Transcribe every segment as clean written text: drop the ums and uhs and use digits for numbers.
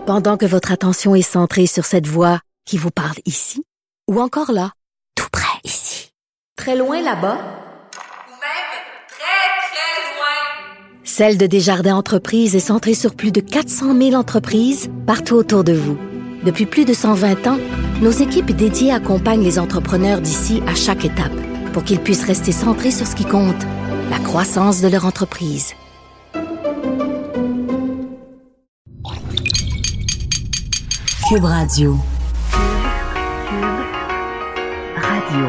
Pendant que votre attention est centrée sur cette voix qui vous parle ici, ou encore là, tout près ici, très loin là-bas, ou même très, très loin. Celle de Desjardins Entreprises est centrée sur plus de 400 000 entreprises partout autour de vous. Depuis plus de 120 ans, nos équipes dédiées accompagnent les entrepreneurs d'ici à chaque étape pour qu'ils puissent rester centrés sur ce qui compte, la croissance de leur entreprise. Cube Radio. Radio.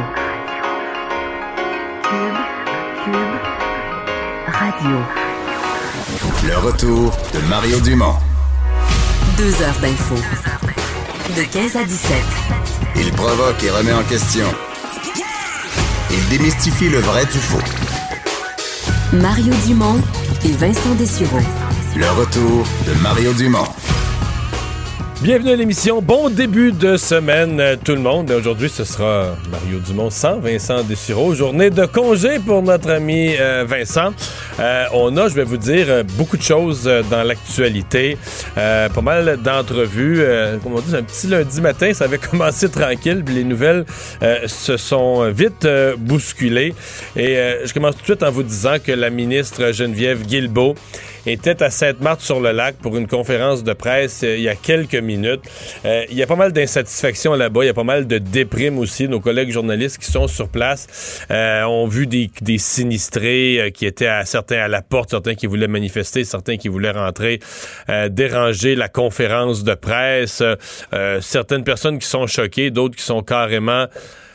Cube Radio. Le retour de Mario Dumont. 2 heures d'info. De 15 à 17. Il provoque et remet en question. Il démystifie le vrai du faux. Mario Dumont et Vincent Dessureau. Le retour de Mario Dumont. Bienvenue à l'émission. Bon début de semaine, tout le monde. Aujourd'hui, ce sera Mario Dumont sans Vincent Dessureau. Journée de congé pour notre ami Vincent. On a, je vais vous dire, beaucoup de choses dans l'actualité. Pas mal d'entrevues. Comme on dit, un petit lundi matin, ça avait commencé tranquille. Puis les nouvelles se sont vite bousculées. Et je commence tout de suite en vous disant que la ministre Geneviève Guilbeault était à Sainte-Marthe-sur-le-Lac pour une conférence de presse il y a quelques minutes. Il y a pas mal d'insatisfaction là-bas. Il y a pas mal de déprime aussi. Nos collègues journalistes qui sont sur place ont vu des sinistrés qui étaient certains à la porte, certains qui voulaient manifester, certains qui voulaient rentrer, déranger la conférence de presse. Certaines personnes qui sont choquées, d'autres qui sont carrément...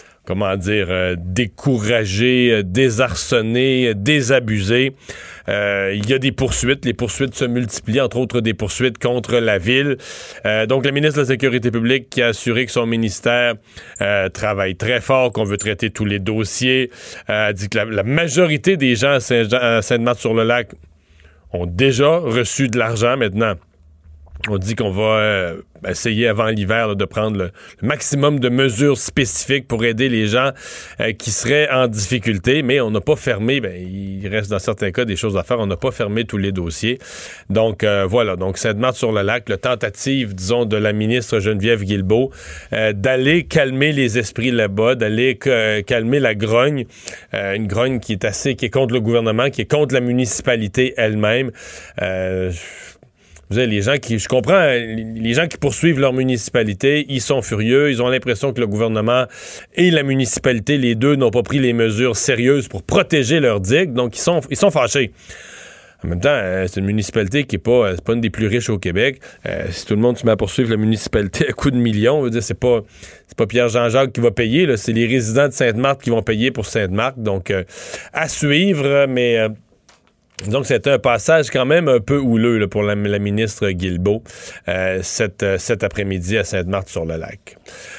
découragés, désarçonnés, désabusés. Il y a des poursuites. Les poursuites se multiplient, entre autres des poursuites contre la ville. Donc, la ministre de la Sécurité publique qui a assuré que son ministère travaille très fort, qu'on veut traiter tous les dossiers, a dit que la majorité des gens à Sainte-Marthe-sur-le-Lac ont déjà reçu de l'argent maintenant. On dit qu'on va essayer avant l'hiver de prendre le maximum de mesures spécifiques pour aider les gens qui seraient en difficulté, mais on n'a pas fermé, il reste dans certains cas des choses à faire, on n'a pas fermé tous les dossiers. Donc voilà, donc Sainte-Marthe-sur-le-Lac, la tentative, disons, de la ministre Geneviève Guilbeault d'aller calmer les esprits là-bas, d'aller calmer la grogne, une grogne qui est contre le gouvernement, qui est contre la municipalité elle-même. Vous savez, je comprends, les gens qui poursuivent leur municipalité, ils sont furieux, ils ont l'impression que le gouvernement et la municipalité, les deux, n'ont pas pris les mesures sérieuses pour protéger leurs digues, donc ils sont fâchés. En même temps, c'est une municipalité qui est pas une des plus riches au Québec. Si tout le monde se met à poursuivre la municipalité à coups de millions, je veux dire, c'est pas Pierre Jean-Jacques qui va payer, là, c'est les résidents de Sainte-Marthe qui vont payer pour Sainte-Marthe, donc à suivre, mais... Donc, c'était un passage quand même un peu houleux là, pour la ministre Guilbeault cet après-midi à Sainte-Marthe-sur-le-Lac.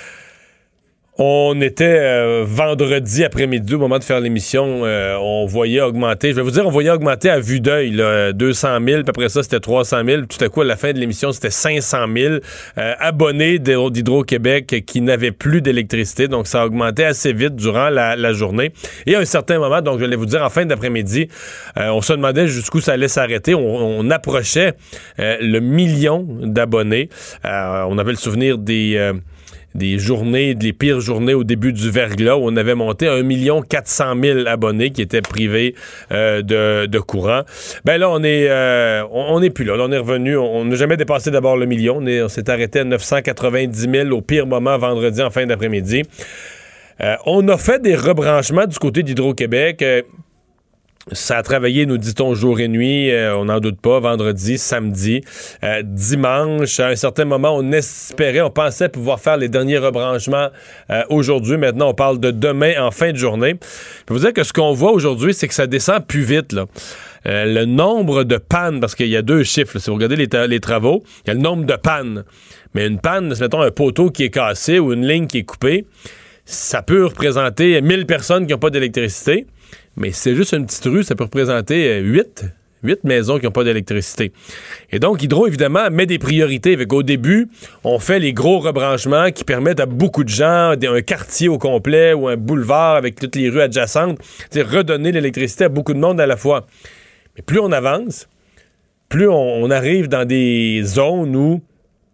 On était vendredi après-midi, au moment de faire l'émission, on voyait augmenter, on voyait augmenter à vue d'œil là, 200 000, puis après ça, c'était 300 000. Tout à coup, à la fin de l'émission, c'était 500 000 abonnés d'Hydro-Québec qui n'avaient plus d'électricité. Donc, ça a augmenté assez vite durant la journée. Et à un certain moment, donc je vais vous dire, en fin d'après-midi, on se demandait jusqu'où ça allait s'arrêter. On approchait le million d'abonnés. On avait le souvenir des journées, des pires journées au début du verglas où on avait monté à 1 400 000 abonnés qui étaient privés de courant. Ben là, on est plus là. Là, on est revenu. On n'a jamais dépassé d'abord le million. On s'est arrêté à 990 000 au pire moment vendredi en fin d'après-midi. On a fait des rebranchements du côté d'Hydro-Québec. Ça a travaillé, nous dit-on, jour et nuit, on n'en doute pas, vendredi, samedi, dimanche. À un certain moment, on pensait pouvoir faire les derniers rebranchements aujourd'hui. Maintenant, on parle de demain en fin de journée. Je peux vous dire que ce qu'on voit aujourd'hui, c'est que ça descend plus vite, là. Le nombre de pannes, parce qu'il y a 2 chiffres, là. Si vous regardez les travaux, il y a le nombre de pannes. Mais une panne, c'est, mettons, un poteau qui est cassé ou une ligne qui est coupée, ça peut représenter 1000 personnes qui n'ont pas d'électricité. Mais c'est juste une petite rue, ça peut représenter 8 maisons qui n'ont pas d'électricité. Et donc, Hydro, évidemment, met des priorités. Au début, on fait les gros rebranchements qui permettent à beaucoup de gens, un quartier au complet ou un boulevard avec toutes les rues adjacentes, redonner l'électricité à beaucoup de monde à la fois. Mais plus on avance, plus on arrive dans des zones où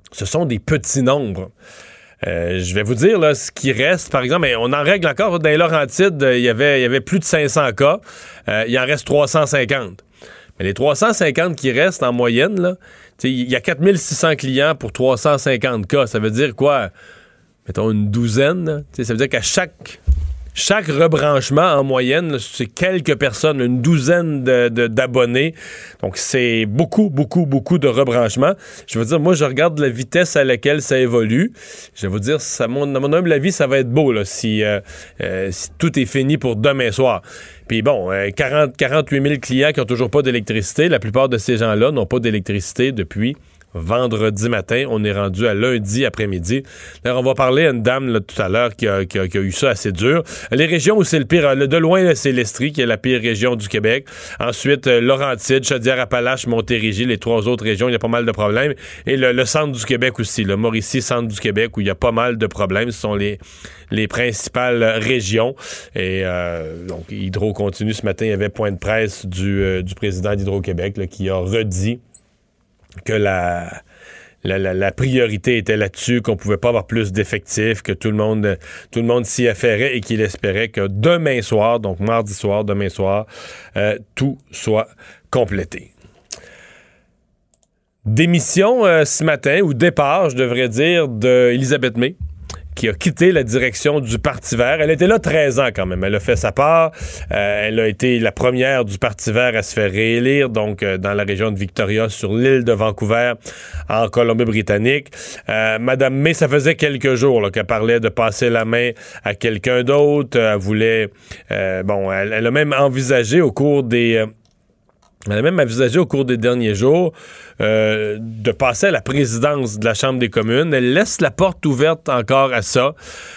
ce sont des petits nombres. Je vais vous dire là, ce qui reste, par exemple, on en règle encore dans les Laurentides, il y avait plus de 500 cas, il en reste 350. Mais les 350 qui restent en moyenne, là, il y a 4600 clients pour 350 cas. Ça veut dire quoi? Mettons une douzaine. Ça veut dire qu'à chaque rebranchement, en moyenne, là, c'est quelques personnes, une douzaine d'abonnés. Donc, c'est beaucoup, beaucoup, beaucoup de rebranchements. Je veux dire, moi, je regarde la vitesse à laquelle ça évolue. Je vais vous dire, à mon humble avis, ça va être beau là, si tout est fini pour demain soir. Puis bon, 48 000 clients qui n'ont toujours pas d'électricité. La plupart de ces gens-là n'ont pas d'électricité depuis vendredi matin. On est rendu à lundi après-midi. D'ailleurs, on va parler à une dame là, tout à l'heure qui a eu ça assez dur. Les régions où c'est le pire, de loin, là, c'est l'Estrie qui est la pire région du Québec. Ensuite, Laurentides, Chaudière-Appalaches, Montérégie, les trois autres régions, il y a pas mal de problèmes. Et le centre du Québec aussi, le Mauricie, centre du Québec, où il y a pas mal de problèmes. Ce sont les principales régions. Et donc, Hydro continue ce matin. Il y avait point de presse du président d'Hydro-Québec là, qui a redit que la priorité était là-dessus, qu'on pouvait pas avoir plus d'effectifs, que tout le monde s'y affairait et qu'il espérait que demain soir, donc mardi soir, tout soit complété. Démission ce matin, ou départ, je devrais dire, d'Élisabeth May, qui a quitté la direction du Parti vert. Elle était là 13 ans quand même. Elle a fait sa part. Elle a été la première du Parti vert à se faire réélire, donc dans la région de Victoria, sur l'île de Vancouver, en Colombie-Britannique. Madame May, ça faisait quelques jours là, qu'elle parlait de passer la main à quelqu'un d'autre. Elle voulait... elle a même envisagé au cours des... derniers jours de passer à la présidence de la Chambre des communes. Elle laisse la porte ouverte encore à ça.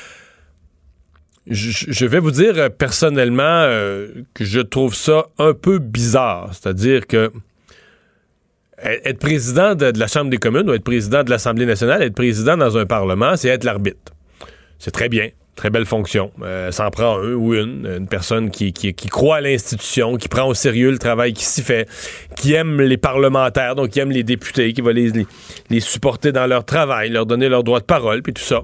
Je vais vous dire personnellement que je trouve ça un peu bizarre. C'est-à-dire que être président de la Chambre des communes ou être président de l'Assemblée nationale, être président dans un parlement, c'est être l'arbitre. C'est très bien. Très belle fonction. Ça en prend un ou une personne qui croit à l'institution, qui prend au sérieux le travail qui s'y fait, qui aime les parlementaires, donc qui aime les députés, qui va les supporter dans leur travail, leur donner leur droit de parole, puis tout ça.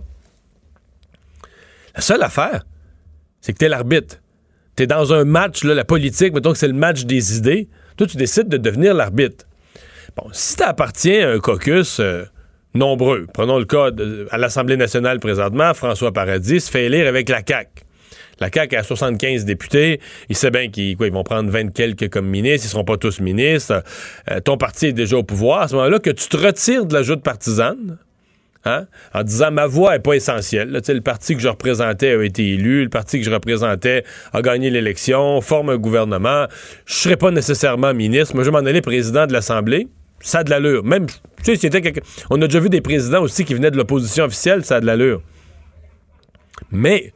La seule affaire, c'est que t'es l'arbitre. T'es dans un match, là, la politique, mettons que c'est le match des idées. Toi, tu décides de devenir l'arbitre. Bon, si t'appartiens à un caucus... nombreux. Prenons le cas à l'Assemblée nationale présentement, François Paradis se fait élire avec la CAQ. La CAQ a 75 députés. Il sait bien qu'ils vont prendre 20 quelques comme ministres. Ils ne seront pas tous ministres. Ton parti est déjà au pouvoir. À ce moment-là, que tu te retires de la joute partisane, en disant ma voix n'est pas essentielle. Là, le parti que je représentais a été élu. Le parti que je représentais a gagné l'élection, forme un gouvernement. Je ne serai pas nécessairement ministre. Moi, je vais m'en aller président de l'Assemblée. Ça a de l'allure. Même, tu sais, on a déjà vu des présidents aussi qui venaient de l'opposition officielle, ça a de l'allure. Mais,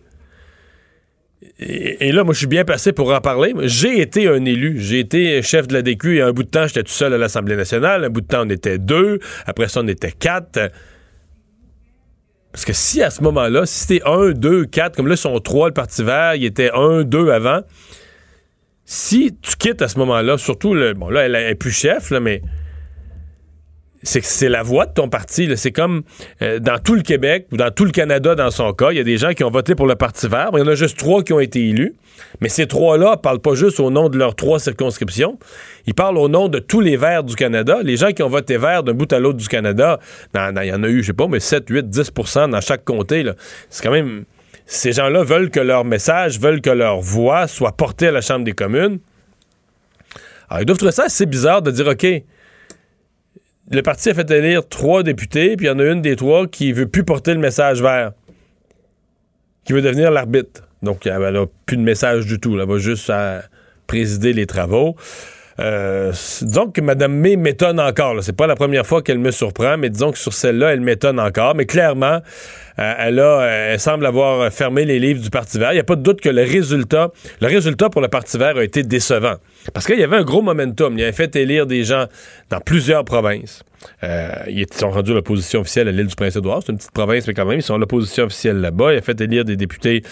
et là, moi, je suis bien placé pour en parler. J'ai été un élu. J'ai été chef de l'ADQ et un bout de temps, j'étais tout seul à l'Assemblée nationale. Un bout de temps, on était 2. Après ça, on était 4. Parce que si, à ce moment-là, si c'était 1, 2, 4, comme là, ils sont 3, le Parti vert, il était 1, 2 avant. Si tu quittes à ce moment-là, surtout, là, elle est plus chef, là, mais... c'est la voix de ton parti. Là. C'est comme dans tout le Québec ou dans tout le Canada, dans son cas, il y a des gens qui ont voté pour le Parti vert. Il y en a juste 3 qui ont été élus. Mais ces 3-là ne parlent pas juste au nom de leurs 3 circonscriptions. Ils parlent au nom de tous les verts du Canada. Les gens qui ont voté vert d'un bout à l'autre du Canada, il y en a eu, je sais pas, mais 7, 8, 10% dans chaque comté. Là. C'est quand même... Ces gens-là veulent que leur message, veulent que leur voix soit portée à la Chambre des communes. Alors, ils doivent trouver ça assez bizarre de dire, OK, le parti a fait élire 3 députés, puis il y en a une des 3 qui veut plus porter le message vert, qui veut devenir l'arbitre. Donc, elle n'a plus de message du tout. Elle va juste présider les travaux. Disons que Mme May m'étonne encore. Là. C'est pas la première fois qu'elle me surprend, mais disons que sur celle-là, elle m'étonne encore. Mais clairement, elle semble avoir fermé les livres du Parti vert. Il n'y a pas de doute que le résultat pour le Parti vert a été décevant. Parce qu'il y avait un gros momentum. Il avait fait élire des gens dans plusieurs provinces. Ils sont rendus à l'opposition officielle à l'île du Prince-Édouard. C'est une petite province, mais quand même, ils sont à l'opposition officielle là-bas. Il a fait élire des députés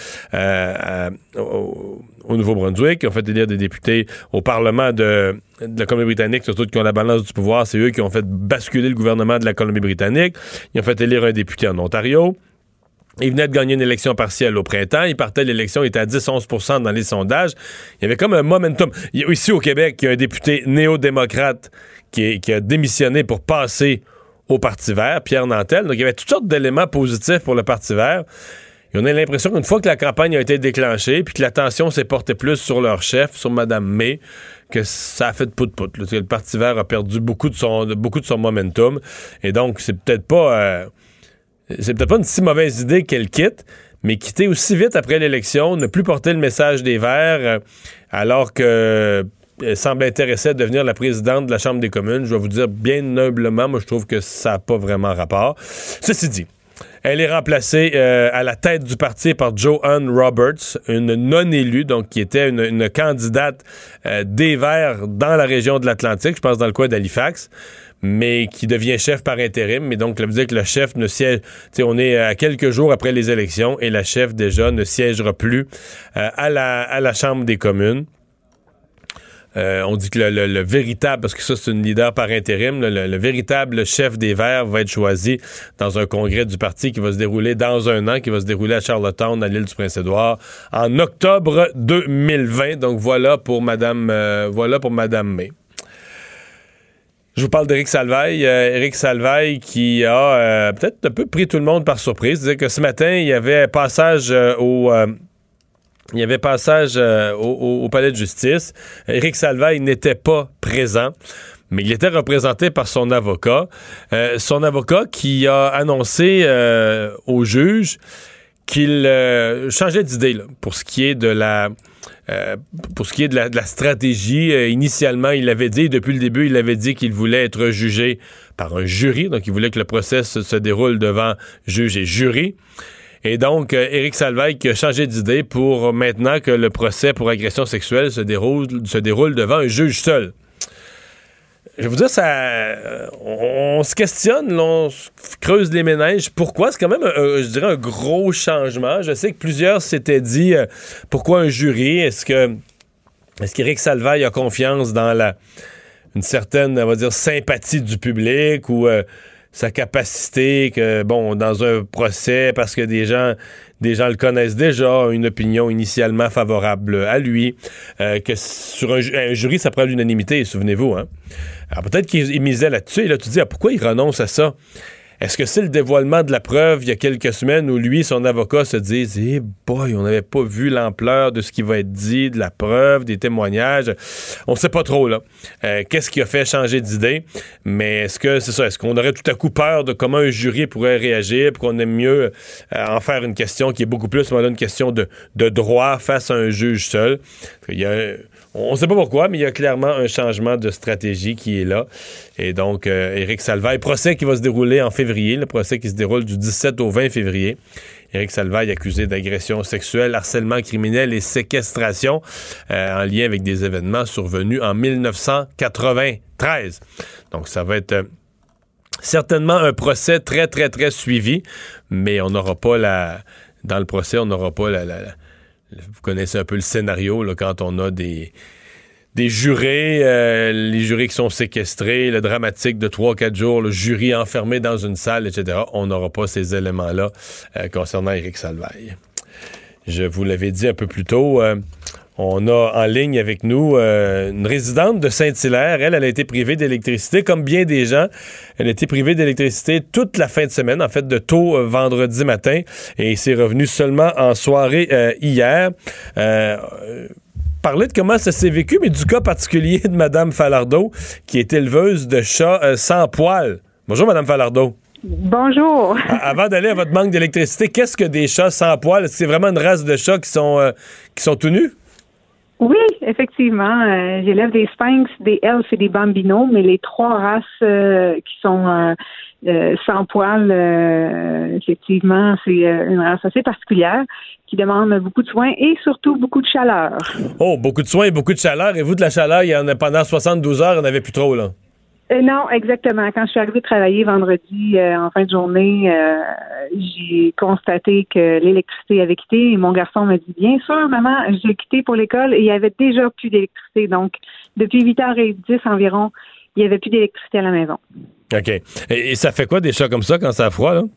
au Nouveau-Brunswick. Ils ont fait élire des députés au Parlement de la Colombie-Britannique, surtout qui ont la balance du pouvoir. C'est eux qui ont fait basculer le gouvernement de la Colombie-Britannique. Ils ont fait élire un député en Ontario. Il venait de gagner une élection partielle au printemps. Il partait de l'élection, il était à 10-11% dans les sondages. Il y avait comme un momentum. Ici au Québec, il y a un député néo-démocrate qui a démissionné pour passer au Parti vert, Pierre Nantel. Donc, il y avait toutes sortes d'éléments positifs pour le Parti vert. Et on a l'impression qu'une fois que la campagne a été déclenchée, puis que l'attention s'est portée plus sur leur chef, sur Mme May, que ça a fait de pout-pout. Le Parti vert a perdu beaucoup de son momentum. Et donc, c'est peut-être pas une si mauvaise idée qu'elle quitte, mais quitter aussi vite après l'élection, ne plus porter le message des Verts, alors qu'elle semble intéressée à devenir la présidente de la Chambre des communes. Je vais vous dire bien humblement, moi je trouve que ça n'a pas vraiment rapport. Ceci dit, elle est remplacée à la tête du parti par Joanne Roberts, une non-élue, donc qui était une candidate des Verts dans la région de l'Atlantique, je pense dans le coin d'Halifax, mais qui devient chef par intérim. Mais donc, ça veut dire que le chef ne siège... on est à quelques jours après les élections et la chef, déjà, ne siégera plus à la Chambre des communes. On dit que le véritable, parce que ça, c'est une leader par intérim, le véritable chef des Verts va être choisi dans un congrès du parti qui va se dérouler dans un an, qui va se dérouler à Charlottetown, à l'île du Prince-Édouard, en octobre 2020. Donc, voilà pour Mme May. Je vous parle d'Éric Salvaille. Éric Salvaille qui a peut-être un peu pris tout le monde par surprise. C'est-à-dire que ce matin, il y avait passage au palais de justice. Éric Salvaille n'était pas présent, mais il était représenté par son avocat. Son avocat qui a annoncé au juge qu'il changeait d'idée là, pour ce qui est de la stratégie. Initialement, il avait dit, depuis le début, il avait dit qu'il voulait être jugé par un jury. Donc, il voulait que le procès se déroule devant juge et jury. Et donc, Éric Salvaille qui a changé d'idée pour maintenant que le procès pour agression sexuelle se déroule devant un juge seul. Je vais vous dire, on se questionne, là, on se creuse les méninges. Pourquoi? C'est quand même, je dirais, un gros changement. Je sais que plusieurs s'étaient dit, pourquoi un jury? Est-ce qu'Éric Salvaille a confiance dans une certaine, on va dire, sympathie du public ou sa capacité que, dans un procès, parce que des gens le connaissent déjà, une opinion initialement favorable à lui, que sur un jury, ça prend l'unanimité, souvenez-vous, hein? Alors peut-être qu'il misait là-dessus, et là tu te dis, pourquoi il renonce à ça? Est-ce que c'est le dévoilement de la preuve il y a quelques semaines où lui, son avocat se dit on n'avait pas vu l'ampleur de ce qui va être dit, de la preuve, des témoignages. On ne sait pas trop, là. Qu'est-ce qui a fait changer d'idée? Mais est-ce que c'est ça? Est-ce qu'on aurait tout à coup peur de comment un jury pourrait réagir, pour qu'on aime mieux en faire une question qui est beaucoup plus, une question de droit face à un juge seul? On ne sait pas pourquoi, mais il y a clairement un changement de stratégie qui est là. Et donc, Éric Salvaille, procès qui va se dérouler en février, le procès qui se déroule du 17 au 20 février. Éric Salvaille accusé d'agression sexuelle, harcèlement criminel et séquestration en lien avec des événements survenus en 1993. Donc, ça va être certainement un procès très, très, très suivi, mais on n'aura pas dans le procès, on n'aura pas vous connaissez un peu le scénario, là, quand on a des jurés, les jurés qui sont séquestrés, le dramatique de 3-4 jours, le jury enfermé dans une salle, etc. On n'aura pas ces éléments-là concernant Éric Salvaille. Je vous l'avais dit un peu plus tôt, on a en ligne avec nous une résidente de Saint-Hilaire. Elle a été privée d'électricité, comme bien des gens. Elle a été privée d'électricité toute la fin de semaine, en fait, de tôt vendredi matin, et c'est revenu seulement en soirée hier. Parler de comment ça s'est vécu, mais du cas particulier de Mme Falardeau, qui est éleveuse de chats sans poils. Bonjour, Mme Falardeau. Bonjour. Avant d'aller à votre manque d'électricité, qu'est-ce que des chats sans poils? Est-ce que c'est vraiment une race de chats qui sont tout nus? Oui, effectivement. J'élève des sphinx, des elfes et des bambinos, mais les trois races qui sont sans poils, effectivement, c'est une race assez particulière qui demande beaucoup de soins et surtout beaucoup de chaleur. Oh, beaucoup de soins et beaucoup de chaleur. Et vous, de la chaleur, il y en a pendant 72 heures, il n'y en avait plus trop, là. Non, exactement. Quand je suis arrivée travailler vendredi en fin de journée, j'ai constaté que l'électricité avait quitté et mon garçon m'a dit, bien sûr, maman, j'ai quitté pour l'école et il y avait déjà plus d'électricité. Donc, depuis 8h10 environ, il n'y avait plus d'électricité à la maison. OK. Et ça fait quoi des chats comme ça quand ça a froid, là?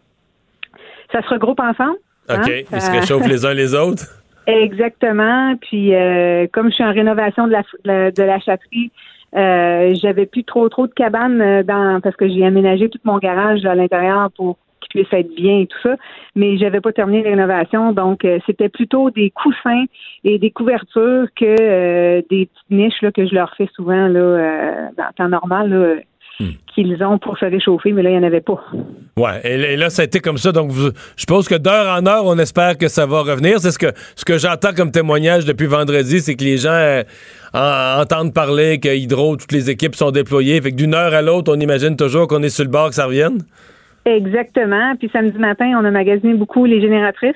Ça se regroupe ensemble. OK. Hein? Ils se réchauffent les uns les autres? Exactement. Puis, comme je suis en rénovation de la châterie, j'avais plus trop de cabanes parce que j'ai aménagé tout mon garage à l'intérieur pour qu'il puisse être bien et tout ça, mais j'avais pas terminé les rénovations, donc c'était plutôt des coussins et des couvertures que des petites niches là, que je leur fais souvent là, dans le temps normal là, qu'ils ont pour se réchauffer, mais là, il n'y en avait pas. Ouais, et là, ça a été comme ça. Donc, je suppose que d'heure en heure, on espère que ça va revenir. C'est ce que j'entends comme témoignage depuis vendredi, c'est que les gens entendent parler que Hydro, toutes les équipes sont déployées. Fait que d'une heure à l'autre, on imagine toujours qu'on est sur le bord que ça revienne. Exactement. Puis samedi matin, on a magasiné beaucoup les génératrices.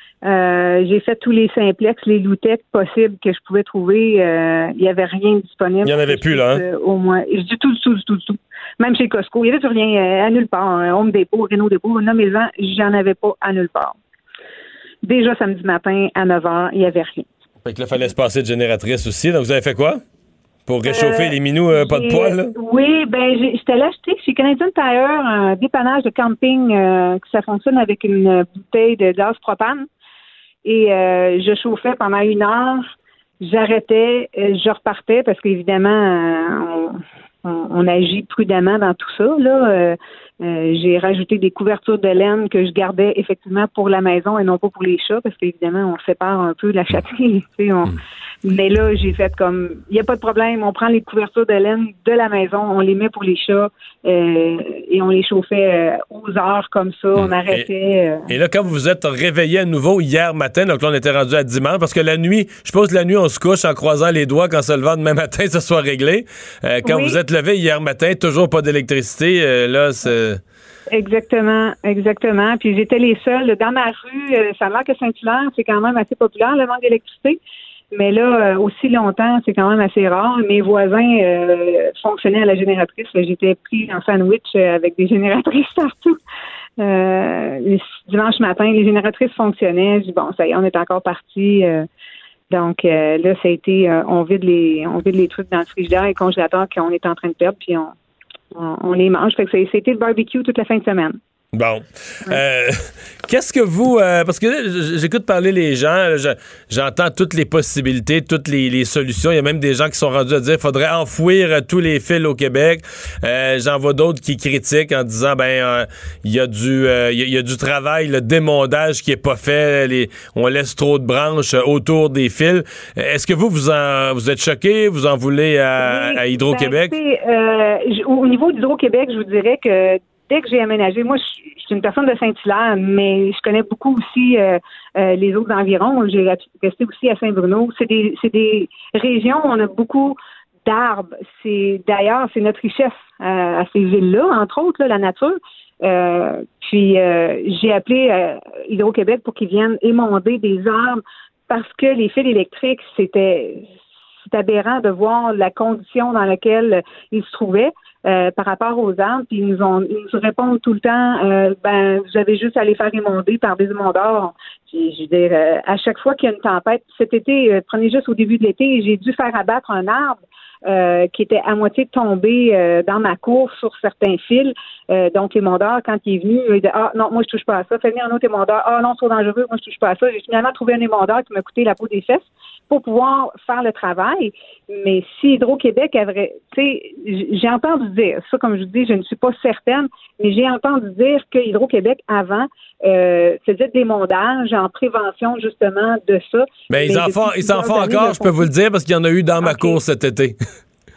J'ai fait tous les simplex, les Loutec possibles que je pouvais trouver. Il n'y avait rien disponible. Il n'y en avait plus, là, hein? Au moins. Du tout. Même chez Costco, il n'y avait plus rien à nulle part. Home Depot, Renault Depot, nommez-en, j'en avais pas à nulle part. Déjà samedi matin, à 9h, il n'y avait rien. Fait que là, il fallait se passer de génératrice aussi. Donc, vous avez fait quoi? Pour réchauffer les minous, pas de poêle, là? Oui, j'étais allée acheter chez Canadian Tire un dépannage de camping que ça fonctionne avec une bouteille de gaz propane. Et je chauffais pendant 1 heure, j'arrêtais, je repartais parce qu'évidemment, on agit prudemment dans tout ça. Là, j'ai rajouté des couvertures de laine que je gardais effectivement pour la maison et non pas pour les chats parce qu'évidemment, on sépare un peu la châterie. Mais là, j'ai fait comme, il n'y a pas de problème, on prend les couvertures de laine de la maison, on les met pour les chats et on les chauffait aux heures comme ça, on arrêtait. Et là, quand vous vous êtes réveillé à nouveau hier matin, donc là, on était rendu à dimanche, parce que la nuit, je suppose que la nuit, on se couche en croisant les doigts quand se levant demain matin, ça soit réglé. Quand vous êtes levé hier matin, toujours pas d'électricité, là, c'est... Exactement. Puis j'étais les seuls. Dans ma rue, ça a l'air que Saint-Hilaire, c'est quand même assez populaire, le manque d'électricité. Mais là, aussi longtemps, c'est quand même assez rare. Mes voisins fonctionnaient à la génératrice. J'étais pris en sandwich avec des génératrices partout. Dimanche matin, les génératrices fonctionnaient. Je dis, bon, ça y est, on est encore partis. Donc là, ça a été, on vide les trucs dans le frigidaire et le congélateur qu'on est en train de perdre, puis on les mange. Fait que c'était le barbecue toute la fin de semaine. Bon. Qu'est-ce que vous... parce que là, j'écoute parler les gens, là, j'entends toutes les possibilités, toutes les solutions. Il y a même des gens qui sont rendus à dire qu'il faudrait enfouir tous les fils au Québec. J'en vois d'autres qui critiquent en disant, il y a du travail, le démondage qui est pas fait. On laisse trop de branches autour des fils. Est-ce que vous êtes choqués? Vous en voulez à Hydro-Québec? Au niveau d'Hydro-Québec, je vous dirais que dès que j'ai aménagé, moi, je suis une personne de Saint-Hilaire, mais je connais beaucoup aussi les autres environs. J'ai resté aussi à Saint-Bruno. C'est des régions où on a beaucoup d'arbres. D'ailleurs, c'est notre richesse à ces villes-là, entre autres, là, la nature. Puis, j'ai appelé Hydro-Québec pour qu'ils viennent émonder des arbres parce que les fils électriques, c'est aberrant de voir la condition dans laquelle ils se trouvaient. Par rapport aux arbres, puis ils nous répondent tout le temps, vous avez juste à les faire émonder par des émondeurs. Puis, je veux dire, à chaque fois qu'il y a une tempête, cet été, prenez juste au début de l'été, j'ai dû faire abattre un arbre qui était à moitié tombé dans ma cour sur certains fils. Donc, l'émondeur, quand il est venu, il dit « Ah, non, moi, je touche pas à ça. Fais venir un autre émondeur. Ah, non, c'est trop dangereux. Moi, je touche pas à ça. » J'ai finalement trouvé un émondeur qui m'a coûté la peau des fesses pour pouvoir faire le travail. Mais si Hydro-Québec avait... Tu sais, j'ai entendu dire, ça, comme je vous dis, je ne suis pas certaine, mais j'ai entendu dire que Hydro-Québec, avant, faisait de l'émondage en prévention, justement, de ça. Mais ils en font encore, je peux vous le dire, parce qu'il y en a eu dans ma cour cet été.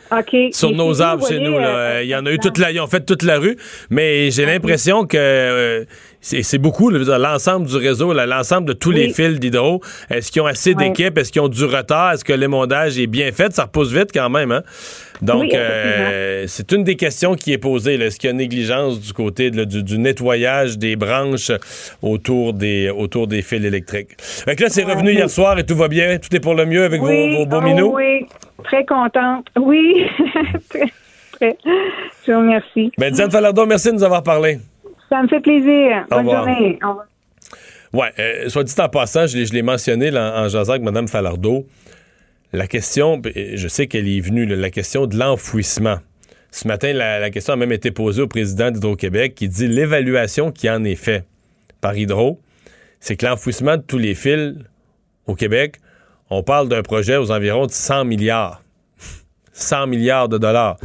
Okay. Sur nos arbres chez nous. Là. Il y en a eu ils ont fait toute la rue, mais j'ai l'impression que c'est beaucoup, là, l'ensemble du réseau, là, l'ensemble de tous les fils d'hydro. Est-ce qu'ils ont assez d'équipes? Est-ce qu'ils ont du retard? Est-ce que l'émondage est bien fait? Ça repousse vite quand même, hein? Donc, c'est une des questions qui est posée. Là. Est-ce qu'il y a négligence du côté du nettoyage des branches autour des fils électriques? Fait que là, c'est revenu hier soir et tout va bien. Tout est pour le mieux avec vos beaux minous? Oui, très contente. Oui, très. Je vous remercie. Diane Falardeau, merci de nous avoir parlé. Ça me fait plaisir. Bonne journée. Au revoir. Ouais, soit dit en passant, je l'ai mentionné là, en jasant avec Mme Falardeau. La question, je sais qu'elle est venue, la question de l'enfouissement. Ce matin, la question a même été posée au président d'Hydro-Québec qui dit l'évaluation qui en est faite par Hydro, c'est que l'enfouissement de tous les fils au Québec, on parle d'un projet aux environs de 100 milliards. 100 milliards de dollars.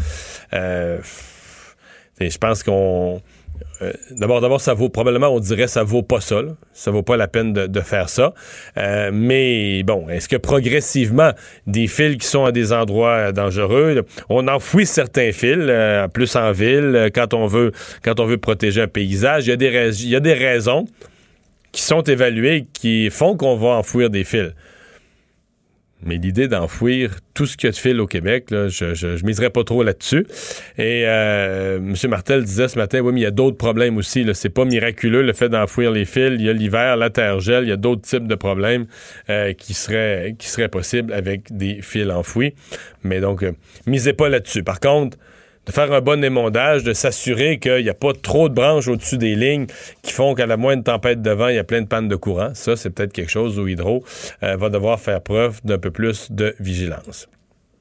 Je pense qu'on... D'abord, ça vaut probablement, on dirait, ça vaut pas ça. Là. Ça vaut pas la peine de faire ça. Mais bon, est-ce que progressivement, des fils qui sont à des endroits dangereux, là, on enfouit certains fils, plus en ville, quand on veut protéger un paysage, il y a des raisons qui sont évaluées qui font qu'on va enfouir des fils. Mais l'idée d'enfouir tout ce qu'il y a de fil au Québec, là, je miserais pas trop là-dessus. Et M. Martel disait ce matin, oui, mais il y a d'autres problèmes aussi. Là. C'est pas miraculeux le fait d'enfouir les fils. Il y a l'hiver, la terre gèle, il y a d'autres types de problèmes qui seraient possibles avec des fils enfouis. Mais donc, misez pas là-dessus. Par contre, de faire un bon émondage, de s'assurer qu'il n'y a pas trop de branches au-dessus des lignes qui font qu'à la moindre tempête de vent, il y a plein de pannes de courant. Ça, c'est peut-être quelque chose où Hydro va devoir faire preuve d'un peu plus de vigilance.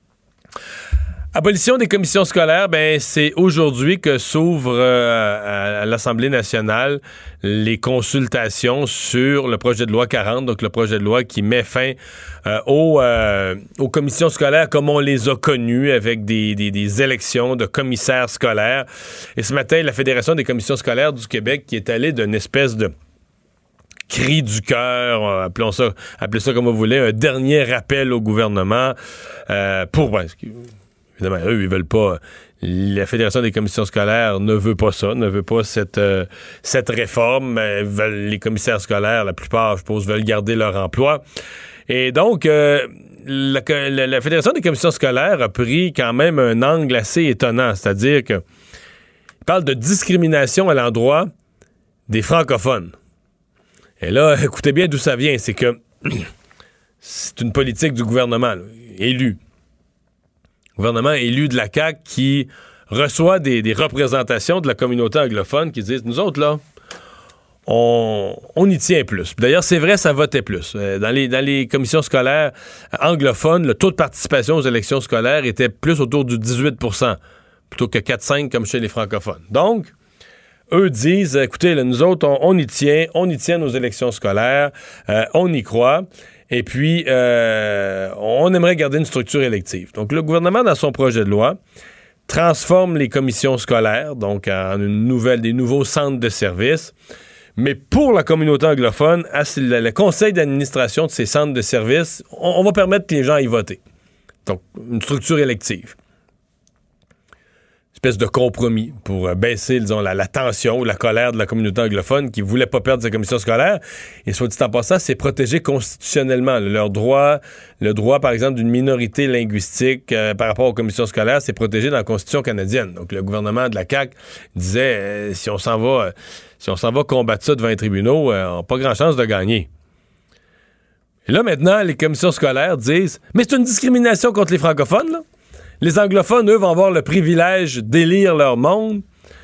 Abolition des commissions scolaires, c'est aujourd'hui que s'ouvrent à l'Assemblée nationale les consultations sur le projet de loi 40, donc le projet de loi qui met fin aux commissions scolaires comme on les a connues, avec des élections de commissaires scolaires. Et ce matin, la Fédération des commissions scolaires du Québec qui est allée d'une espèce de cri du cœur, appelez ça comme vous voulez, un dernier rappel au gouvernement pour... Évidemment, eux, ils veulent pas... La Fédération des commissions scolaires ne veut pas ça, ne veut pas cette réforme. Les commissaires scolaires, la plupart, je suppose, veulent garder leur emploi. Et donc, la Fédération des commissions scolaires a pris quand même un angle assez étonnant, c'est-à-dire que il parle de discrimination à l'endroit des francophones. Et là, écoutez bien d'où ça vient, c'est que c'est une politique du gouvernement, là, élu. Gouvernement élu de la CAQ qui reçoit des représentations de la communauté anglophone qui disent, nous autres, là, on y tient plus. D'ailleurs, c'est vrai, ça votait plus. Dans les commissions scolaires anglophones, le taux de participation aux élections scolaires était plus autour du 18%, plutôt que 4-5 comme chez les francophones. Donc, eux disent, écoutez, là, nous autres, on y tient nos élections scolaires, on y croit. Et puis, on aimerait garder une structure élective. Donc, le gouvernement, dans son projet de loi, transforme les commissions scolaires, donc en des nouveaux centres de services. Mais pour la communauté anglophone, le conseil d'administration de ces centres de services, on va permettre que les gens aillent voter. Donc, une structure élective. Espèce de compromis pour baisser, disons, la tension ou la colère de la communauté anglophone qui ne voulait pas perdre sa commission scolaire. Et soit dit en passant, c'est protégé constitutionnellement. Leur droit, le droit, par exemple, d'une minorité linguistique par rapport aux commissions scolaires, c'est protégé dans la Constitution canadienne. Donc, le gouvernement de la CAQ disait, si on s'en va combattre ça devant les tribunaux, on n'a pas grand chance de gagner. Et là, maintenant, les commissions scolaires disent, mais c'est une discrimination contre les francophones, là. Les anglophones, eux, vont avoir le privilège d'élire leur monde.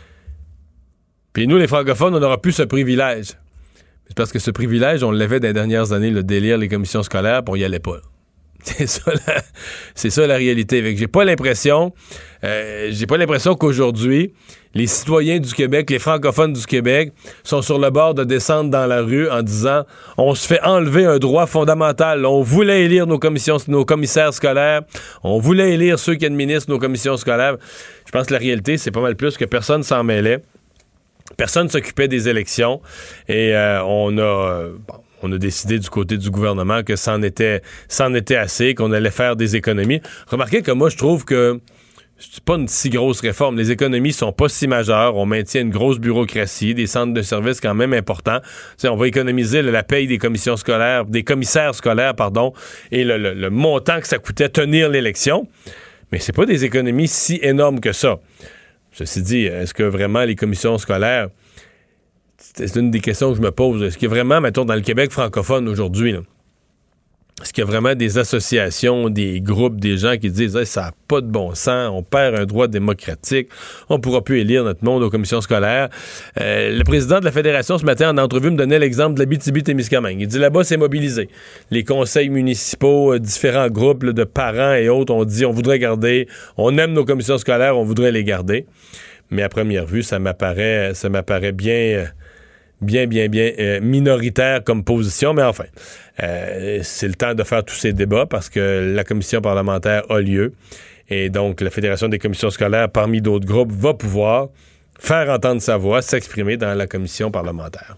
Puis nous, les francophones, on n'aura plus ce privilège. C'est parce que ce privilège, on l'avait dans les dernières années, d'élire les commissions scolaires, puis on n'y allait pas. C'est ça la réalité. Fait que j'ai pas l'impression qu'aujourd'hui, les citoyens du Québec, les francophones du Québec, sont sur le bord de descendre dans la rue en disant on se fait enlever un droit fondamental. On voulait élire nos commissaires scolaires, on voulait élire ceux qui administrent nos commissions scolaires. Je pense que la réalité, c'est pas mal plus que personne s'en mêlait. Personne s'occupait des élections et on a décidé du côté du gouvernement que c'en était assez, qu'on allait faire des économies. Remarquez que moi, je trouve que c'est pas une si grosse réforme. Les économies sont pas si majeures. On maintient une grosse bureaucratie, des centres de services quand même importants. T'sais, on va économiser la paye des commissaires scolaires, et le montant que ça coûtait tenir l'élection. Mais c'est pas des économies si énormes que ça. Ceci dit, est-ce que vraiment les commissions scolaires, c'est une des questions que je me pose, est-ce qu'il y a vraiment, mettons, dans le Québec francophone aujourd'hui, là, est-ce qu'il y a vraiment des associations, des groupes, des gens qui disent hey, ça n'a pas de bon sens, on perd un droit démocratique, on ne pourra plus élire notre monde aux commissions scolaires. Le président de la Fédération ce matin en entrevue me donnait l'exemple de l'Abitibi-Témiscamingue. Il dit là-bas c'est mobilisé. Les conseils municipaux, différents groupes là, de parents et autres ont dit on voudrait garder, on aime nos commissions scolaires, on voudrait les garder. Mais à première vue, ça m'apparaît bien minoritaire comme position, mais enfin, c'est le temps de faire tous ces débats parce que la commission parlementaire a lieu et donc la Fédération des commissions scolaires, parmi d'autres groupes, va pouvoir faire entendre sa voix, s'exprimer dans la commission parlementaire.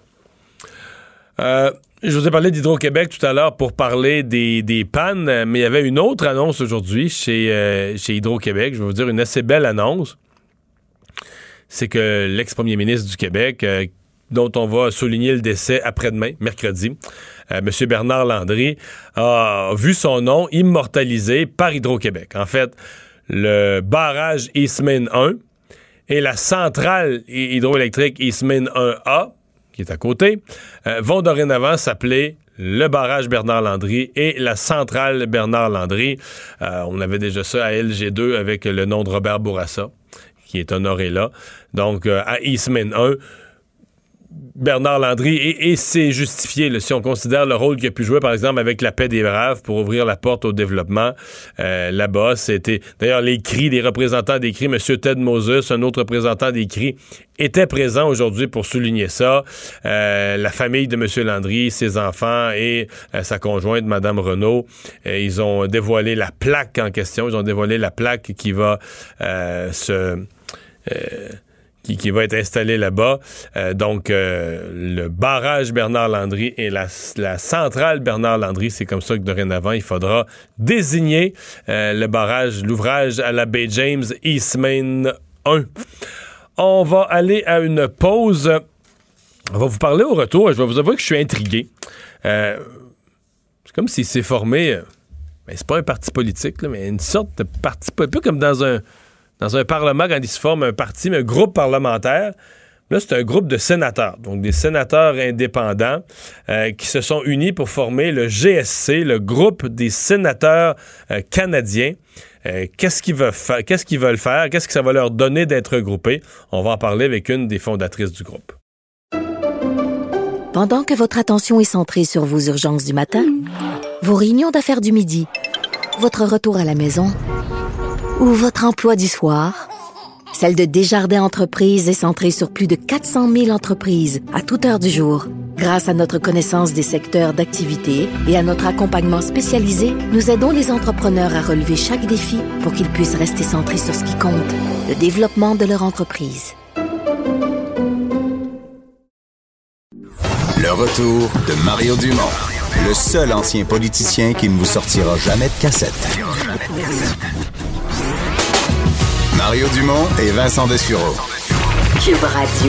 Je vous ai parlé d'Hydro-Québec tout à l'heure pour parler des pannes, mais il y avait une autre annonce aujourd'hui chez Hydro-Québec, je vais vous dire une assez belle annonce. C'est que l'ex-premier ministre du Québec, dont on va souligner le décès après-demain, mercredi, M. Bernard Landry, a vu son nom immortalisé par Hydro-Québec. En fait, le barrage Eastmain 1 et la centrale hydroélectrique Eastmain 1A, qui est à côté, vont dorénavant s'appeler le barrage Bernard Landry et la centrale Bernard Landry. On avait déjà ça à LG2 avec le nom de Robert Bourassa, qui est honoré là. Donc, à Eastmain 1, Bernard Landry, et c'est justifié là, si on considère le rôle qu'il a pu jouer, par exemple, avec la paix des Braves pour ouvrir la porte au développement là-bas. C'était d'ailleurs les cris des représentants des cris, M. Ted Moses, un autre représentant des cris, était présent aujourd'hui pour souligner ça. La famille de M. Landry, ses enfants et sa conjointe, Mme Renaud, ils ont dévoilé la plaque en question. Ils ont dévoilé la plaque qui va qui va être installé là-bas. Donc, le barrage Bernard Landry et la centrale Bernard Landry, c'est comme ça que dorénavant, il faudra désigner le barrage, l'ouvrage à la baie James, Eastmain 1. On va aller à une pause. On va vous parler au retour. Je vais vous avouer que je suis intrigué. C'est comme s'il s'est formé, c'est pas un parti politique, là, mais une sorte de parti, un peu comme dans un parlement, quand il se forme un parti, mais un groupe parlementaire. Là, c'est un groupe de sénateurs, donc des sénateurs indépendants qui se sont unis pour former le GSC, le groupe des sénateurs canadiens. Qu'est-ce qu'ils veulent faire? Qu'est-ce que ça va leur donner d'être regroupés? On va en parler avec une des fondatrices du groupe. Pendant que votre attention est centrée sur vos urgences du matin, vos réunions d'affaires du midi, votre retour à la maison ou votre emploi du soir, celle de Desjardins Entreprises est centrée sur plus de 400 000 entreprises à toute heure du jour. Grâce à notre connaissance des secteurs d'activité et à notre accompagnement spécialisé, nous aidons les entrepreneurs à relever chaque défi pour qu'ils puissent rester centrés sur ce qui compte, le développement de leur entreprise. Le retour de Mario Dumont, le seul ancien politicien qui ne vous sortira jamais de cassette. Mario Dumont et Vincent Dessureau. Cube Radio.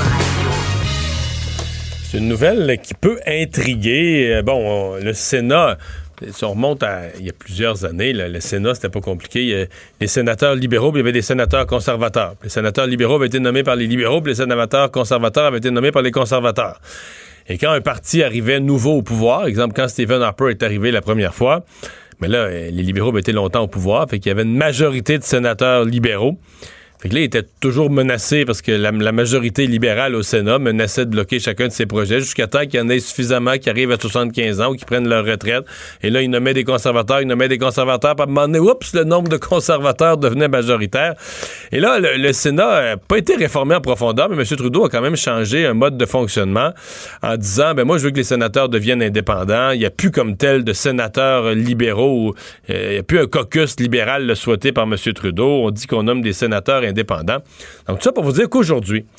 C'est une nouvelle qui peut intriguer. Le Sénat, si on remonte il y a plusieurs années, là, le Sénat, c'était pas compliqué. Les sénateurs libéraux, puis il y avait des sénateurs conservateurs. Les sénateurs libéraux avaient été nommés par les libéraux, puis les sénateurs conservateurs avaient été nommés par les conservateurs. Et quand un parti arrivait nouveau au pouvoir, exemple, quand Stephen Harper est arrivé la première fois, mais là, les libéraux avaient été longtemps au pouvoir, fait qu'il y avait une majorité de sénateurs libéraux. Fait que là, il était toujours menacé parce que la majorité libérale au Sénat menaçait de bloquer chacun de ses projets jusqu'à temps qu'il y en ait suffisamment qui arrivent à 75 ans ou qui prennent leur retraite. Et là, ils nommaient des conservateurs, puis à un moment donné, oups, le nombre de conservateurs devenait majoritaire. Et là, le Sénat n'a pas été réformé en profondeur, mais M. Trudeau a quand même changé un mode de fonctionnement en disant, moi, je veux que les sénateurs deviennent indépendants. Il n'y a plus comme tel de sénateurs libéraux. Il n'y a plus un caucus libéral le souhaité par M. Trudeau. On dit qu'on nomme des sénateurs indépendants. Donc, tout ça pour vous dire qu'aujourd'hui,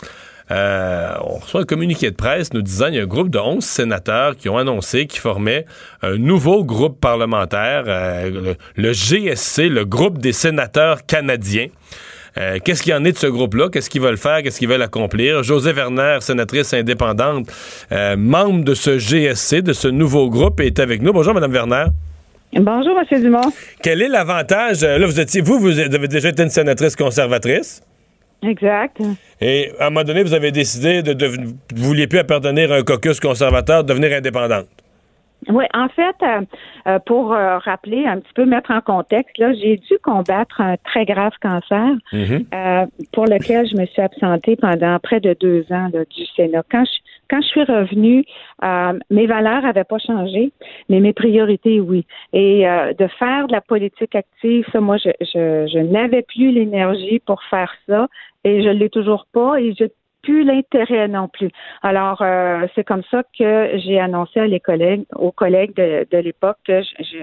On reçoit un communiqué de presse nous disant qu'il y a un groupe de 11 sénateurs qui ont annoncé qu'ils formaient un nouveau groupe parlementaire, le GSC, le groupe des sénateurs canadiens. Qu'est-ce qu'il y en est de ce groupe-là? Qu'est-ce qu'ils veulent faire? Qu'est-ce qu'ils veulent accomplir? Josée Werner, sénatrice indépendante, membre de ce GSC, de ce nouveau groupe, est avec nous. Bonjour, Mme Werner. Bonjour, M. Dumont. Quel est l'avantage? Là, vous avez déjà été une sénatrice conservatrice. Exact. Et à un moment donné, vous avez décidé vous vouliez plus appartenir à un caucus conservateur, de devenir indépendante. Oui, en fait, pour rappeler un petit peu, mettre en contexte, là, j'ai dû combattre un très grave cancer pour lequel je me suis absentée pendant près de 2 ans là, du Sénat. Quand je suis revenue, mes valeurs n'avaient pas changé, mais mes priorités, oui. Et de faire de la politique active, ça, moi, je n'avais plus l'énergie pour faire ça, et je l'ai toujours pas, et je plus l'intérêt non plus. Alors, c'est comme ça que j'ai annoncé aux collègues de l'époque que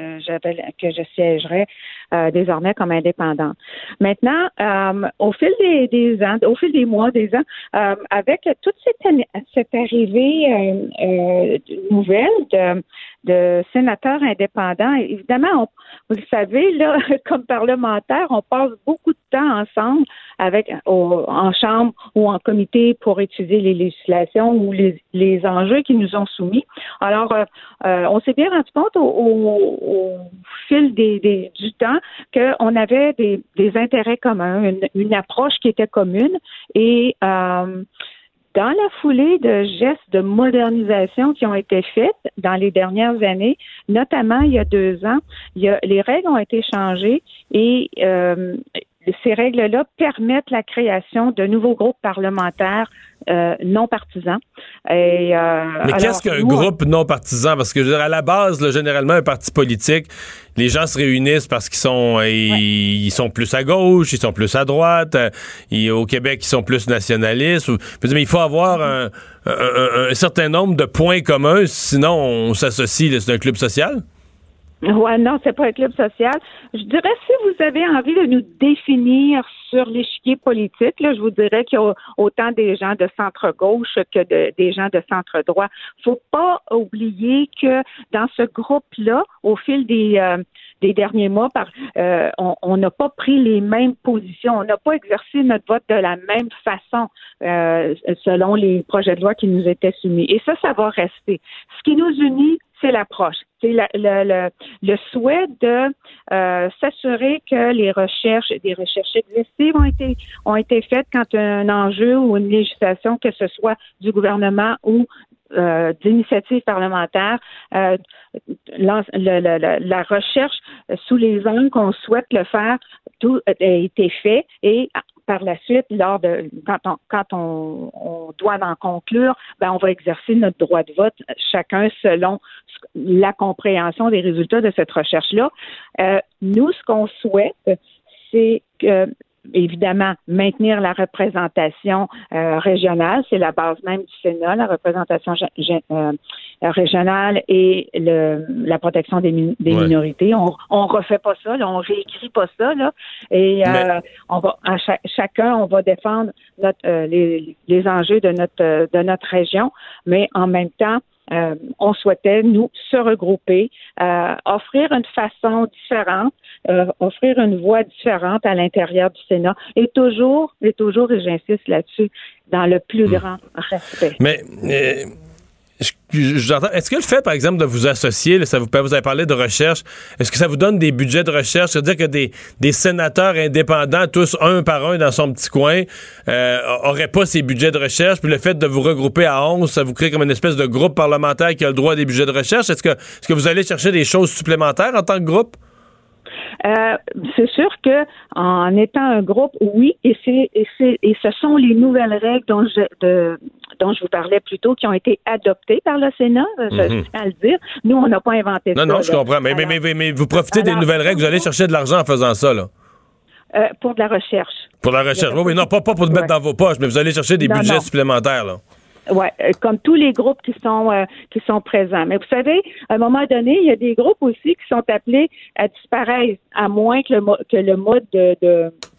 je siégerais désormais comme indépendante. Maintenant, au fil des ans, au fil des mois, des ans, avec toute cette arrivée nouvelle de sénateurs indépendants, évidemment, vous le savez, là, comme parlementaire, on passe beaucoup de temps ensemble en chambre ou en comité pour étudier les législations ou les enjeux qui nous ont soumis. Alors, on s'est bien rendu compte au fil du temps qu'on avait des intérêts communs, une approche qui était commune et dans la foulée de gestes de modernisation qui ont été faits dans les dernières années, notamment il y a 2 ans, les règles ont été changées et ces règles-là permettent la création de nouveaux groupes parlementaires non partisans. Mais qu'est-ce qu'un groupe non partisan? Parce que je veux dire, à la base, là, généralement, un parti politique, les gens se réunissent parce qu'ils sont ils sont plus à gauche, ils sont plus à droite. Au Québec, ils sont plus nationalistes. Mais il faut avoir un certain nombre de points communs, sinon on s'associe. C'est un club social? Ouais, non, c'est pas un club social. Je dirais, si vous avez envie de nous définir sur l'échiquier politique, là, je vous dirais qu'il y a autant des gens de centre-gauche que des gens de centre-droit. Faut pas oublier que dans ce groupe-là, au fil des derniers mois, on n'a pas pris les mêmes positions. On n'a pas exercé notre vote de la même façon selon les projets de loi qui nous étaient soumis. Et ça va rester. Ce qui nous unit, c'est l'approche. C'est le souhait de s'assurer que des recherches exhaustives ont été faites quand un enjeu ou une législation, que ce soit du gouvernement ou d'initiative parlementaire, la recherche sous les angles qu'on souhaite le faire, tout a été fait et par la suite, quand on doit en conclure, on va exercer notre droit de vote, chacun selon la compréhension des résultats de cette recherche-là. Nous, ce qu'on souhaite, c'est que évidemment, maintenir la représentation régionale, c'est la base même du Sénat, la représentation régionale et la protection des minorités. On refait pas ça, là, on réécrit pas ça, là, et on va chacun, on va défendre les enjeux de notre région, mais en même temps, on souhaitait, nous, se regrouper, offrir une façon différente, offrir une voie différente à l'intérieur du Sénat et toujours, et j'insiste là-dessus, dans le plus grand respect. Mais j'entends. Est-ce que le fait, par exemple, de vous associer, là, vous avez parlé de recherche, est-ce que ça vous donne des budgets de recherche? C'est-à-dire que des sénateurs indépendants, tous un par un dans son petit coin, auraient pas ces budgets de recherche, puis le fait de vous regrouper à 11, ça vous crée comme une espèce de groupe parlementaire qui a le droit à des budgets de recherche? Est-ce que vous allez chercher des choses supplémentaires en tant que groupe? C'est sûr que en étant un groupe, oui, et ce sont les nouvelles règles dont je vous parlais plus tôt, qui ont été adoptées par le Sénat, je tiens à le dire. Nous, on n'a pas inventé ça. Non, je comprends. Mais vous profitez des nouvelles règles, vous allez chercher de l'argent en faisant ça, là. Pour de la recherche. Pour la recherche. Oui, non, pas pour le mettre dans vos poches, mais vous allez chercher des budgets supplémentaires, là. Oui, comme tous les groupes qui sont présents. Mais vous savez, à un moment donné, il y a des groupes aussi qui sont appelés à disparaître, à moins que le mode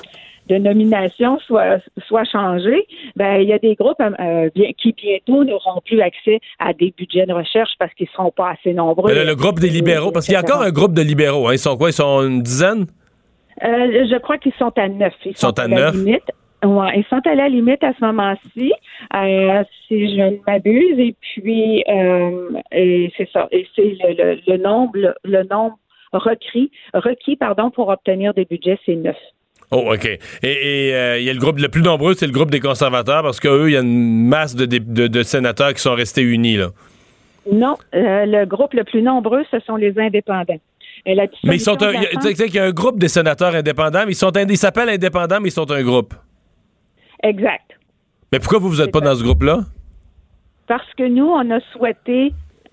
nomination soit changé, ben il y a des groupes qui bientôt n'auront plus accès à des budgets de recherche parce qu'ils ne seront pas assez nombreux. Le groupe des libéraux, parce qu'il y a encore un grouroupe de libéraux. Hein, ils sont quoi? Ils sont une dizaine? Je crois qu'ils sont à 9. Ils sont à 9? Ouais, ils sont à la limite à ce moment-ci, si je ne m'abuse, et puis et c'est ça. Et c'est le nombre requis pour obtenir des budgets, c'est 9. Oh, OK. Et il y a le groupe le plus nombreux, c'est le groupe des conservateurs, parce qu'eux, il y a une masse de sénateurs qui sont restés unis, là. Non, le groupe le plus nombreux, ce sont les indépendants. Mais ils sont tu sais qu'il y a un groupe des sénateurs indépendants, mais ils s'appellent indépendants, mais ils sont un groupe. Exact. Mais pourquoi vous êtes pas dans ce groupe-là? Parce que nous, on a souhaité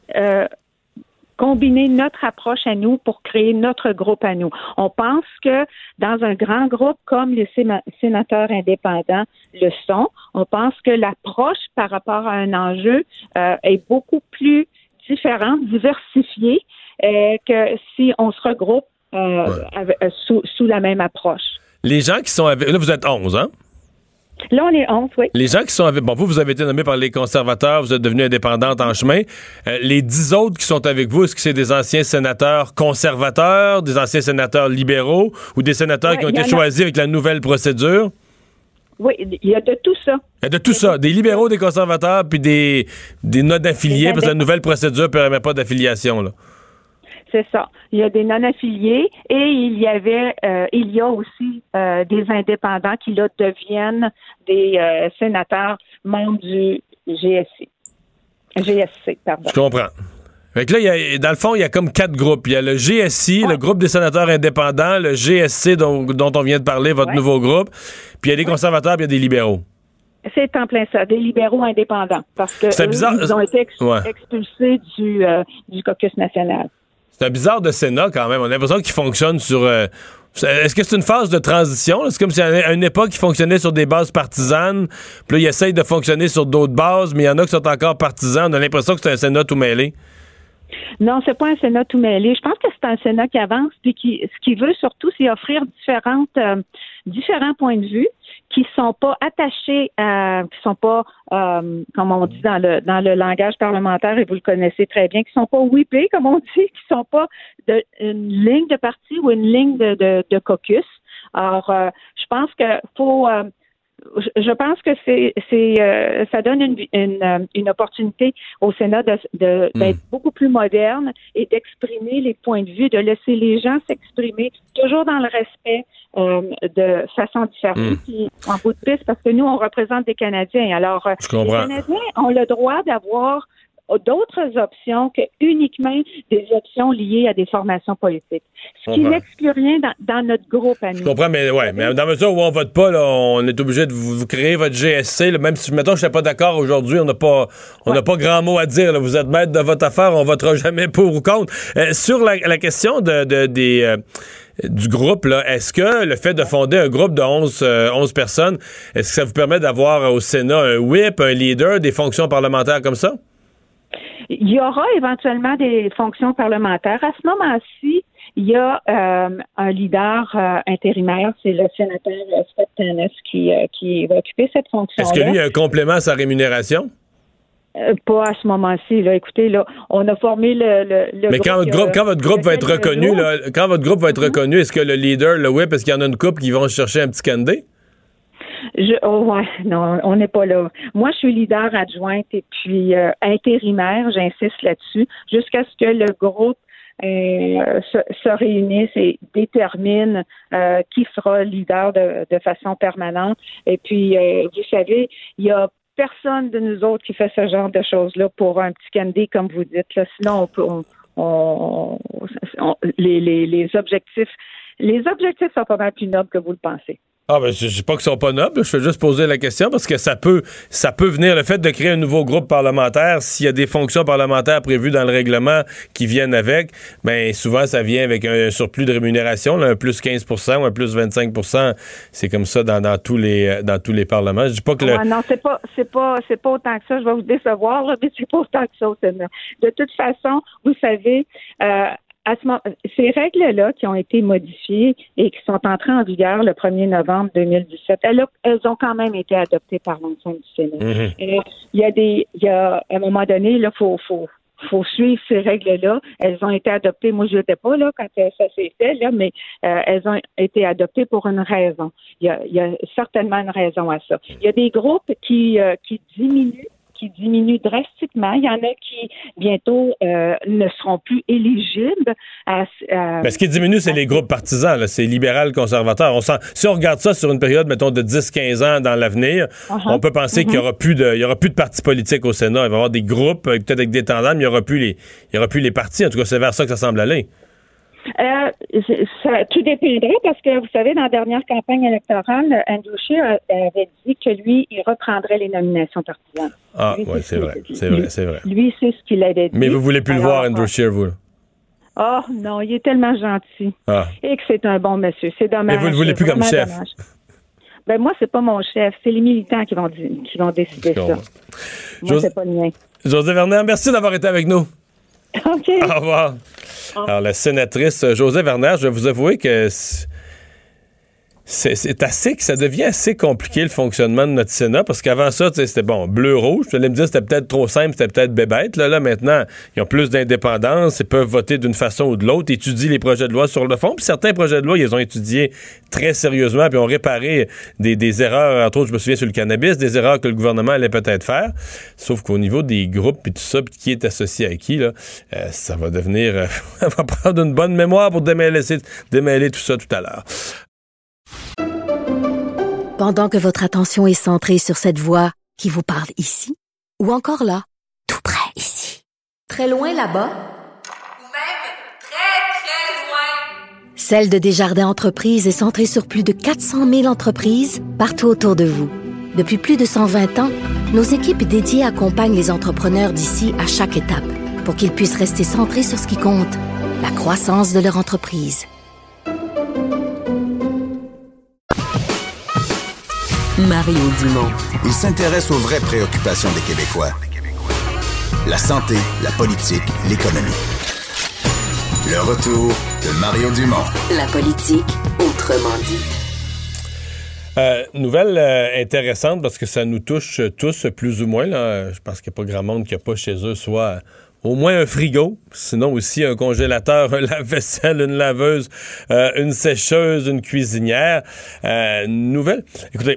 combiner notre approche à nous pour créer notre groupe à nous. On pense que dans un grand groupe comme les sénateurs indépendants le sont, on pense que l'approche par rapport à un enjeu est beaucoup plus différente, diversifiée que si on se regroupe sous la même approche. Les gens qui sont avec... Là, vous êtes 11, hein? Là, on est 11, oui. Les gens qui sont avec... Bon, vous avez été nommé par les conservateurs, vous êtes devenue indépendante en chemin. Les 10 autres qui sont avec vous, est-ce que c'est des anciens sénateurs conservateurs, des anciens sénateurs libéraux ou des sénateurs qui ont été choisis avec la nouvelle procédure? Oui, il y a de tout ça. Il y a de tout ça. Des libéraux, des conservateurs, puis des non-affiliés, parce que la nouvelle procédure ne permet pas d'affiliation, là. C'est ça. Il y a des non-affiliés et il y a aussi des indépendants qui, là, deviennent des sénateurs membres du GSC, pardon. Je comprends. Fait que là, dans le fond, il y a comme 4 groupes. Il y a le GSI, le groupe des sénateurs indépendants, le GSC dont on vient de parler, votre nouveau groupe, puis il y a des conservateurs, puis il y a des libéraux. C'est en plein ça, des libéraux indépendants, parce que ils ont été expulsés du caucus national. C'est un bizarre de Sénat, quand même. On a l'impression qu'il fonctionne sur... est-ce que c'est une phase de transition? Là? C'est comme si à une époque, il fonctionnait sur des bases partisanes. Puis là, il essaye de fonctionner sur d'autres bases, mais il y en a qui sont encore partisans. On a l'impression que c'est un Sénat tout mêlé. Non, c'est pas un Sénat tout mêlé. Je pense que c'est un Sénat qui avance, puis ce qu'il veut surtout, c'est offrir différents points de vue qui sont pas attachés qui sont pas, comme on dit dans le langage parlementaire, et vous le connaissez très bien, qui sont pas whippés, comme on dit, qui sont pas une ligne de parti ou une ligne de caucus. Alors, je pense que ça donne une opportunité au Sénat d'être beaucoup plus moderne et d'exprimer les points de vue, de laisser les gens s'exprimer toujours dans le respect de façon différente, puis en bout de piste, parce que nous, on représente des Canadiens. Alors, les Canadiens ont le droit d'avoir d'autres options que uniquement des options liées à des formations politiques. Ce qui n'exclut rien dans notre groupe à nous. Je comprends, mais dans la mesure où on vote pas, là, on est obligé de vous créer votre GSC. Là, même si, mettons, je ne suis pas d'accord aujourd'hui, on n'a pas grand mot à dire. Là. Vous êtes maître de votre affaire, on votera jamais pour ou contre. Sur la question du groupe, là, est-ce que le fait de fonder un groupe de 11 personnes, est-ce que ça vous permet d'avoir au Sénat un whip, un leader, des fonctions parlementaires comme ça? Il y aura éventuellement des fonctions parlementaires. À ce moment-ci, il y a un leader intérimaire, c'est le sénateur Scott Tanis qui va occuper cette fonction-là. Est-ce que lui a un complément à sa rémunération? Pas à ce moment-ci. Là. Écoutez, là, on a formé le mais quand votre groupe va être reconnu, là, reconnu, est-ce que le leader, le whip, est-ce qu'il y en a une couple qui vont chercher un petit candidat? Non, on n'est pas là. Moi, je suis leader adjointe et puis intérimaire, j'insiste là-dessus, jusqu'à ce que le groupe se réunisse et détermine qui sera leader de façon permanente. Et puis, vous savez, il y a personne de nous autres qui fait ce genre de choses-là pour un petit candidat, comme vous dites. Là. Sinon, les objectifs sont pas mal plus nobles que vous le pensez. Ah ben je dis pas qu'ils sont pas nobles, je fais juste poser la question parce que ça peut venir, le fait de créer un nouveau groupe parlementaire, s'il y a des fonctions parlementaires prévues dans le règlement qui viennent avec, ben souvent ça vient avec un surplus de rémunération, là, un plus 15% ou un plus 25%, c'est comme ça dans tous les parlements. Je dis pas que non, c'est pas autant que ça, je vais vous décevoir, là, mais c'est pas autant que ça au Sénat. De toute façon, vous savez, ces règles-là qui ont été modifiées et qui sont entrées en vigueur le 1er novembre 2017, elles ont quand même été adoptées par l'ensemble du Sénat. Mm-hmm. Et il y a à un moment donné, là, faut suivre ces règles-là. Elles ont été adoptées. Moi, je n'étais pas là quand ça s'est fait, là, mais elles ont été adoptées pour une raison. Il y a certainement une raison à ça. Il y a des groupes qui diminuent drastiquement. Il y en a qui, bientôt, ne seront plus éligibles Mais ce qui diminue, c'est les groupes partisans. Là. C'est libéral-conservateur. Si on regarde ça sur une période, mettons, de 10-15 ans dans l'avenir, on peut penser qu'il y aura plus de partis politiques au Sénat. Il va y avoir des groupes, peut-être avec des tendances, mais il y aura plus les partis. En tout cas, c'est vers ça que ça semble aller. Tout dépendra parce que, vous savez, dans la dernière campagne électorale, Andrew Scheer avait dit que lui, il reprendrait les nominations partisanes. Ah, oui, c'est vrai. Lui, c'est ce qu'il avait dit. Mais vous voulez plus le voir, Andrew Scheer, vous? Oh, non, il est tellement gentil. Ah. Et que c'est un bon monsieur. C'est dommage. Mais vous ne le voulez plus comme chef? Dommage. Ben, moi, c'est pas mon chef. C'est les militants qui vont décider ça. Moi, c'est pas le mien. Josée Verner, merci d'avoir été avec nous. OK. Au revoir. Alors, la sénatrice Josée Verner, je vais vous avouer que ça devient assez compliqué le fonctionnement de notre Sénat, parce qu'avant ça, c'était bleu-rouge. Vous allez me dire c'était peut-être trop simple, c'était peut-être bébête. Là, maintenant, ils ont plus d'indépendance, ils peuvent voter d'une façon ou de l'autre, étudient les projets de loi sur le fond. Puis certains projets de loi, ils les ont étudiés très sérieusement, puis ont réparé des erreurs, entre autres, je me souviens sur le cannabis, des erreurs que le gouvernement allait peut-être faire. Sauf qu'au niveau des groupes, puis tout ça, puis qui est associé à qui, là, ça va devenir... on va prendre une bonne mémoire pour démêler tout ça tout à l'heure. Pendant que votre attention est centrée sur cette voix qui vous parle ici, ou encore là, tout près ici, très loin là-bas, ou même très, très loin, Celle de Desjardins Entreprises est centrée sur plus de 400 000 entreprises partout autour de vous. Depuis plus de 120 ans, nos équipes dédiées accompagnent les entrepreneurs d'ici à chaque étape pour qu'ils puissent rester centrés sur ce qui compte, la croissance de leur entreprise. Mario Dumont. Il s'intéresse aux vraies préoccupations des Québécois. La santé, la politique, l'économie. Le retour de Mario Dumont. La politique, autrement dit. Nouvelle intéressante parce que ça nous touche tous plus ou moins. Là. Je pense qu'il n'y a pas grand monde qui n'a pas chez eux soit au moins un frigo, sinon aussi un congélateur, un lave-vaisselle, une laveuse, une sécheuse, une cuisinière. Nouvelle. Écoutez,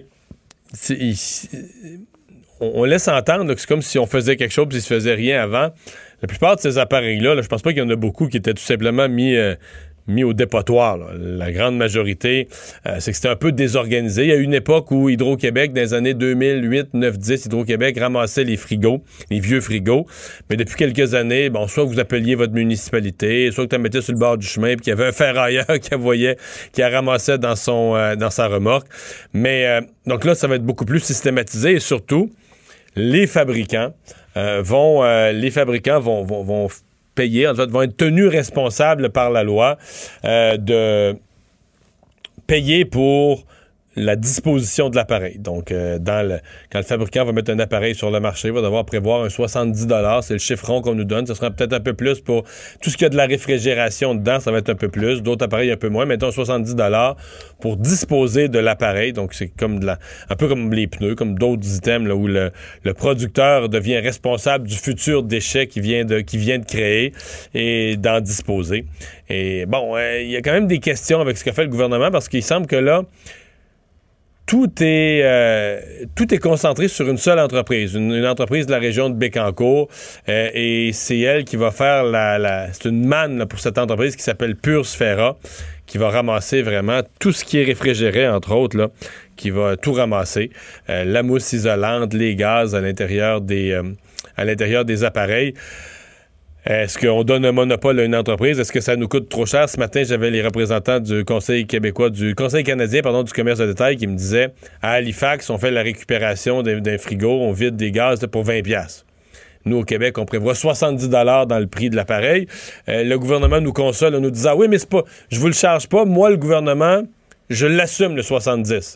on laisse entendre que c'est comme si on faisait quelque chose et il se faisait rien avant. La plupart de ces appareils-là, je pense pas qu'il y en a beaucoup qui étaient tout simplement mis au dépotoir. Là. La grande majorité, c'est que c'était un peu désorganisé. Il y a eu une époque où Hydro-Québec, dans les années 2008, 9, 10, Hydro-Québec ramassait les frigos, les vieux frigos. Mais depuis quelques années, soit vous appeliez votre municipalité, soit que tu la mettais sur le bord du chemin, puis qu'il y avait un ferrailleur qui la ramassait dans sa remorque. Mais donc là, ça va être beaucoup plus systématisé et surtout, les fabricants vont payer, en fait, vont être tenus responsables par la loi de payer pour la disposition de l'appareil. Donc, quand le fabricant va mettre un appareil sur le marché, il va devoir prévoir un 70 $. C'est le chiffron qu'on nous donne. Ce sera peut-être un peu plus pour tout ce qui a de la réfrigération dedans, ça va être un peu plus. D'autres appareils un peu moins. Mettons 70 $ pour disposer de l'appareil. Donc, c'est comme un peu comme les pneus, comme d'autres items là, où le producteur devient responsable du futur déchet qu'il vient de créer et d'en disposer. Et bon, il y a quand même des questions avec ce qu'a fait le gouvernement parce qu'il semble que là, tout est concentré sur une seule entreprise, une entreprise de la région de Bécancour, et c'est elle qui va faire c'est une manne là, pour cette entreprise qui s'appelle Pure Sphera, qui va ramasser vraiment tout ce qui est réfrigéré, entre autres, là, qui va tout ramasser, la mousse isolante, les gaz à l'intérieur des appareils. Est-ce qu'on donne un monopole à une entreprise? Est-ce que ça nous coûte trop cher? Ce matin, j'avais les représentants du Conseil canadien du commerce de détail qui me disaient, à Halifax, on fait la récupération d'un frigo, on vide des gaz pour 20$. Nous, au Québec, on prévoit 70 $ dans le prix de l'appareil. Le gouvernement nous console en nous disant, oui, mais c'est pas, je vous le charge pas. Moi, le gouvernement, je l'assume, le 70.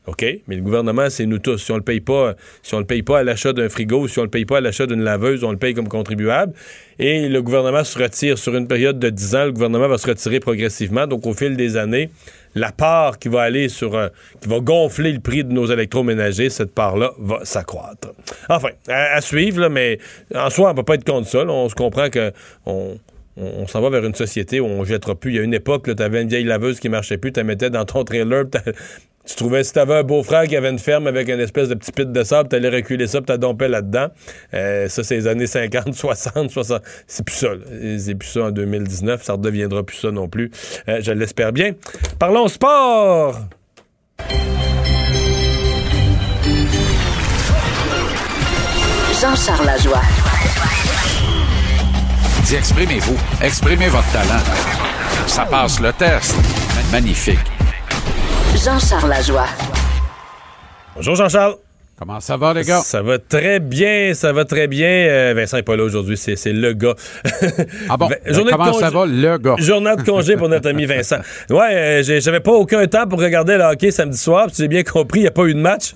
OK, mais le gouvernement, c'est nous tous. Si on le paye pas à l'achat d'un frigo, si on le paye pas à l'achat d'une laveuse, on le paye comme contribuable. Et le gouvernement se retire sur une période de 10 ans. Le gouvernement va se retirer progressivement. Donc, au fil des années, la part qui va aller qui va gonfler le prix de nos électroménagers, cette part-là va s'accroître. Enfin, à suivre, là, mais en soi, on ne peut pas être contre ça. Là. On se comprend que on s'en va vers une société où on ne jettera plus. Il y a une époque, tu avais une vieille laveuse qui ne marchait plus, tu la mettais dans ton trailer, tu trouvais, si tu avais un beau-frère qui avait une ferme avec une espèce de petit pit de sable, tu allais reculer ça, puis tu dompais là-dedans. Ça, c'est les années 50, 60. C'est plus ça. Là. C'est plus ça en 2019. Ça ne redeviendra plus ça non plus. Je l'espère bien. Parlons sport! Jean-Charles Lajoie. Dis, exprimez-vous. Exprimez votre talent. Ça passe le test. Magnifique. Jean-Charles Lajoie. Bonjour Jean-Charles. Comment ça va, les gars? Ça va très bien. Vincent n'est pas là aujourd'hui, c'est le gars. Ah bon? Comment ça va, le gars? Journée de congé pour notre ami Vincent. Ouais, j'avais pas aucun temps pour regarder le hockey samedi soir, puis j'ai bien compris, il n'y a pas eu de match.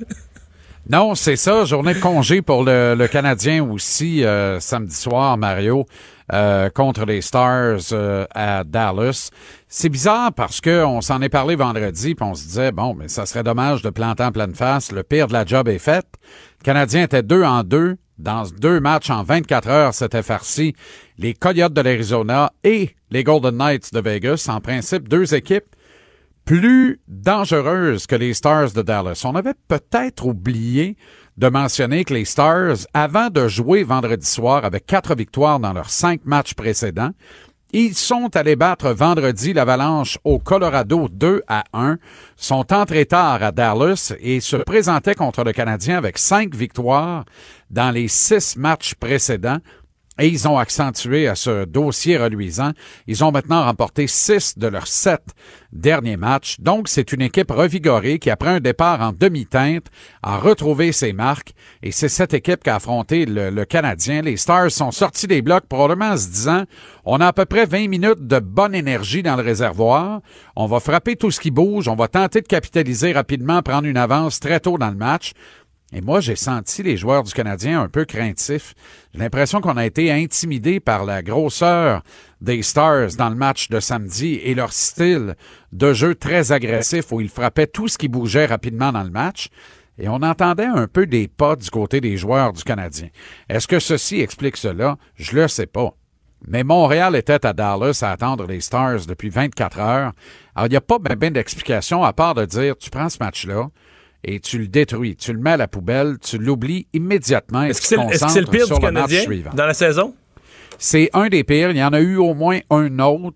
Non, c'est ça, journée de congé pour le Canadien aussi, samedi soir, Mario, contre les Stars à Dallas. C'est bizarre parce que on s'en est parlé vendredi, puis on se disait, bon, mais ça serait dommage de planter en pleine face. Le pire de la job est fait. Le Canadien était 2-2. Dans 2 matchs en 24 heures, c'était farci. Les Coyotes de l'Arizona et les Golden Knights de Vegas, en principe, 2 équipes plus dangereuses que les Stars de Dallas. On avait peut-être oublié de mentionner que les Stars, avant de jouer vendredi soir avec 4 victoires dans leurs 5 matchs précédents, ils sont allés battre vendredi l'Avalanche au Colorado 2-1, sont entrés tard à Dallas et se présentaient contre le Canadien avec 5 victoires dans les 6 matchs précédents. Et ils ont accentué à ce dossier reluisant. Ils ont maintenant remporté 6 de leurs 7 derniers matchs. Donc, c'est une équipe revigorée qui, après un départ en demi-teinte, a retrouvé ses marques. Et c'est cette équipe qui a affronté le Canadien. Les Stars sont sortis des blocs probablement en se disant, on a à peu près 20 minutes de bonne énergie dans le réservoir. On va frapper tout ce qui bouge. On va tenter de capitaliser rapidement, prendre une avance très tôt dans le match. Et moi, j'ai senti les joueurs du Canadien un peu craintifs. J'ai l'impression qu'on a été intimidés par la grosseur des Stars dans le match de samedi et leur style de jeu très agressif où ils frappaient tout ce qui bougeait rapidement dans le match. Et on entendait un peu des pas du côté des joueurs du Canadien. Est-ce que ceci explique cela? Je le sais pas. Mais Montréal était à Dallas à attendre les Stars depuis 24 heures. Alors, il n'y a pas bien d'explication à part de dire, tu prends ce match-là, et tu le détruis, tu le mets à la poubelle, tu l'oublies immédiatement et tu te concentres est-ce que c'est le pire sur du le match Canadien suivant. Dans la saison? C'est un des pires. Il y en a eu au moins un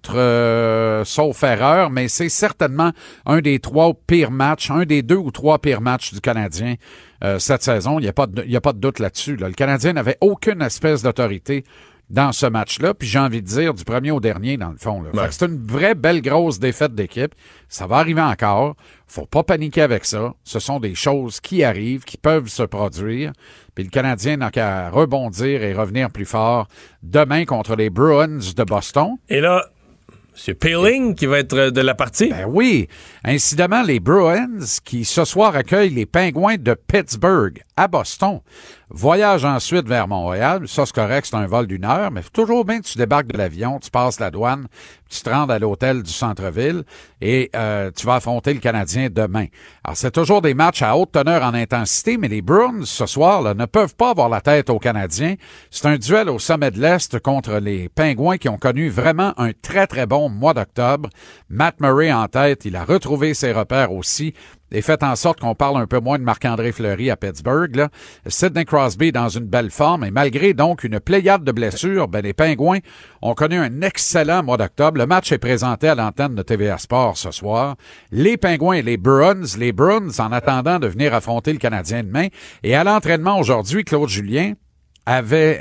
autre, sauf erreur, mais c'est certainement un des 3 pires matchs, un des 2 ou 3 pires matchs du Canadien cette saison. Il n'y a pas de doute là-dessus. Là. Le Canadien n'avait aucune espèce d'autorité dans ce match-là, puis j'ai envie de dire du premier au dernier, dans le fond. Là. Ouais. C'est une vraie belle grosse défaite d'équipe. Ça va arriver encore. Faut pas paniquer avec ça. Ce sont des choses qui arrivent, qui peuvent se produire. Puis le Canadien n'a qu'à rebondir et revenir plus fort demain contre les Bruins de Boston. Et là, c'est Peeling qui va être de la partie? Ben oui. Incidemment, les Bruins qui ce soir accueillent les Pingouins de Pittsburgh à Boston. Voyage ensuite vers Montréal. Ça, c'est correct, c'est un vol d'1 heure, mais toujours bien que tu débarques de l'avion, tu passes la douane, tu te rends à l'hôtel du centre-ville et tu vas affronter le Canadien demain. Alors, c'est toujours des matchs à haute teneur en intensité, mais les Bruins, ce soir, là, ne peuvent pas avoir la tête aux Canadiens. C'est un duel au sommet de l'Est contre les Pingouins qui ont connu vraiment un très, très bon mois d'octobre. Matt Murray en tête, il a retrouvé ses repères aussi et fait en sorte qu'on parle un peu moins de Marc-André Fleury à Pittsburgh. Là. Sidney Crosby dans une belle forme et malgré donc une pléiade de blessures, les Pingouins ont connu un excellent mois d'octobre. Le match est présenté à l'antenne de TVA Sport ce soir. Les Pingouins et les Bruins en attendant de venir affronter le Canadien demain. Et à l'entraînement aujourd'hui, Claude Julien avait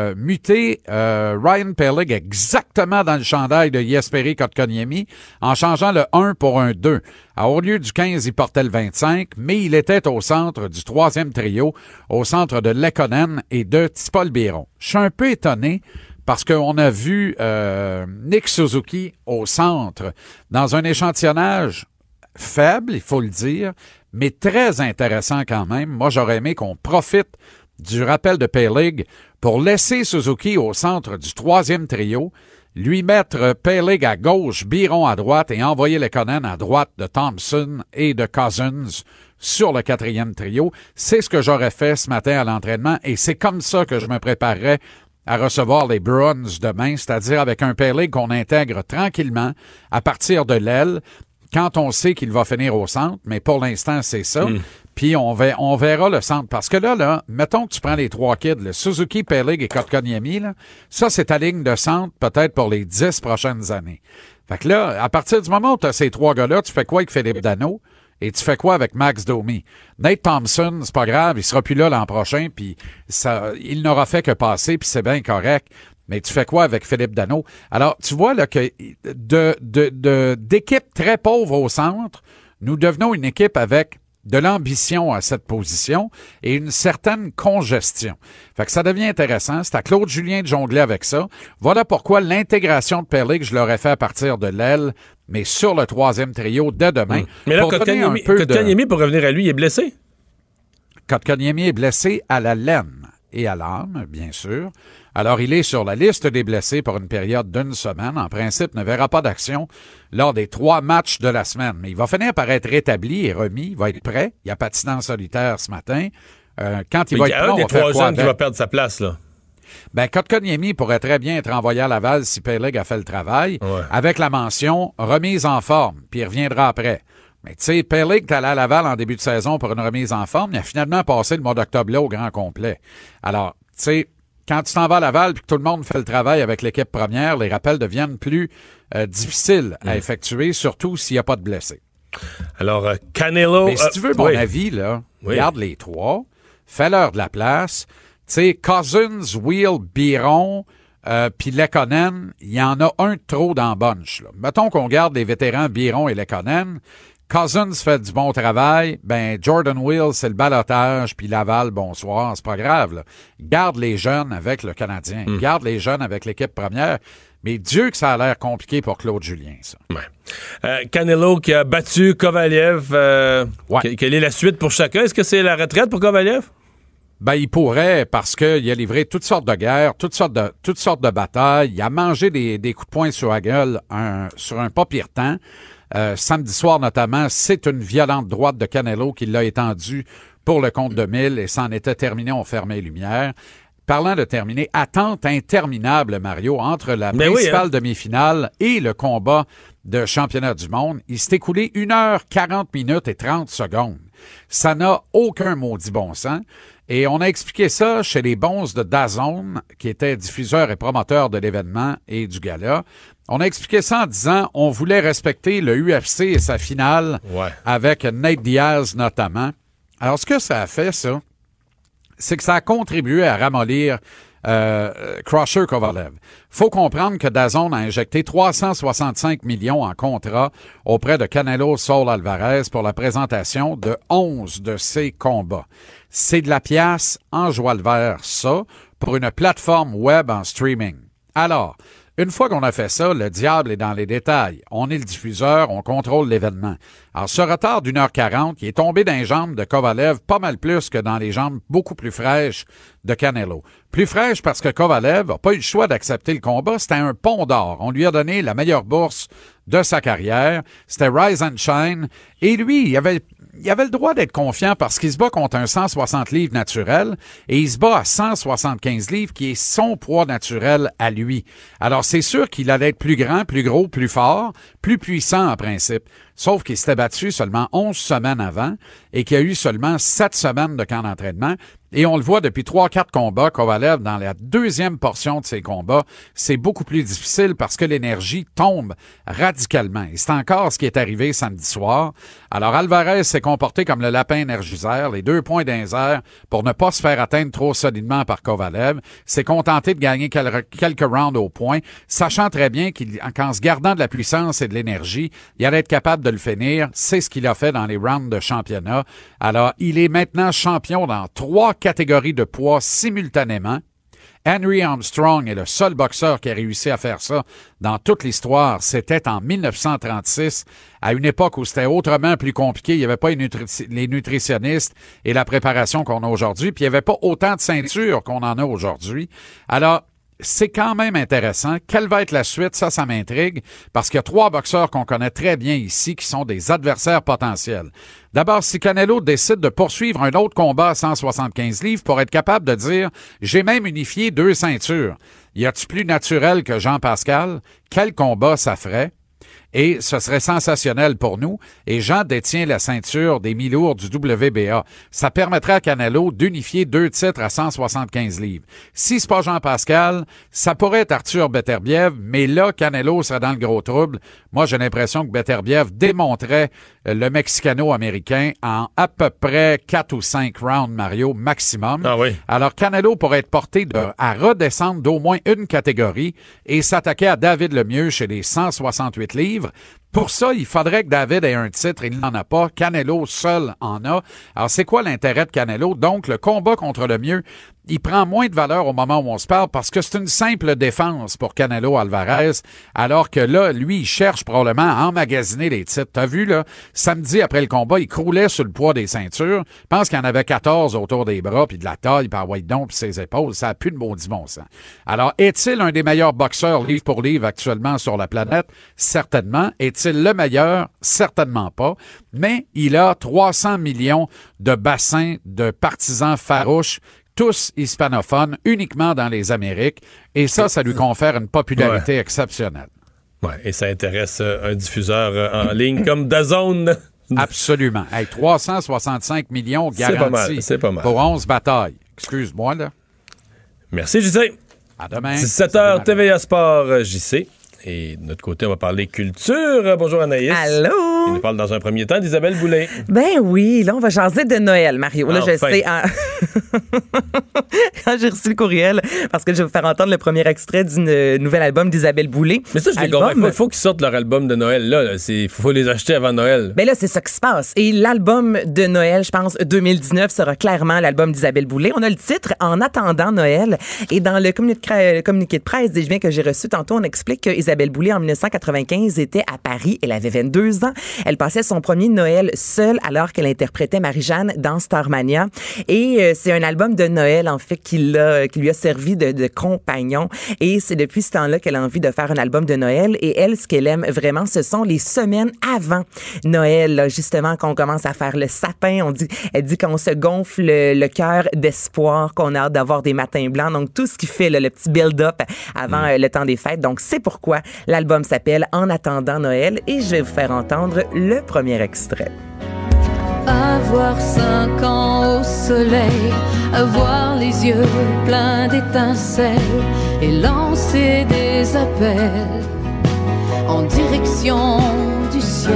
muté Ryan Pellig exactement dans le chandail de Jesperi Kotkaniemi en changeant le 1 pour un 2. Alors, au lieu du 15, il portait le 25, mais il était au centre du 3e trio, au centre de Lekkonen et de Tipol Biron. Je suis un peu étonné parce qu'on a vu Nick Suzuki au centre dans un échantillonnage faible, il faut le dire, mais très intéressant quand même. Moi, j'aurais aimé qu'on profite du rappel de Peleg pour laisser Suzuki au centre du troisième trio, lui mettre Peleg à gauche, Biron à droite et envoyer Lekonen à droite de Thompson et de Cousins sur le quatrième trio. C'est ce que j'aurais fait ce matin à l'entraînement et c'est comme ça que je me préparerais à recevoir les Bruins demain, c'est-à-dire avec un Peleg qu'on intègre tranquillement à partir de l'aile quand on sait qu'il va finir au centre, mais pour l'instant, c'est ça. Puis on verra le centre. Parce que là, mettons que tu prends les trois kids, le Suzuki, Peleg et Kotkaniemi, là, ça, c'est ta ligne de centre peut-être pour les 10 prochaines années. Fait que là, à partir du moment où tu as ces trois gars-là, tu fais quoi avec Philippe Danault? Et tu fais quoi avec Max Domi? Nate Thompson, c'est pas grave, il sera plus là l'an prochain, puis ça, il n'aura fait que passer, puis c'est bien correct. Mais tu fais quoi avec Philippe Danault? Alors, tu vois là que d'équipes très pauvres au centre, nous devenons une équipe avec de l'ambition à cette position et une certaine congestion. Fait que ça devient intéressant. C'est à Claude Julien de jongler avec ça. Voilà pourquoi l'intégration de Peleg, je l'aurais fait à partir de l'aile, mais sur le troisième trio dès demain. Mais là, Kotkaniemi, pour revenir à lui, il est blessé? Kotkaniemi est blessé à la laine et à l'âme, bien sûr. Alors, il est sur la liste des blessés pour une période d'1 semaine. En principe, ne verra pas d'action lors des 3 matchs de la semaine. Mais il va finir par être rétabli et remis. Il va être prêt. Il a patiné en solitaire ce matin. Quand il va être prêt, on va faire quoi avec? Il y a un des 3 jeunes qui va perdre sa place, là. Ben, Kotkaniemi pourrait très bien être envoyé à Laval si Peleg a fait le travail, avec la mention remise en forme, puis il reviendra après. Mais tu sais, Peleg est allé à Laval en début de saison pour une remise en forme. Il a finalement passé le mois d'octobre là au grand complet. Alors, tu sais, quand tu t'en vas à Laval et que tout le monde fait le travail avec l'équipe première, les rappels deviennent plus difficiles à effectuer, surtout s'il n'y a pas de blessés. Alors, Canelo... Mais si tu veux mon avis, là, garde les 3, fais-leur de la place. Tu sais, Cousins, Wheel, Biron, puis Lekonen, il y en a un de trop dans le bunch. Là. Mettons qu'on garde les vétérans Biron et Lekonen. Cousins fait du bon travail, ben Jordan Wheel, c'est le balotage, puis Laval, bonsoir, c'est pas grave. Là. Garde les jeunes avec le Canadien, garde les jeunes avec l'équipe première, mais Dieu que ça a l'air compliqué pour Claude Julien, ça. Ouais. Canelo qui a battu Kovalev, quelle est la suite pour chacun? Est-ce que c'est la retraite pour Kovalev? Ben, il pourrait, parce qu'il a livré toutes sortes de guerres, toutes sortes de batailles, il a mangé des coups de poing sur la gueule sur un pas pire temps. Samedi soir, notamment, c'est une violente droite de Canelo qui l'a étendue pour le compte de 1000 et c'en était terminé, on fermait les lumières. Parlant de terminer, attente interminable, Mario, entre la principale demi-finale et le combat de championnat du monde. Il s'est écoulé 1h40 minutes et 30 secondes. Ça n'a aucun maudit bon sens. Et on a expliqué ça chez les Bons de DAZN, qui étaient diffuseurs et promoteurs de l'événement et du gala. On a expliqué ça en disant on voulait respecter le UFC et sa finale avec Nate Diaz notamment. Alors, ce que ça a fait, ça, c'est que ça a contribué à ramollir Crusher Kovalev. Faut comprendre que DAZN a injecté 365 millions en contrat auprès de Canelo Saul Alvarez pour la présentation de 11 de ses combats. C'est de la pièce en joie le vert, ça, pour une plateforme web en streaming. Alors, une fois qu'on a fait ça, le diable est dans les détails. On est le diffuseur, on contrôle l'événement. Alors, ce retard d'1h40 qui est tombé dans les jambes de Kovalev pas mal plus que dans les jambes beaucoup plus fraîches de Canelo. Plus fraîche parce que Kovalev n'a pas eu le choix d'accepter le combat. C'était un pont d'or. On lui a donné la meilleure bourse de sa carrière. C'était Rise and Shine. Et lui, il avait le droit d'être confiant parce qu'il se bat contre un 160 livres naturel et il se bat à 175 livres qui est son poids naturel à lui. Alors, c'est sûr qu'il allait être plus grand, plus gros, plus fort, plus puissant en principe. Sauf qu'il s'était battu seulement 11 semaines avant et qu'il y a eu seulement 7 semaines de camp d'entraînement. Et on le voit depuis 3-4 combats, Kovalev, dans la deuxième portion de ses combats, c'est beaucoup plus difficile parce que l'énergie tombe radicalement. Et c'est encore ce qui est arrivé samedi soir. Alors Alvarez s'est comporté comme le lapin énergiseur, les 2 points d'un air pour ne pas se faire atteindre trop solidement par Kovalev. S'est contenté de gagner quelques rounds au point, sachant très bien qu'en se gardant de la puissance et de l'énergie, il allait être capable de le finir. C'est ce qu'il a fait dans les rounds de championnat. Alors, il est maintenant champion dans 3 catégories de poids simultanément Henry Armstrong est le seul boxeur qui a réussi à faire ça dans toute l'histoire. C'était en 1936, à une époque où c'était autrement plus compliqué. Il n'y avait pas les nutritionnistes et la préparation qu'on a aujourd'hui, puis il n'y avait pas autant de ceintures qu'on en a aujourd'hui. Alors, c'est quand même intéressant. Quelle va être la suite? Ça m'intrigue, parce qu'il y a 3 boxeurs qu'on connaît très bien ici qui sont des adversaires potentiels. D'abord, si Canelo décide de poursuivre un autre combat à 175 livres pour être capable de dire « J'ai même unifié 2 ceintures », y a-t-il plus naturel que Jean Pascal? Quel combat ça ferait? Et ce serait sensationnel pour nous. Et Jean détient la ceinture des mi-lourds du WBA. Ça permettrait à Canelo d'unifier 2 titres à 175 livres. Si c'est pas Jean Pascal, ça pourrait être Arthur Beterbiev, mais là, Canelo serait dans le gros trouble. Moi, j'ai l'impression que Beterbiev démontrait le Mexicano-Américain en à peu près 4 ou 5 rounds, Mario, maximum. Ah oui. Alors, Canelo pourrait être porté à redescendre d'au moins une catégorie et s'attaquer à David Lemieux chez les 168 livres. Pour ça, il faudrait que David ait un titre. Il n'en a pas. Canelo seul en a. Alors, c'est quoi l'intérêt de Canelo? Donc, le combat contre Lemieux, il prend moins de valeur au moment où on se parle parce que c'est une simple défense pour Canelo Alvarez, alors que là, lui, il cherche probablement à emmagasiner les titres. T'as vu, là, samedi après le combat, il croulait sur le poids des ceintures. Je pense qu'il y en avait 14 autour des bras, puis de la taille, puis à White-Don, puis ses épaules. Ça a plus de maudit bon sens. Alors, est-il un des meilleurs boxeurs livre pour livre actuellement sur la planète? Certainement. Est-il le meilleur? Certainement pas. Mais il a 300 millions de bassins de partisans farouches, tous hispanophones, uniquement dans les Amériques. Et ça lui confère une popularité exceptionnelle. Ouais, et ça intéresse un diffuseur en ligne comme DAZN. Absolument. Hey, 365 millions garantis c'est pas mal. Pour 11 batailles. Excuse-moi, là. Merci, JC. À demain. 17h, TVA Sport, JC. Et de notre côté, on va parler culture. Bonjour Anaïs. Allô? Il nous parle dans un premier temps d'Isabelle Boulay. Ben oui, là, on va jaser de Noël, Mario. Là, je sais... Quand j'ai reçu le courriel, parce que je vais vous faire entendre le premier extrait du nouvel album d'Isabelle Boulay. Mais ça, je l'ai compris. Il faut qu'ils sortent leur album de Noël. Là. Il faut les acheter avant Noël. Ben là, c'est ça qui se passe. Et l'album de Noël, je pense, 2019, sera clairement l'album d'Isabelle Boulay. On a le titre « En attendant Noël ». Et dans le communiqué de presse des Juviens que j'ai reçu tantôt, on explique que Isabelle Boulay, en 1995, était à Paris. Elle avait 22 ans. Elle passait son premier Noël seule alors qu'elle interprétait Marie-Jeanne dans Starmania. Et c'est un album de Noël, en fait, qui lui a servi de compagnon. Et c'est depuis ce temps-là qu'elle a envie de faire un album de Noël. Et elle, ce qu'elle aime vraiment, ce sont les semaines avant Noël, là, justement, qu'on commence à faire le sapin. Elle dit qu'on se gonfle le cœur d'espoir, qu'on a hâte d'avoir des matins blancs. Donc, tout ce qui fait le petit build-up avant le temps des fêtes. Donc, c'est pourquoi l'album s'appelle « En attendant Noël » et je vais vous faire entendre le premier extrait. Avoir 5 ans au soleil, avoir les yeux pleins d'étincelles et lancer des appels en direction du ciel.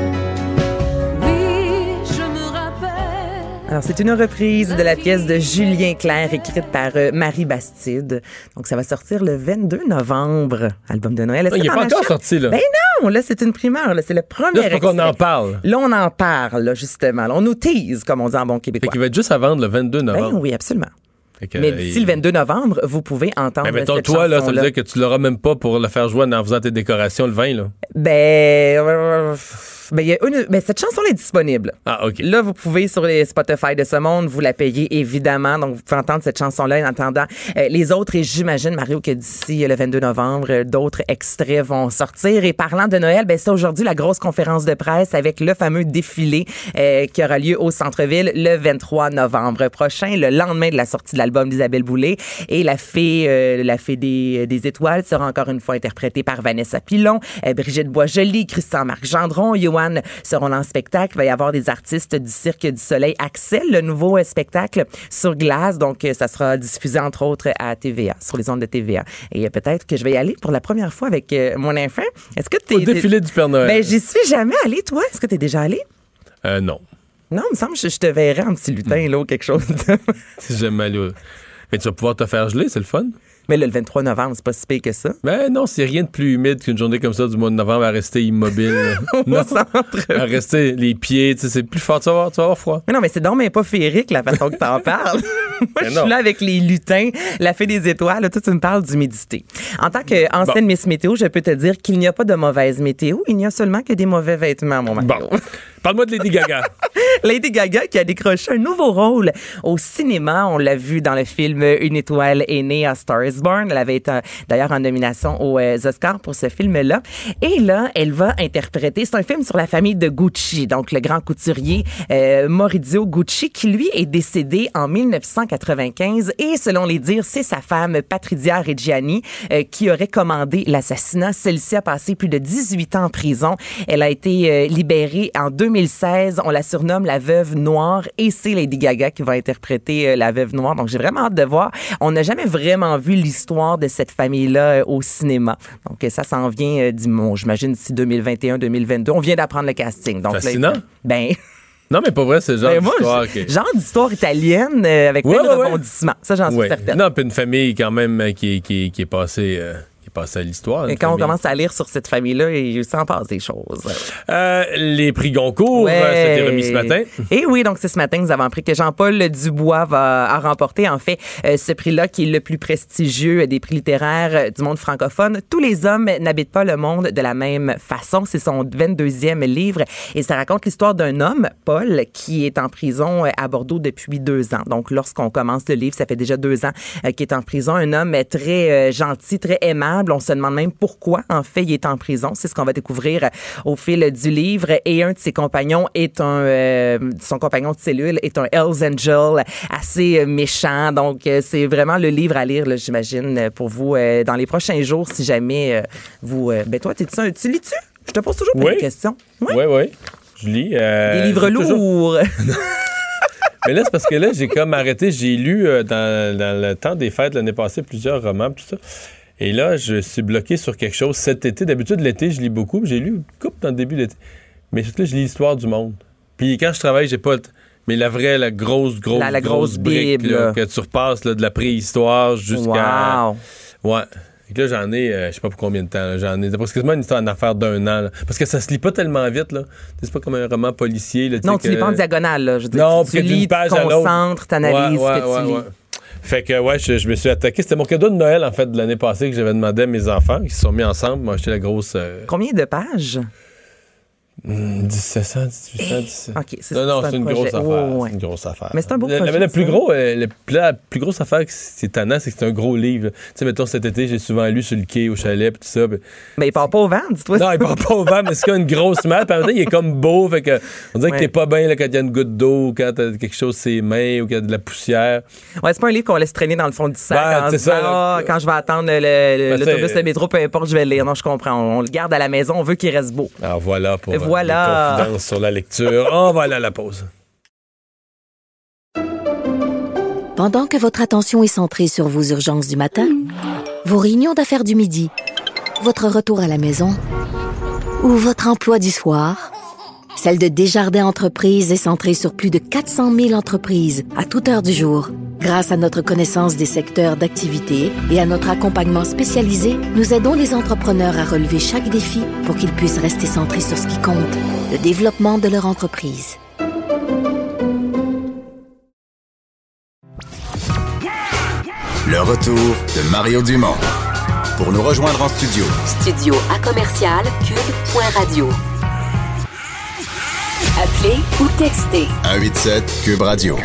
Alors, c'est une reprise de la pièce de Julien Clerc, écrite par Marie Bastide. Donc, ça va sortir le 22 novembre, album de Noël. Il n'est pas encore sorti, là. Ben non, là, c'est une primeur. Là, c'est le premier extrait. Là, c'est pas qu'on en parle. Là, on en parle, là, justement. Là, on nous tease, comme on dit en bon québécois. Fait qu'il va être juste à vendre le 22 novembre. Ben oui, absolument. Mais d'ici le 22 novembre, vous pouvez entendre cette chanson-là. Toi, là, ça veut dire que tu l'auras même pas pour le faire jouer en faisant tes décorations le 20, là? Cette chanson-là est disponible. Ah, OK. Là, vous pouvez, sur les Spotify de ce monde, vous la payez, évidemment. Donc, vous pouvez entendre cette chanson-là en attendant les autres. Et j'imagine, Mario, que d'ici le 22 novembre, d'autres extraits vont sortir. Et parlant de Noël, c'est aujourd'hui la grosse conférence de presse avec le fameux défilé qui aura lieu au centre-ville le 23 novembre prochain, le lendemain de la sortie de l'album d'Isabelle Boulay. Et la fée des étoiles sera encore une fois interprétée par Vanessa Pilon, Brigitte Boisjoli, Christian-Marc Gendron, Yoann seront en spectacle. Il va y avoir des artistes du Cirque du Soleil. Axel, le nouveau spectacle sur glace. Donc, ça sera diffusé, entre autres, à TVA, sur les ondes de TVA. Et peut-être que je vais y aller pour la première fois avec mon enfant. Est-ce que au défilé du Père Noël. J'y suis jamais allée, toi. Est-ce que t'es déjà allé? Non. Non, il me semble que je te verrais en petit lutin, là, ou quelque chose. Si j'aime aller. Mais tu vas pouvoir te faire geler, c'est le fun. Mais là, le 23 novembre, c'est pas si pire que ça. Ben non, c'est rien de plus humide qu'une journée comme ça du mois de novembre à rester immobile. Au centre. À rester les pieds, c'est plus fort. Tu vas avoir froid. Mais non, mais c'est donc même pas féerique la façon que t'en parles. Moi, je suis là avec les lutins, la fée des étoiles. Là, toi, tu me parles d'humidité. En tant qu'ancienne Miss Météo, je peux te dire qu'il n'y a pas de mauvaise météo. Il n'y a seulement que des mauvais vêtements, mon Mario. Bon. Parle-moi de Lady Gaga. Lady Gaga qui a décroché un nouveau rôle au cinéma. On l'a vu dans le film Une étoile est née à Star is Born. Elle avait été d'ailleurs en nomination aux Oscars pour ce film-là. Et là, elle va interpréter... C'est un film sur la famille de Gucci, donc le grand couturier Maurizio Gucci, qui lui est décédé en 1995. Et selon les dires, c'est sa femme Patrizia Reggiani qui aurait commandé l'assassinat. Celle-ci a passé plus de 18 ans en prison. Elle a été libérée en 2016. On la surnomme la veuve noire et c'est Lady Gaga qui va interpréter la veuve noire. Donc, j'ai vraiment hâte de voir. On n'a jamais vraiment vu l'histoire de cette famille-là au cinéma. Donc, ça s'en vient, j'imagine, d'ici 2021-2022. On vient d'apprendre le casting. Donc, fascinant. Là, Non, mais pas vrai, c'est genre d'histoire. Genre d'histoire italienne avec plein de rebondissements. Ça, j'en suis certaine. Non, puis une famille quand même qui est passée... à l'histoire. Et quand on commence à lire sur cette famille-là, il s'en passe des choses. Les prix Goncourt, c'était remis ce matin. Et oui, donc c'est ce matin que nous avons appris que Jean-Paul Dubois a remporté, en fait, ce prix-là qui est le plus prestigieux des prix littéraires du monde francophone. Tous les hommes n'habitent pas le monde de la même façon. C'est son 22e livre et ça raconte l'histoire d'un homme, Paul, qui est en prison à Bordeaux depuis 2 ans. Donc, lorsqu'on commence le livre, ça fait déjà 2 ans qu'il est en prison. Un homme très gentil, très aimable. On se demande même pourquoi, en fait, il est en prison. C'est ce qu'on va découvrir au fil du livre. Et un de ses compagnons est son compagnon de cellule est un Hells Angel assez méchant. Donc, c'est vraiment le livre à lire, là, j'imagine, pour vous dans les prochains jours, si jamais vous... toi, tu lis-tu? Je te pose toujours plein de questions. Oui. Je lis. Des livres lourds. Mais là, c'est parce que là, j'ai comme arrêté. J'ai lu dans le temps des fêtes l'année passée plusieurs romans, tout ça. Et là, je suis bloqué sur quelque chose cet été. D'habitude, l'été, je lis beaucoup. J'ai lu une couple dans le début de l'été. Mais surtout, là, je lis l'histoire du monde. Puis quand je travaille, j'ai pas... Mais la grosse brique là, que tu repasses là, de la préhistoire jusqu'à... Wow! Ouais. Et là, j'en ai, je sais pas pour combien de temps. Là, j'en ai... C'est quasiment une histoire en affaire d'1 an. Là. Parce que ça se lit pas tellement vite. Là. C'est pas comme un roman policier. Là, non, tu lis pas en diagonale. Là. Je veux dire, non, tu lis, tu te concentres, tu analyses ce que tu lis. Fait que, je me suis attaqué. C'était mon cadeau de Noël, en fait, de l'année passée que j'avais demandé à mes enfants, qui se sont mis ensemble. Moi, acheté la grosse... Combien de pages? 1700, 1800, 1700. OK, c'est une grosse affaire. C'est une grosse affaire. Mais c'est un beau projet. La plus grosse affaire, c'est étonnant, c'est que c'est un gros livre. Tu sais, mettons, cet été, j'ai souvent lu sur le quai, au chalet, pis tout ça. Mais il part pas au vent, dis-toi. Non, il part pas au vent, mais c'est une grosse map. En même temps, il est comme beau, fait que on dirait que t'es pas bien là, quand il y a une goutte d'eau, quand t'as quelque chose sur ses mains, ou qu'il y a de la poussière. Ouais, c'est pas un livre qu'on laisse traîner dans le fond du sac. C'est ça. Quand je vais attendre l'autobus, le métro, peu importe, je vais le lire. Non, je comprends. On le garde à la maison, on veut qu'il reste beau. Alors voilà pour... Voilà. Sur la lecture. On va aller à la pause. Pendant que votre attention est centrée sur vos urgences du matin, vos réunions d'affaires du midi, votre retour à la maison ou votre emploi du soir, celle de Desjardins Entreprises est centrée sur plus de 400 000 entreprises à toute heure du jour. Grâce à notre connaissance des secteurs d'activité et à notre accompagnement spécialisé, nous aidons les entrepreneurs à relever chaque défi pour qu'ils puissent rester centrés sur ce qui compte, le développement de leur entreprise. Le retour de Mario Dumont. Pour nous rejoindre en studio. Studio à commercial cube.radio. Appelez ou textez. 187 Cube Radio.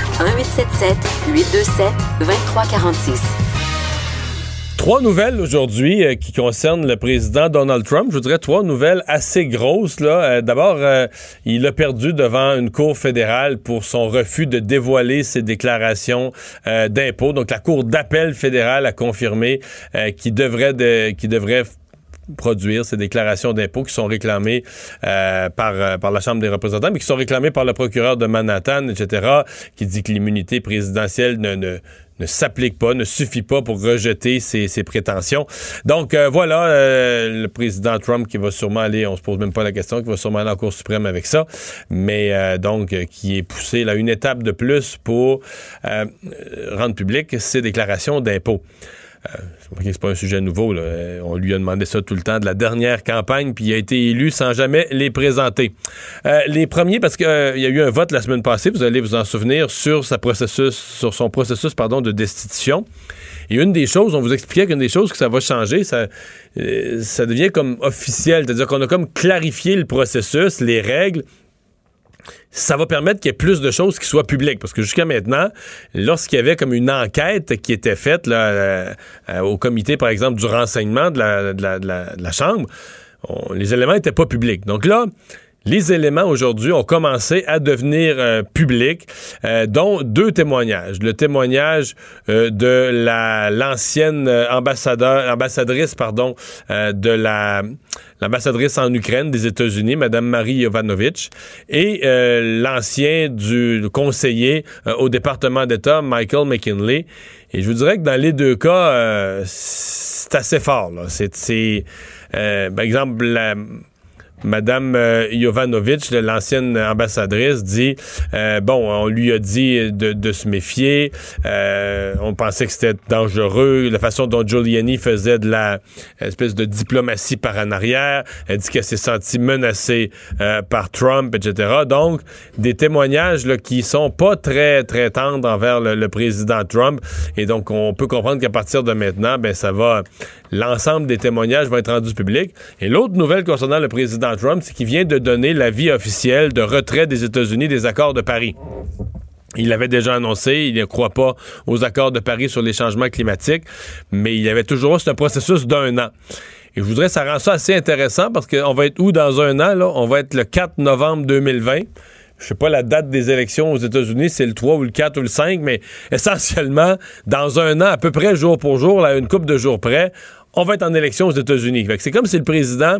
1877-827-2346. 3 nouvelles aujourd'hui qui concernent le président Donald Trump. Je vous dirais 3 nouvelles assez grosses. Là. D'abord, il a perdu devant une cour fédérale pour son refus de dévoiler ses déclarations d'impôts. Donc, la cour d'appel fédérale a confirmé qu'il devrait produire ces déclarations d'impôts qui sont réclamées par la Chambre des représentants, mais qui sont réclamées par le procureur de Manhattan, etc., qui dit que l'immunité présidentielle ne s'applique pas, ne suffit pas pour rejeter ces prétentions. Donc, voilà, le président Trump qui va sûrement aller, on se pose même pas la question, qui va sûrement aller en Cour suprême avec ça, mais donc, qui est poussé là une étape de plus pour rendre public ses déclarations d'impôts. C'est pas un sujet nouveau, là. On lui a demandé ça tout le temps de la dernière campagne, puis il a été élu sans jamais les présenter. Les premiers, parce qu'il y a eu un vote la semaine passée, vous allez vous en souvenir, sur son processus de destitution. Et une des choses, on vous expliquait qu'une des choses que ça va changer, ça devient comme officiel, c'est-à-dire qu'on a comme clarifié le processus, les règles. Ça va permettre qu'il y ait plus de choses qui soient publiques. Parce que jusqu'à maintenant, lorsqu'il y avait comme une enquête qui était faite là, au comité, par exemple, du renseignement de la Chambre, les éléments n'étaient pas publics. Donc là, les éléments aujourd'hui ont commencé à devenir publics, dont 2 témoignages. Le témoignage de l'ancienne ambassadrice de l'ambassadrice en Ukraine des États-Unis, Mme Marie Yovanovitch, et l'ancien du conseiller au département d'État, Michael McKinley. Et je vous dirais que dans les 2 cas, c'est assez fort, là. Par exemple, Madame Yovanovitch, l'ancienne ambassadrice, dit on lui a dit de se méfier, on pensait que c'était dangereux, la façon dont Giuliani faisait de la espèce de diplomatie par en arrière, elle dit qu'elle s'est sentie menacée par Trump, etc. Donc, des témoignages là, qui sont pas très, très tendres envers le président Trump, et donc on peut comprendre qu'à partir de maintenant, l'ensemble des témoignages vont être rendus publics. Et l'autre nouvelle concernant le président Trump, c'est qu'il vient de donner l'avis officiel de retrait des États-Unis des accords de Paris. Il l'avait déjà annoncé, il ne croit pas aux accords de Paris sur les changements climatiques, mais il y avait toujours un processus d'1 an. Et je voudrais, ça rend ça assez intéressant parce qu'on va être où dans 1 an, là? On va être le 4 novembre 2020. Je sais pas la date des élections aux États-Unis, c'est le 3 ou le 4 ou le 5, mais essentiellement, dans 1 an, à peu près jour pour jour, là, une couple de jours près, on va être en élection aux États-Unis. Fait que c'est comme si le président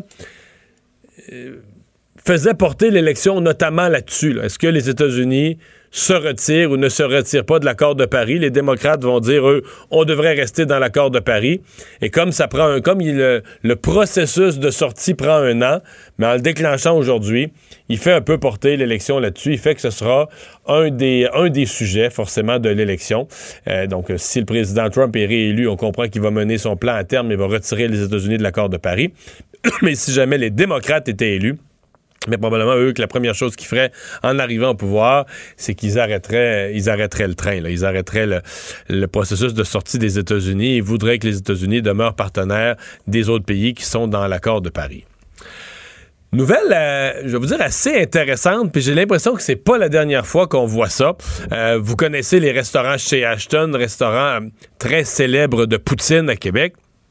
faisait porter l'élection notamment là-dessus. Là. Est-ce que les États-Unis se retirent ou ne se retirent pas de l'accord de Paris? Les démocrates vont dire, eux, on devrait rester dans l'accord de Paris. Et comme le processus de sortie prend 1 an, mais en le déclenchant aujourd'hui, il fait un peu porter l'élection là-dessus. Il fait que ce sera un des sujets, forcément, de l'élection. Donc, si le président Trump est réélu, on comprend qu'il va mener son plan à terme et va retirer les États-Unis de l'accord de Paris. Mais si jamais les démocrates étaient élus, mais probablement, eux, que la première chose qu'ils feraient en arrivant au pouvoir, c'est qu'ils arrêteraient le train. Là. Ils arrêteraient le processus de sortie des États-Unis et voudraient que les États-Unis demeurent partenaires des autres pays qui sont dans l'accord de Paris. Nouvelle, je vais vous dire, assez intéressante, puis j'ai l'impression que c'est pas la dernière fois qu'on voit ça. Vous connaissez les restaurants chez Ashton, restaurant très célèbre de poutine à Québec.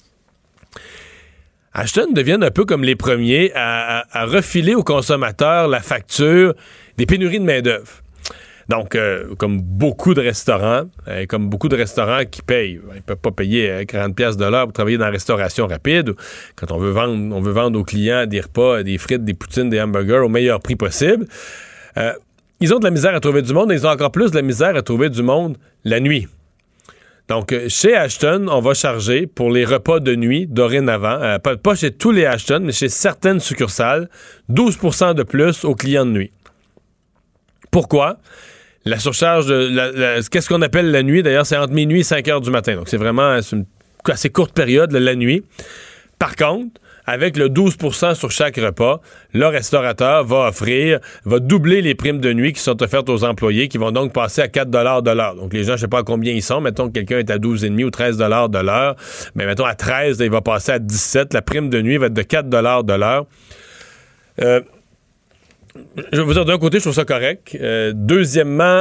Ashton deviennent un peu comme les premiers à refiler aux consommateurs la facture des pénuries de main-d'œuvre. Donc, comme beaucoup de restaurants qui payent, ils ne peuvent pas payer 40$ de l'heure pour travailler dans la restauration rapide. Quand on veut vendre aux clients des repas, des frites, des poutines, des hamburgers au meilleur prix possible. Ils ont de la misère à trouver du monde et ils ont encore plus de la misère à trouver du monde la nuit. Donc, chez Ashton, on va charger pour les repas de nuit, dorénavant, pas chez tous les Ashton, mais chez certaines succursales, 12% de plus aux clients de nuit. Pourquoi? La surcharge, qu'est-ce qu'on appelle la nuit? D'ailleurs, c'est entre minuit et 5 heures du matin. Donc, c'est vraiment une assez courte période, la nuit. Par contre, avec le 12% sur chaque repas, le restaurateur va doubler les primes de nuit qui sont offertes aux employés, qui vont donc passer à 4$ de l'heure. Donc, les gens, je ne sais pas à combien ils sont. Mettons que quelqu'un est à 12,5 ou 13$ de l'heure. Mais mettons à 13, il va passer à 17. La prime de nuit va être de 4$ de l'heure. Je vais vous dire, d'un côté, je trouve ça correct. Deuxièmement,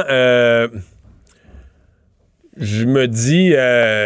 je me dis...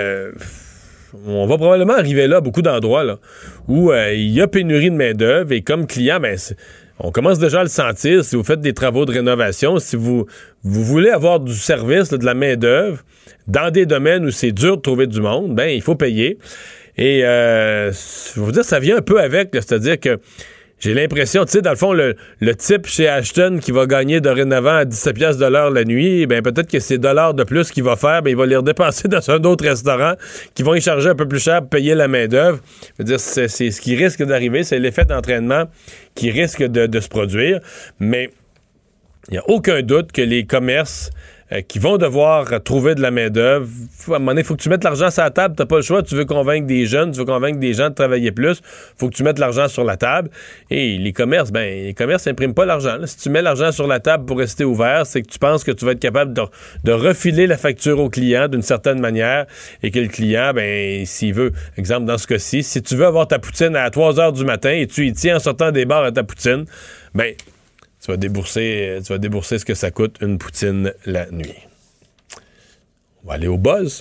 on va probablement arriver là à beaucoup d'endroits là, où il y a pénurie de main-d'œuvre et comme client, on commence déjà à le sentir. Si vous faites des travaux de rénovation, si vous voulez avoir du service, là, de la main-d'œuvre, dans des domaines où c'est dur de trouver du monde, il faut payer. Et je vais vous dire, ça vient un peu avec, là, c'est-à-dire que j'ai l'impression, tu sais, dans le fond, le type chez Ashton qui va gagner dorénavant à 17$ de l'heure la nuit, peut-être que ces dollars de plus qu'il va faire, il va les redépenser dans un autre restaurant qui vont y charger un peu plus cher pour payer la main-d'œuvre. Je veux dire, c'est ce qui risque d'arriver, c'est l'effet d'entraînement qui risque de se produire. Mais il n'y a aucun doute que les commerces qui vont devoir trouver de la main-d'œuvre. À un moment donné, il faut que tu mettes l'argent sur la table. Tu n'as pas le choix. Tu veux convaincre des jeunes, tu veux convaincre des gens de travailler plus. Il faut que tu mettes l'argent sur la table. Et les commerces, n'impriment pas l'argent. Là. Si tu mets l'argent sur la table pour rester ouvert, c'est que tu penses que tu vas être capable de refiler la facture au client d'une certaine manière et que le client, s'il veut, exemple dans ce cas-ci, si tu veux avoir ta poutine à 3 heures du matin et tu y tiens en sortant des bars à ta poutine, tu vas débourser ce que ça coûte une poutine la nuit. On va aller au buzz.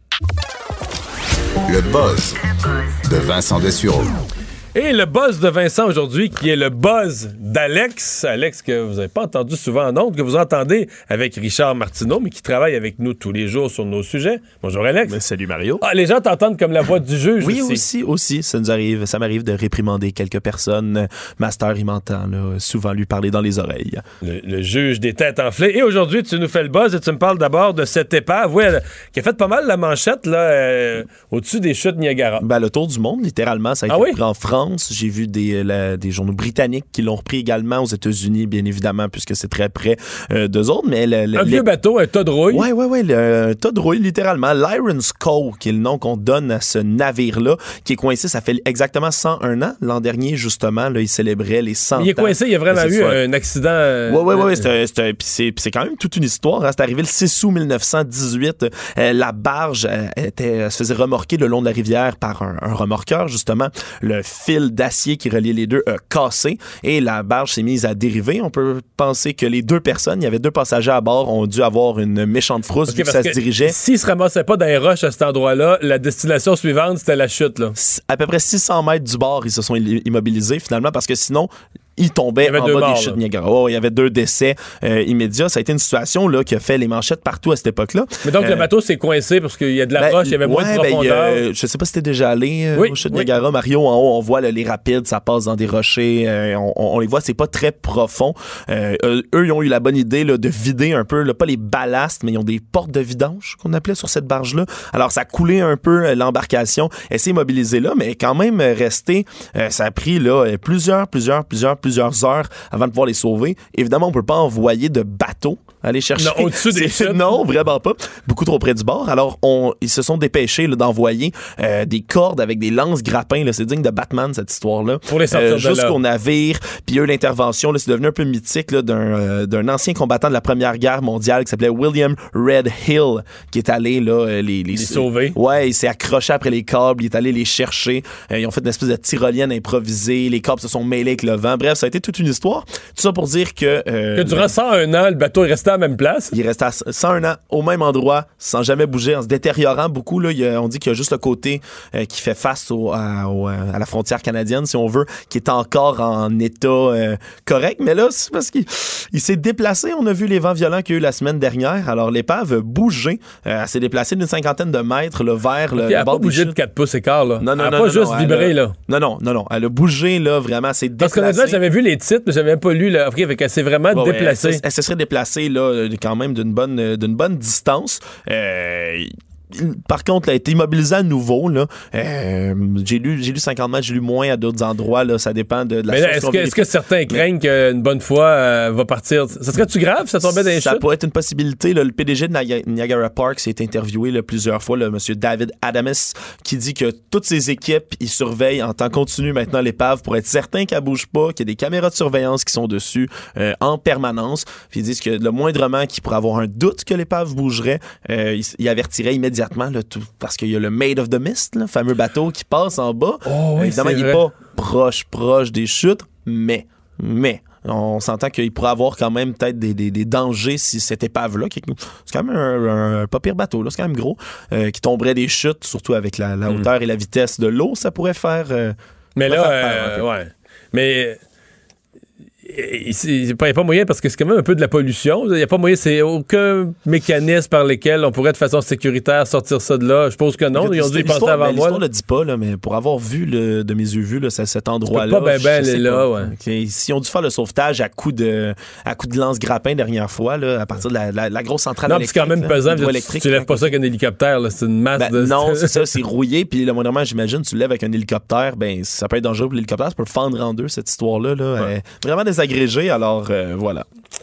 Le buzz de Vincent Dessureau. Et le buzz de Vincent aujourd'hui, qui est le buzz d'Alex. Alex, que vous n'avez pas entendu souvent en ondes, que vous entendez avec Richard Martineau, mais qui travaille avec nous tous les jours sur nos sujets. Bonjour Alex. Salut Mario. Les gens t'entendent comme la voix du juge. Oui, aussi. Ça m'arrive de réprimander quelques personnes. Master, il m'entend souvent lui parler dans les oreilles. Le juge des têtes enflées. Et aujourd'hui, tu nous fais le buzz et tu me parles d'abord de cette épave qui a fait pas mal la manchette là, au-dessus des chutes Niagara. Le tour du monde, littéralement, ça a été pris en France. J'ai vu des journaux britanniques qui l'ont repris également aux États-Unis, bien évidemment, puisque c'est très près d'eux autres. Mais un vieux bateau, un tas de rouille. Oui, un tas de rouille, littéralement. L'Iron's Cove, qui est le nom qu'on donne à ce navire-là, qui est coincé, ça fait exactement 101 ans. L'an dernier, justement, là, il célébrait les 100 ans. Il est coincé, il y a vraiment eu un accident. Oui, c'est quand même toute une histoire. Hein. C'est arrivé le 6 août 1918. La barge se faisait remorquer le long de la rivière par un remorqueur, justement. Le fil d'acier qui reliait les deux a cassé et la barge s'est mise à dériver. On peut penser que les deux personnes, il y avait 2 passagers à bord, ont dû avoir une méchante frousse vu que ça se dirigeait. S'ils se ramassaient pas dans les roches à cet endroit-là, la destination suivante, c'était la chute. Là. À peu près 600 mètres du bord, ils se sont immobilisés finalement parce que sinon, il tombait en bas des chutes Niagara. Il y avait 2 décès immédiats. Ça a été une situation là, qui a fait les manchettes partout à cette époque-là. Mais donc, le bateau s'est coincé parce qu'il y a de la roche, il y avait moins de profondeur. Je sais pas si t'es déjà allé aux chutes Niagara, Mario. En haut, on voit les rapides, ça passe dans des rochers. On les voit, c'est pas très profond. Eux, ils ont eu la bonne idée là, de vider un peu, là, pas les ballasts, mais ils ont des portes de vidange qu'on appelait sur cette barge-là. Alors, ça a coulé un peu l'embarcation. Elle s'est immobilisée là, mais quand même resté. Ça a pris là, plusieurs heures avant de pouvoir les sauver. Évidemment, on peut pas envoyer de bateau aller chercher. Non, au-dessus des chutes. Non, vraiment pas. Beaucoup trop près du bord. Alors, ils se sont dépêchés là, d'envoyer des cordes avec des lances-grappins. Là, c'est digne de Batman, cette histoire-là. Pour les sortir de là. Jusqu'au navire. Puis eux, l'intervention, là, c'est devenu un peu mythique là, d'un ancien combattant de la Première Guerre mondiale qui s'appelait William Red Hill, qui est allé là, les sauver. Ouais, il s'est accroché après les câbles. Il est allé les chercher. Ils ont fait une espèce de tyrolienne improvisée. Les câbles se sont mêlés avec le vent. Bref, ça a été toute une histoire. Tout ça pour dire que durant 101 ans, le bateau est resté à la même place. Il est resté à 101 ans au même endroit, sans jamais bouger, en se détériorant beaucoup. Là, on dit qu'il y a juste le côté qui fait face à la frontière canadienne, si on veut, qui est encore en état correct. Mais là, c'est parce qu'il s'est déplacé. On a vu les vents violents qu'il y a eu la semaine dernière. Alors, l'épave a bougé. Elle s'est déplacée d'une 50aine de mètres là, vers le bord des chutes. Elle n'a pas bougé de 4 pouces et quart. Là. Non, elle n'a pas juste vibré. Là. Non. Elle a bougé, là, vraiment. C'est déplacé. Parce que j'avais vu les titres, mais j'avais pas lu. Là, après, elle s'est vraiment déplacée. Elle se serait déplacée, là, quand même d'une bonne distance. Par contre, elle a été immobilisée à nouveau. Là. J'ai lu 50 mètres, j'ai lu moins à d'autres endroits. Là. Ça dépend de la source. Est-ce que certains craignent qu'une bonne fois va partir? Ça serait-tu grave si ça tombait dans les chutes? Ça pourrait être une possibilité. Là. Le PDG de Niagara Park s'est interviewé là, plusieurs fois, M. David Adams, qui dit que toutes ses équipes, ils surveillent en temps continu maintenant l'épave pour être certain qu'elle bouge pas, qu'il y a des caméras de surveillance qui sont dessus en permanence. Puis ils disent que le moindrement qu'il pourrait avoir un doute que l'épave bougerait, il avertirait immédiatement. Là, parce qu'il y a le Maid of the Mist, le fameux bateau qui passe en bas. Évidemment, il n'est pas proche des chutes, mais on s'entend qu'il pourrait avoir quand même peut-être des dangers si cette épave-là, c'est quand même un pas pire bateau, là, c'est quand même gros, qui tomberait des chutes, surtout avec la hauteur et la vitesse de l'eau, ça pourrait faire. Mais là, ouais. Mais. Il n'y a pas moyen parce que c'est quand même un peu de la pollution. Il n'y a pas moyen, c'est aucun mécanisme par lequel on pourrait de façon sécuritaire sortir ça de là. Je pense que non. Ils ont dû y penser avant moi. L'histoire ne le dit pas, là, mais pour avoir vu de mes yeux vus là, cet endroit-là. Pas aller là, ouais. Okay. S'ils ont dû faire le sauvetage à coup de lance-grappin dernière fois, là, à partir de la grosse centrale électrique. Non, c'est quand même pesant. Tu lèves pas ça avec un hélicoptère. Là. C'est une masse de. Non, c'est ça, c'est rouillé. Puis le moindrement, j'imagine, tu le lèves avec un hélicoptère, ben ça peut être dangereux pour l'hélicoptère. Ça peut fendre en deux, cette histoire-là. Là. Ouais. Vraiment désagrégé, alors voilà.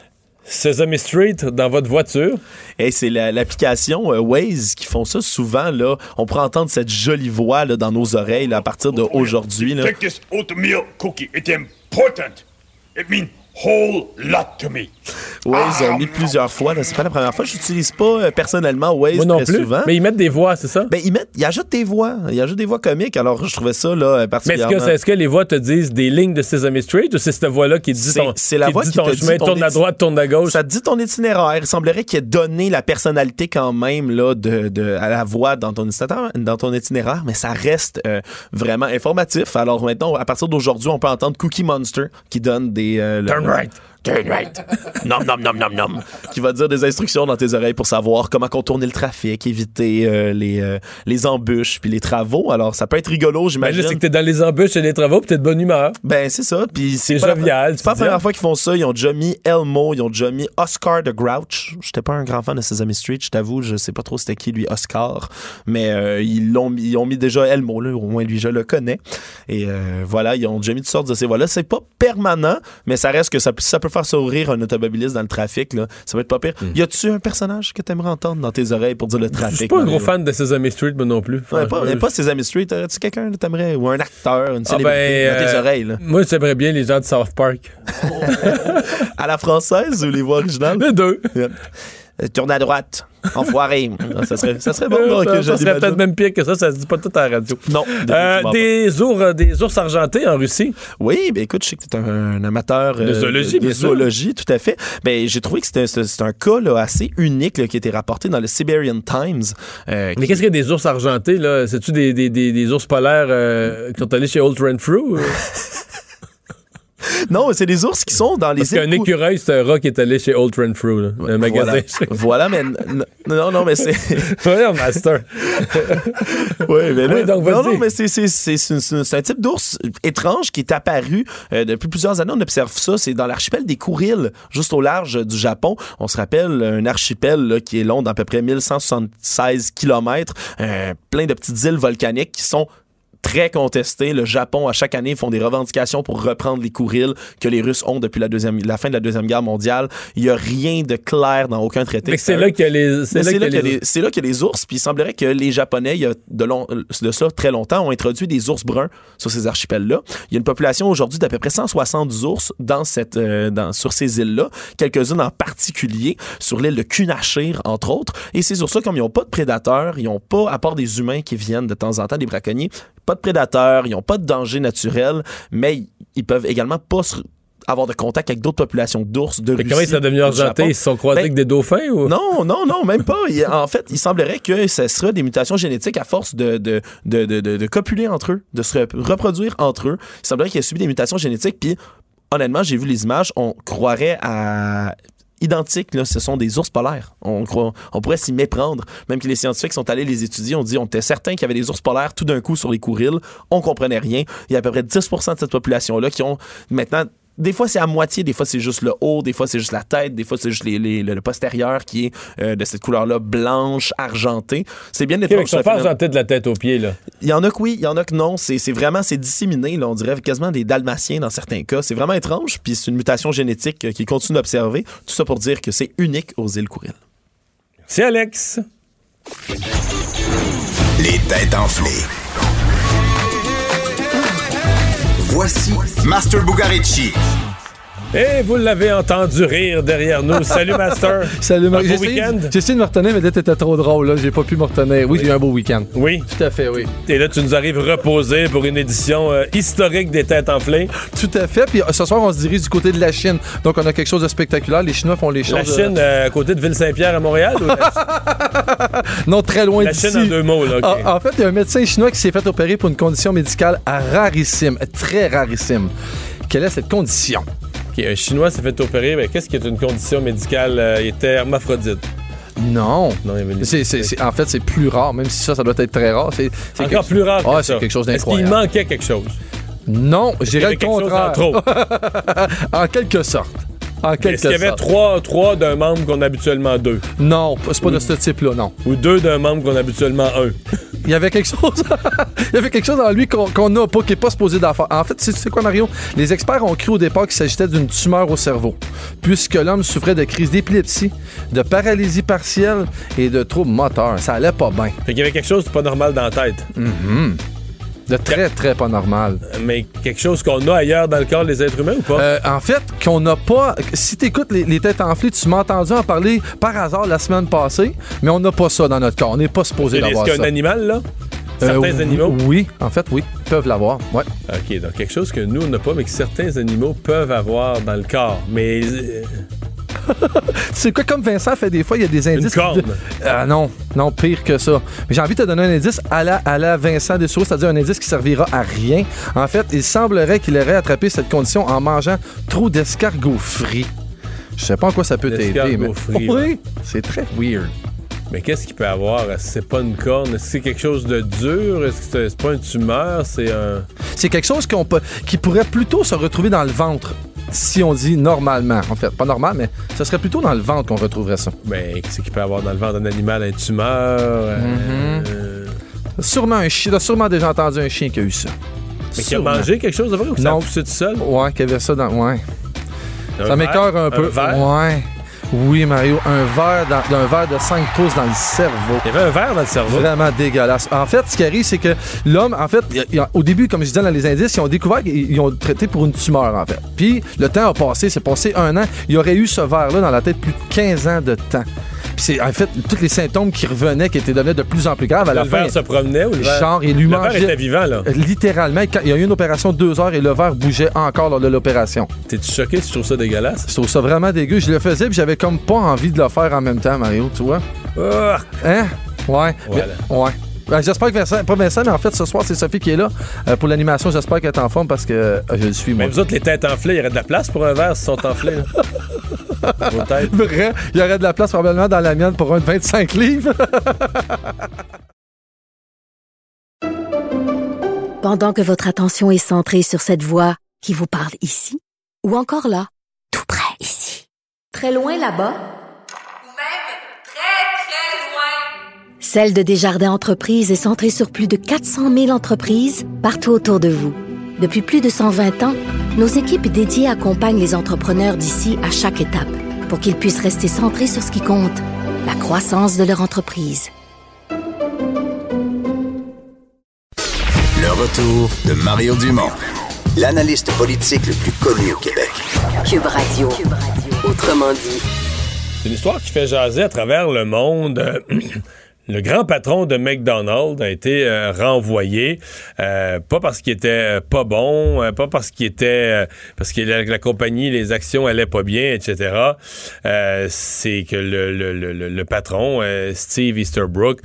Sesame Street dans votre voiture. Et c'est l'application Waze qui font ça souvent. Là, on pourrait entendre cette jolie voix là, dans nos oreilles là, à partir d'aujourd'hui. Take this oatmeal cookie. It's important. It means whole lot to me. Waze a mis plusieurs fois. Là. C'est pas la première fois. Je n'utilise pas personnellement Waze Moi non très plus. souvent. Mais ils mettent des voix, c'est ça? Ben, ils ajoutent des voix. Ils ajoutent des voix comiques. Alors, je trouvais ça là, particulièrement... Mais est-ce que les voix te disent des lignes de Sesame Street ou c'est cette voix-là qui te dit c'est la voix qui ton te chemin, dit tourne à droite, tourne à gauche? Ça te dit ton itinéraire. Il semblerait qu'il ait donné la personnalité quand même là, à la voix dans ton itinéraire, mais ça reste vraiment informatif. Alors maintenant, à partir d'aujourd'hui, on peut entendre Cookie Monster qui donne des... Turn right. Turn right. Nom, nom, nom, nom, nom. Qui va dire des instructions dans tes oreilles pour savoir comment contourner le trafic, éviter les embûches puis les travaux. Alors, ça peut être rigolo, j'imagine. Ben là, c'est que t'es dans les embûches et les travaux puis t'es de bonne humeur. Ben, c'est ça. Puis c'est jovial. C'est pas la première fois qu'ils font ça. Ils ont déjà mis Elmo, ils ont déjà mis Oscar the Grouch. J'étais pas un grand fan de Sesame Street, je t'avoue. Je sais pas trop c'était qui, lui, Oscar. Mais ils ont mis déjà Elmo, là. Au moins, lui, je le connais. Et voilà, ils ont déjà mis toutes sortes de ces voix-là. C'est pas permanent, mais ça reste que ça peut faire sourire un automobiliste dans le trafic, là. Ça va être pas pire. Y a-tu un personnage que t'aimerais entendre dans tes oreilles pour dire le trafic? Je suis pas un gros fan de Sesame Street, moi non plus. Pas Sesame Street. As-tu quelqu'un que t'aimerais? Ou un acteur, une célébrité dans tes oreilles, là? Moi, j'aimerais bien les gens de South Park. À la française ou les voix originales? Les deux. Tourne à droite. Enfoiré. Ça serait bon. Ça serait peut-être même pire que ça se dit pas tout à la radio. Non. Des ours argentés en Russie. Oui, ben écoute, je sais que tu es un amateur de zoologie. De zoologie, tout à fait. Ben, j'ai trouvé que c'est un cas là, assez unique là, qui a été rapporté dans le Siberian Times. Mais qu'est-ce qu'il y a des ours argentés, là? C'est-tu des ours polaires qui sont allés chez Old Renfrew? Non, c'est des ours qui sont dans les... Parce qu'un écureuil, c'est un rat qui est allé chez Old Renfrew, là, un magasin. Voilà, mais... Non, mais c'est... Ouais, master. Oui, mais là... Oui, donc, non, mais c'est un type d'ours étrange qui est apparu depuis plusieurs années. On observe ça, c'est dans l'archipel des Kuriles, juste au large du Japon. On se rappelle, un archipel là, qui est long d'à peu près 1176 km, plein de petites îles volcaniques qui sont très contesté. Le Japon, à chaque année, font des revendications pour reprendre les Kuriles que les Russes ont depuis la fin de la Deuxième Guerre mondiale. Il n'y a rien de clair dans aucun traité. Mais c'est là qu'il y a les... C'est là qu'il y a les ours. Puis il semblerait que les Japonais, il y a de ça très longtemps, ont introduit des ours bruns sur ces archipels-là. Il y a une population aujourd'hui d'à peu près 160 ours sur ces îles-là. Quelques-unes en particulier sur l'île de Kunashir, entre autres. Et ces ours-là, comme ils n'ont pas de prédateurs, ils n'ont pas, à part des humains qui viennent de temps en temps, des braconniers, pas de prédateurs, ils n'ont pas de danger naturel, mais ils peuvent également pas avoir de contact avec d'autres populations d'ours de Russie. Comment ils sont devenus argentés? Ils se sont croisés avec des dauphins? Ou? Non, même pas. En fait, il semblerait que ce sera des mutations génétiques à force de copuler entre eux, de se reproduire entre eux. Il semblerait qu'il ait subi des mutations génétiques, puis honnêtement, j'ai vu les images, on croirait à... identiques, là, ce sont des ours polaires. On pourrait s'y méprendre. Même que les scientifiques sont allés les étudier, on était certain qu'il y avait des ours polaires tout d'un coup sur les Kuriles. On comprenait rien. Il y a à peu près 10% de cette population-là qui ont maintenant... Des fois, c'est à moitié, des fois, c'est juste le haut, des fois, c'est juste la tête, des fois, c'est juste le postérieur qui est de cette couleur-là blanche, argentée. C'est bien étrange. Ils sont pas argentés de la tête aux pieds, là. Il y en a que oui, il y en a que non. C'est vraiment, c'est disséminé, là. On dirait quasiment des dalmatiens dans certains cas. C'est vraiment étrange, puis c'est une mutation génétique qui continue d'observer. Tout ça pour dire que c'est unique aux îles Kuriles. C'est Alex. Les têtes enflées. Voici Master Bugarici. Et vous l'avez entendu rire derrière nous. Salut, Master. Salut, Marc. Un beau week-end? J'ai essayé de me retenir, mais t'étais trop drôle. Là. J'ai pas pu me retenir. Oui, j'ai eu un beau week-end. Oui. Tout à fait, oui. Et là, tu nous arrives reposé pour une édition historique des Têtes enflées. Tout à fait. Puis ce soir, on se dirige du côté de la Chine. Donc, on a quelque chose de spectaculaire. Les Chinois font les choses... La Chine, à côté de Ville-Saint-Pierre à Montréal? Ou non, très loin d'ici. La Chine en deux mots, là. Okay. En fait, il y a un médecin chinois qui s'est fait opérer pour une condition médicale rarissime. Très rarissime. Quelle est cette condition? Un Chinois s'est fait opérer. Ben, qu'est-ce qui est une condition médicale? Il était hermaphrodite. Non. En fait, c'est plus rare, même si ça doit être très rare. C'est encore plus rare que ça. C'est quelque chose d'incroyable. Est-ce qu'il manquait quelque chose? Non, je dirais le contraire. Chose en trop. En quelque sorte. En quelque Est-ce qu'il y avait trois d'un membre qu'on a habituellement 2? Non, c'est pas de ce type-là, non. Ou 2 d'un membre qu'on a habituellement 1? Il y avait quelque chose il y avait quelque chose en lui qu'on n'a pas, qui n'est pas supposé d'en faire. En fait, tu sais quoi, Mario? Les experts ont cru au départ qu'il s'agissait d'une tumeur au cerveau, puisque l'homme souffrait de crise d'épilepsie, de paralysie partielle et de troubles moteurs. Ça allait pas bien. Fait qu'il y avait quelque chose de pas normal dans la tête. De très, très pas normal. Mais quelque chose qu'on a ailleurs dans le corps des êtres humains ou pas? En fait, qu'on n'a pas... Si t'écoutes les têtes enflées, tu m'as entendu en parler par hasard la semaine passée, mais on n'a pas ça dans notre corps. On n'est pas supposé d'avoir ça. Est-ce qu'un animal, là? Certains animaux? Oui, en fait, oui. Ils peuvent l'avoir, ouais. OK, donc quelque chose que nous, on n'a pas, mais que certains animaux peuvent avoir dans le corps. Mais... C'est quoi, comme Vincent fait des fois, il y a des indices... Une corne. Non, pire que ça. Mais j'ai envie de te donner un indice à la Vincent Dessureau, c'est-à-dire un indice qui servira à rien. En fait, il semblerait qu'il aurait attrapé cette condition en mangeant trop d'escargots frits. Je sais pas en quoi ça peut t'aider, mais... Frits, oui, c'est très weird. Mais qu'est-ce qu'il peut avoir? Est-ce que c'est pas une corne? Est-ce que c'est quelque chose de dur? Est-ce que c'est pas une tumeur? C'est quelque chose qui pourrait plutôt se retrouver dans le ventre. Si on dit normalement, en fait, pas normal, mais ce serait plutôt dans le ventre qu'on retrouverait ça. Mais qu'est-ce qu'il peut avoir dans le ventre d'un animal? Une tumeur? Sûrement un chien. T'as sûrement déjà entendu un chien qui a eu ça. Mais qui a mangé quelque chose de vrai ou que ça a poussé tout seul? Ouais, qui avait ça dans... Ouais. Ça m'écoeure un peu. Verre? Ouais. Oui, Mario, un verre de 5 pouces dans le cerveau. Il y avait un verre dans le cerveau? Vraiment dégueulasse. En fait, ce qui arrive, c'est que l'homme, en fait, au début, comme je disais dans les indices, ils ont découvert qu'ils ont traité pour une tumeur, en fait. Puis, le temps a passé, c'est passé 1 an. Il aurait eu ce verre-là dans la tête plus de 15 ans de temps. Puis c'est, en fait, tous les symptômes qui revenaient, qui étaient devenus de plus en plus graves. À la fin, le verre se promenait ou le verre? Genre, il lui mangeait... Le verre était vivant, là? Littéralement. Il y a eu une opération de 2 heures et le verre bougeait encore lors de l'opération. T'es-tu choqué? Tu trouves ça dégueulasse? Je trouve ça vraiment dégueu. Je le faisais puis j'avais comme pas envie de le faire en même temps, Mario, tu vois? Hein? Ouais. Voilà. Ouais. Ben, j'espère que Vincent, pas Vincent, mais en fait, ce soir, c'est Sophie qui est là pour l'animation. J'espère qu'elle est en forme parce que je le suis, moi. Mais vous autres, les têtes enflées, il y aurait de la place pour un verre s'ils sont enflés, là? Vos têtes. Vrai, il y aurait de la place probablement dans la mienne pour un de 25 livres. Pendant que votre attention est centrée sur cette voix qui vous parle ici, ou encore là, tout près ici, très loin là-bas, ou même très, très loin. Celle de Desjardins Entreprises est centrée sur plus de 400 000 entreprises partout autour de vous. Depuis plus de 120 ans, nos équipes dédiées accompagnent les entrepreneurs d'ici à chaque étape pour qu'ils puissent rester centrés sur ce qui compte, la croissance de leur entreprise. Le retour de Mario Dumont, l'analyste politique le plus connu au Québec. Cube Radio. Autrement dit. C'est une histoire qui fait jaser à travers le monde. Le grand patron de McDonald's a été renvoyé, pas parce qu'il était pas bon, pas parce qu'il était parce que la compagnie, les actions allaient pas bien, etc. C'est que le patron, Steve Easterbrook,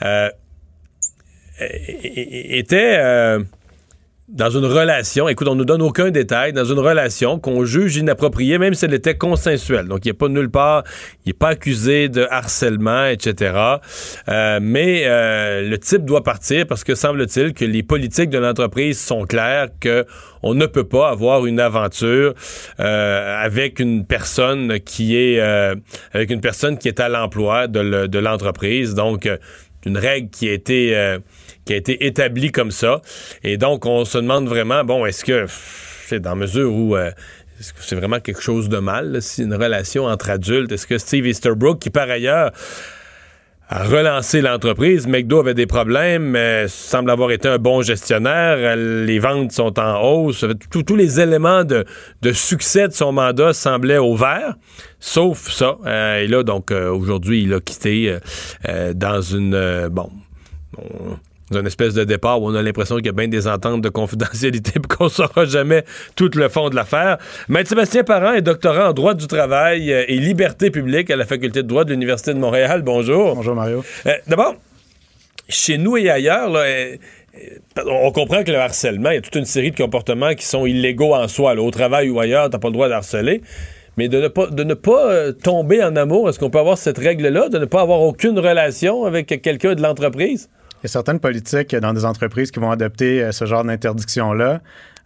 était dans une relation, écoute, on nous donne aucun détail, dans une relation qu'on juge inappropriée, même si elle était consensuelle. Donc, il n'est pas nulle part, il n'est pas accusé de harcèlement, etc. Mais le type doit partir parce que semble-t-il que les politiques de l'entreprise sont claires que on ne peut pas avoir une aventure avec une personne qui est à l'emploi de l'entreprise. Donc, une règle qui a été établie comme ça. Et donc, on se demande vraiment, bon, est-ce que c'est dans mesure où est-ce que c'est vraiment quelque chose de mal, là, si une relation entre adultes, est-ce que Steve Easterbrook, qui par ailleurs a relancé l'entreprise, McDo avait des problèmes, mais semble avoir été un bon gestionnaire, les ventes sont en hausse, tous les éléments de succès de son mandat semblaient au vert, sauf ça. Et là, donc, aujourd'hui, il a quitté dans une espèce de départ où on a l'impression qu'il y a bien des ententes de confidentialité et qu'on ne saura jamais tout le fond de l'affaire. Maître Sébastien Parent est doctorant en droit du travail et liberté publique à la faculté de droit de l'Université de Montréal. Bonjour. Bonjour, Mario. D'abord, chez nous et ailleurs, là, on comprend que le harcèlement, il y a toute une série de comportements qui sont illégaux en soi. Là, au travail ou ailleurs, tu n'as pas le droit de harceler. Mais de ne pas tomber en amour, est-ce qu'on peut avoir cette règle-là, de ne pas avoir aucune relation avec quelqu'un de l'entreprise? Il y a certaines politiques dans des entreprises qui vont adopter ce genre d'interdiction-là.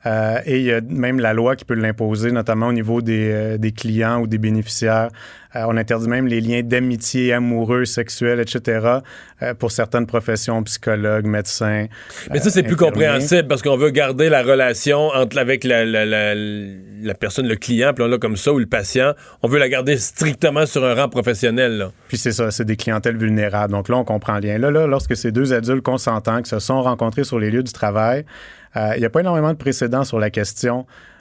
Et il y a même la loi qui peut l'imposer, notamment au niveau des clients ou des bénéficiaires. On interdit même les liens d'amitié, amoureux, sexuels, etc. Pour certaines professions, psychologues, médecins. Mais ça, c'est plus compréhensible parce qu'on veut garder la relation avec la personne, le client, puis on l'a comme ça, ou le patient. On veut la garder strictement sur un rang professionnel. Là. Puis c'est ça, c'est des clientèles vulnérables. Donc là, on comprend le lien. Là, lorsque ces deux adultes consentants qui se sont rencontrés sur les lieux du travail, il n'y a pas énormément de précédents sur la question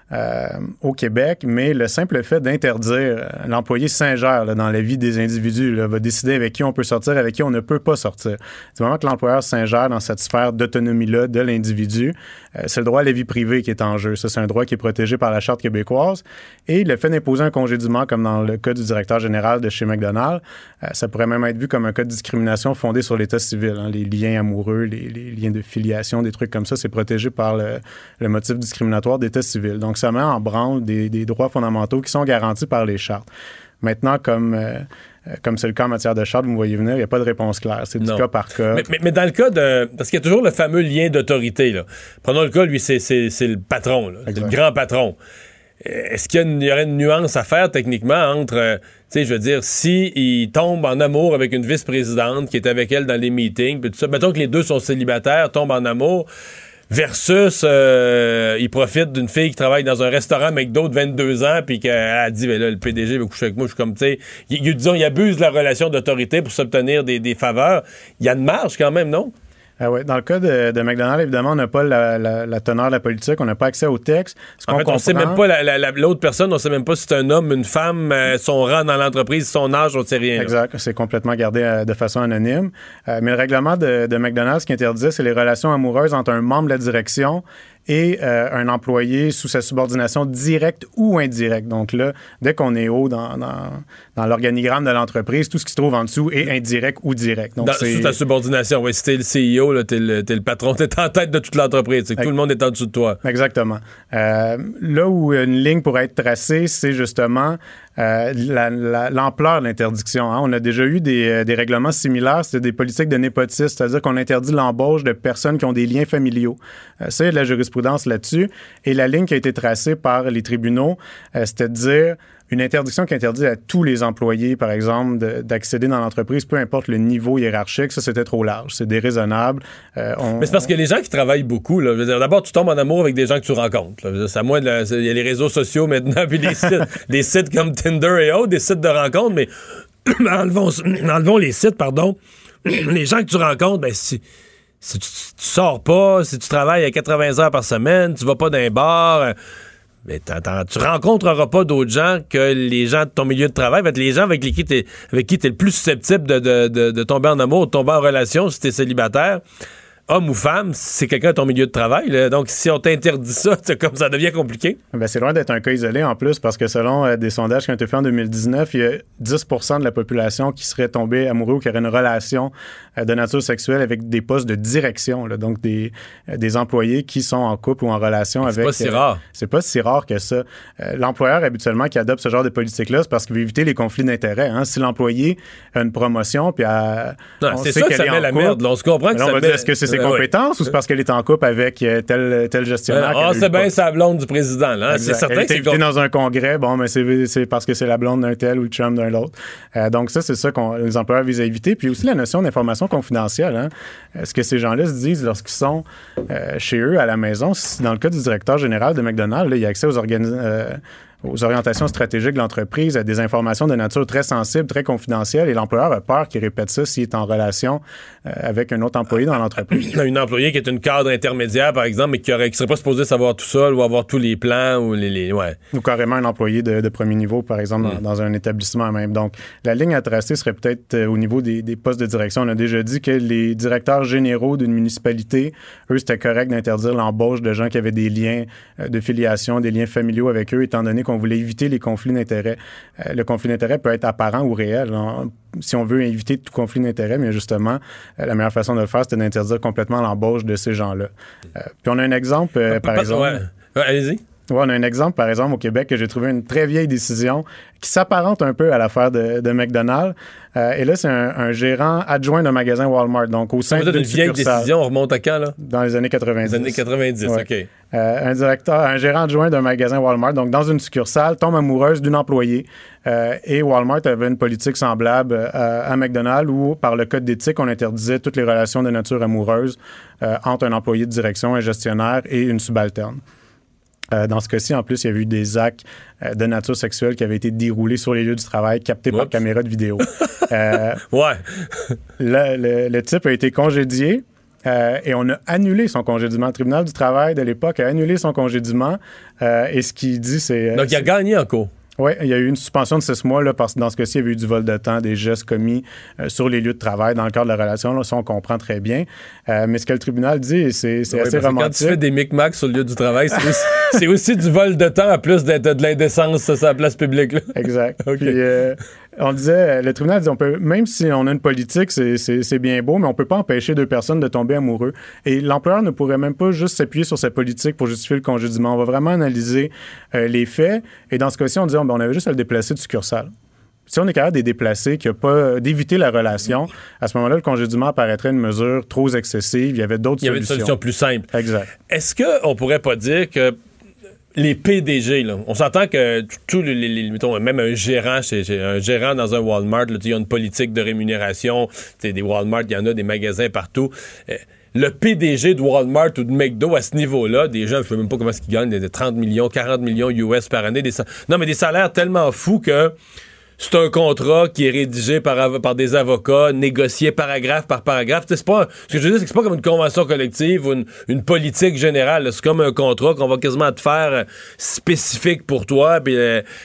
au Québec, mais le simple fait d'interdire l'employé s'ingère dans la vie des individus, là, va décider avec qui on peut sortir, avec qui on ne peut pas sortir. Du moment que l'employeur s'ingère dans cette sphère d'autonomie-là de l'individu, c'est le droit à la vie privée qui est en jeu. Ça, c'est un droit qui est protégé par la Charte québécoise. Et le fait d'imposer un congédiement, comme dans le cas du directeur général de chez McDonald's, ça pourrait même être vu comme un cas de discrimination fondé sur l'état civil. Hein, les liens amoureux, les liens de filiation, des trucs comme ça, c'est protégé par le motif discriminatoire d'état civil. Donc, ça met en branle des droits fondamentaux qui sont garantis par les chartes. Maintenant, comme c'est le cas en matière de charte, vous me voyez venir, il n'y a pas de réponse claire. C'est du cas par cas. Mais dans le cas de... Parce qu'il y a toujours le fameux lien d'autorité. Là. Prenons le cas, lui, c'est le patron. Là. C'est le grand patron. Est-ce qu'il y aurait une nuance à faire techniquement entre... tu sais, je veux dire, s'il tombe en amour avec une vice-présidente qui est avec elle dans les meetings, puis tout ça, mettons que les deux sont célibataires, tombent en amour... Versus, il profite d'une fille qui travaille dans un restaurant McDo de 22 ans puis qu'elle a dit, ben là, le PDG va coucher avec moi. Je suis comme, tu sais, il abuse de la relation d'autorité pour s'obtenir des faveurs. Il y a une marge quand même, non? Oui, dans le cas de McDonald's, évidemment, on n'a pas la teneur de la politique, on n'a pas accès au texte. En fait, on ne sait même pas l'autre personne, on ne sait même pas si c'est un homme, une femme, son rang dans l'entreprise, son âge, on ne sait rien. Exact, c'est complètement gardé de façon anonyme. Mais le règlement de McDonald's, ce qui interdisait, c'est les relations amoureuses entre un membre de la direction et un employé sous sa subordination directe ou indirecte. Donc là, dès qu'on est haut dans l'organigramme de l'entreprise, tout ce qui se trouve en dessous est indirect ou direct. Donc sous ta subordination, oui. Si t'es le CEO, là, t'es le patron, t'es en tête de toute l'entreprise. C'est que tout le monde est en dessous de toi. Exactement. Là où une ligne pourrait être tracée, c'est justement l'ampleur de l'interdiction. Hein. On a déjà eu des règlements similaires, c'est des politiques de népotisme, c'est-à-dire qu'on interdit l'embauche de personnes qui ont des liens familiaux. Ça, il y a de la jurisprudence là-dessus. Et la ligne qui a été tracée par les tribunaux, c'était de dire une interdiction qui interdit à tous les employés, par exemple, d'accéder dans l'entreprise, peu importe le niveau hiérarchique, ça, c'était trop large. C'est déraisonnable. Mais c'est parce que les gens qui travaillent beaucoup, là, je veux dire, d'abord, tu tombes en amour avec des gens que tu rencontres. Là. C'est à moins il y a les réseaux sociaux maintenant, puis des sites comme Tinder et autres, des sites de rencontres, mais enlevons les sites, pardon. Les gens que tu rencontres, ben, si tu sors pas, si tu travailles à 80 heures par semaine, tu vas pas dans un bar... Mais tu rencontreras pas d'autres gens que les gens de ton milieu de travail. En fait, les gens avec qui t'es le plus susceptible de tomber en amour, de tomber en relation si t'es célibataire, homme ou femme, c'est quelqu'un de ton milieu de travail. Là. Donc, si on t'interdit ça, comme ça devient compliqué. Bien, c'est loin d'être un cas isolé en plus, parce que selon des sondages qui ont été faits en 2019, il y a 10% de la population qui serait tombée amoureux ou qui aurait une relation de nature sexuelle avec des postes de direction. Là. Donc, des employés qui sont en couple ou en relation avec... C'est pas si rare. C'est pas si rare que ça. L'employeur, habituellement, qui adopte ce genre de politique-là, c'est parce qu'il veut éviter les conflits d'intérêts. Hein. Si l'employé a une promotion, puis c'est ça que ça met la merde. Là, on se comprend que ça met... Est-ce que c'est ses compétences ou c'est parce qu'elle est en couple avec tel gestionnaire? C'est bien sa blonde du président. Là. C'est certain elle est invitée dans un congrès. Bon, mais c'est parce que c'est la blonde d'un tel ou le chum d'un autre. Donc ça, c'est ça que les employeurs visent à éviter. Puis aussi la notion d'information confidentielle. Hein. Ce que ces gens-là se disent lorsqu'ils sont chez eux à la maison, dans le cas du directeur général de McDonald's, là, il y a accès aux orientations stratégiques de l'entreprise, à des informations de nature très sensible, très confidentielle, et l'employeur a peur qu'il répète ça s'il est en relation avec un autre employé dans l'entreprise. Une employée qui est une cadre intermédiaire, par exemple, mais qui serait pas supposée savoir tout seul ou avoir tous les plans ou ou carrément un employé de premier niveau, par exemple, dans un établissement même. Donc, la ligne à tracer serait peut-être au niveau des postes de direction. On a déjà dit que les directeurs généraux d'une municipalité, eux, c'était correct d'interdire l'embauche de gens qui avaient des liens de filiation, des liens familiaux avec eux, étant donné qu'on voulait éviter les conflits d'intérêts. Le conflit d'intérêts peut être apparent ou réel. Si on veut éviter tout conflit d'intérêts, mais justement, la meilleure façon de le faire, c'était d'interdire complètement l'embauche de ces gens-là. Puis on a un exemple, par exemple... Allez-y. Ouais, on a un exemple, par exemple, au Québec, que j'ai trouvé une très vieille décision qui s'apparente un peu à l'affaire de McDonald's. Et là, c'est un gérant adjoint d'un magasin Walmart. Donc, au sein d'une vieille décision, on remonte à quand, là? Dans les années 90. Les années 90, ouais. OK. Un gérant adjoint d'un magasin Walmart, donc dans une succursale, tombe amoureuse d'une employée. Et Walmart avait une politique semblable à McDonald's où, par le code d'éthique, on interdisait toutes les relations de nature amoureuse entre un employé de direction, un gestionnaire et une subalterne. Dans ce cas-ci, en plus, il y avait eu des actes de nature sexuelle qui avaient été déroulés sur les lieux du travail, captés par caméra de vidéo. Le type a été congédié. Et on a annulé son congédiement. Le tribunal du travail de l'époque a annulé son congédiement. Et ce qu'il dit, c'est... Donc, il a gagné en cours. Oui, il y a eu une suspension de 6 mois, là, parce que dans ce cas-ci, il y avait eu du vol de temps, des gestes commis sur les lieux de travail dans le cadre de la relation. Là, ça, on comprend très bien. Mais ce que le tribunal dit, c'est assez romantique. Quand tu fais des micmacs sur le lieu du travail, c'est aussi du vol de temps, en plus d'être de l'indécence sur la place publique. Là. Exact. Okay. Puis, on disait, le tribunal dit, même si on a une politique, c'est bien beau, mais on peut pas empêcher deux personnes de tomber amoureux. Et l'employeur ne pourrait même pas juste s'appuyer sur sa politique pour justifier le congédiement. On va vraiment analyser les faits. Et dans ce cas-ci, on dit, on avait juste à le déplacer de succursale. Si on est capable de les déplacer, d'éviter la relation, à ce moment-là, le congédiement apparaîtrait une mesure trop excessive. Il y avait d'autres solutions. Il y avait une solution plus simple. Exact. Est-ce qu'on pourrait pas dire que les PDG, là, on s'entend que tous mettons, même un gérant dans un Walmart, il y a une politique de rémunération. Des Walmart, il y en a des magasins partout. Le PDG de Walmart ou de McDo à ce niveau-là, des gens, je ne sais même pas comment est-ce qu'ils gagnent, des 30 millions, 40 millions US par année. Non, mais des salaires tellement fous que c'est un contrat qui est rédigé par des avocats, négocié paragraphe par paragraphe. Ce que je veux dire, c'est que c'est pas comme une convention collective ou une politique générale. Là. C'est comme un contrat qu'on va quasiment te faire spécifique pour toi, puis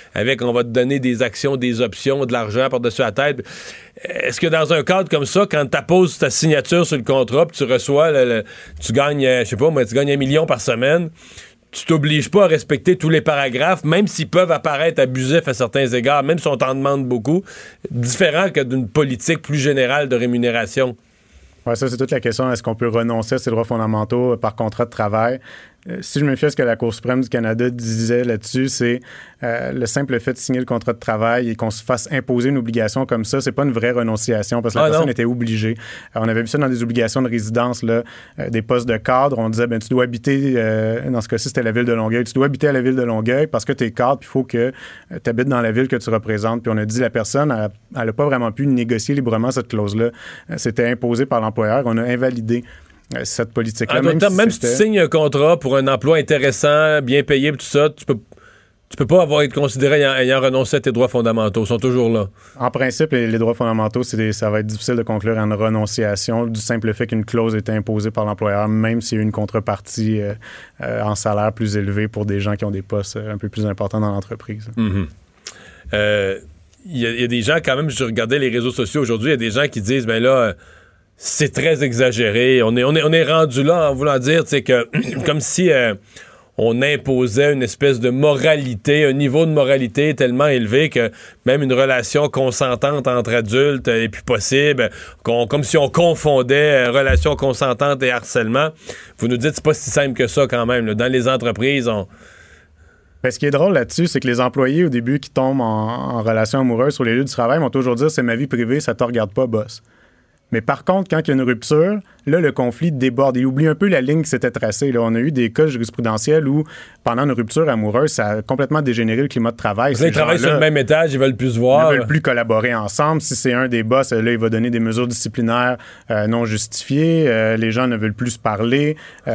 on va te donner des actions, des options, de l'argent par-dessus la tête. Est-ce que dans un cadre comme ça, quand tu apposes ta signature sur le contrat, puis tu reçois, tu gagnes, tu gagnes 1 million par semaine, tu t'obliges pas à respecter tous les paragraphes, même s'ils peuvent apparaître abusifs à certains égards, même si on t'en demande beaucoup, différent que d'une politique plus générale de rémunération? Oui, ça, c'est toute la question. Est-ce qu'on peut renoncer à ces droits fondamentaux par contrat de travail? Si je me fie à ce que la Cour suprême du Canada disait là-dessus, c'est le simple fait de signer le contrat de travail et qu'on se fasse imposer une obligation comme ça, c'est pas une vraie renonciation parce que la personne était obligée. On avait vu ça dans des obligations de résidence, là, des postes de cadre. On disait, tu dois habiter, dans ce cas-ci, c'était la ville de Longueuil. Tu dois habiter à la ville de Longueuil parce que tu es cadre, puis il faut que tu habites dans la ville que tu représentes. Puis on a dit, la personne, elle n'a pas vraiment pu négocier librement cette clause-là. C'était imposé par l'employeur. On a invalidé cette politique-là. Même si tu signes un contrat pour un emploi intéressant, bien payé, tout ça, tu peux pas être considéré ayant renoncé à tes droits fondamentaux. Ils sont toujours là. En principe, les droits fondamentaux, ça va être difficile de conclure à une renonciation du simple fait qu'une clause est imposée par l'employeur, même s'il y a une contrepartie en salaire plus élevé pour des gens qui ont des postes un peu plus importants dans l'entreprise. Mm-hmm. Il y a des gens, quand même, je regardais les réseaux sociaux aujourd'hui, il y a des gens qui disent, c'est très exagéré. On est rendu là en voulant dire que comme si on imposait une espèce de moralité, un niveau de moralité tellement élevé que même une relation consentante entre adultes est plus possible, comme si on confondait relation consentante et harcèlement. Vous nous dites c'est pas si simple que ça quand même. Là. Dans les entreprises, ce qui est drôle là-dessus, c'est que les employés, au début, qui tombent en relation amoureuse sur les lieux du travail, vont toujours dire « c'est ma vie privée, ça te regarde pas, boss ». Mais par contre, quand il y a une rupture, là, le conflit déborde. Il oublie un peu la ligne qui s'était tracée. Là, on a eu des cas jurisprudentiels où, pendant une rupture amoureuse, ça a complètement dégénéré le climat de travail. Ils travaillent sur le même étage, ils veulent plus se voir. Ils ne veulent plus collaborer ensemble. Si c'est un des boss, là, il va donner des mesures disciplinaires non justifiées. Les gens ne veulent plus se parler.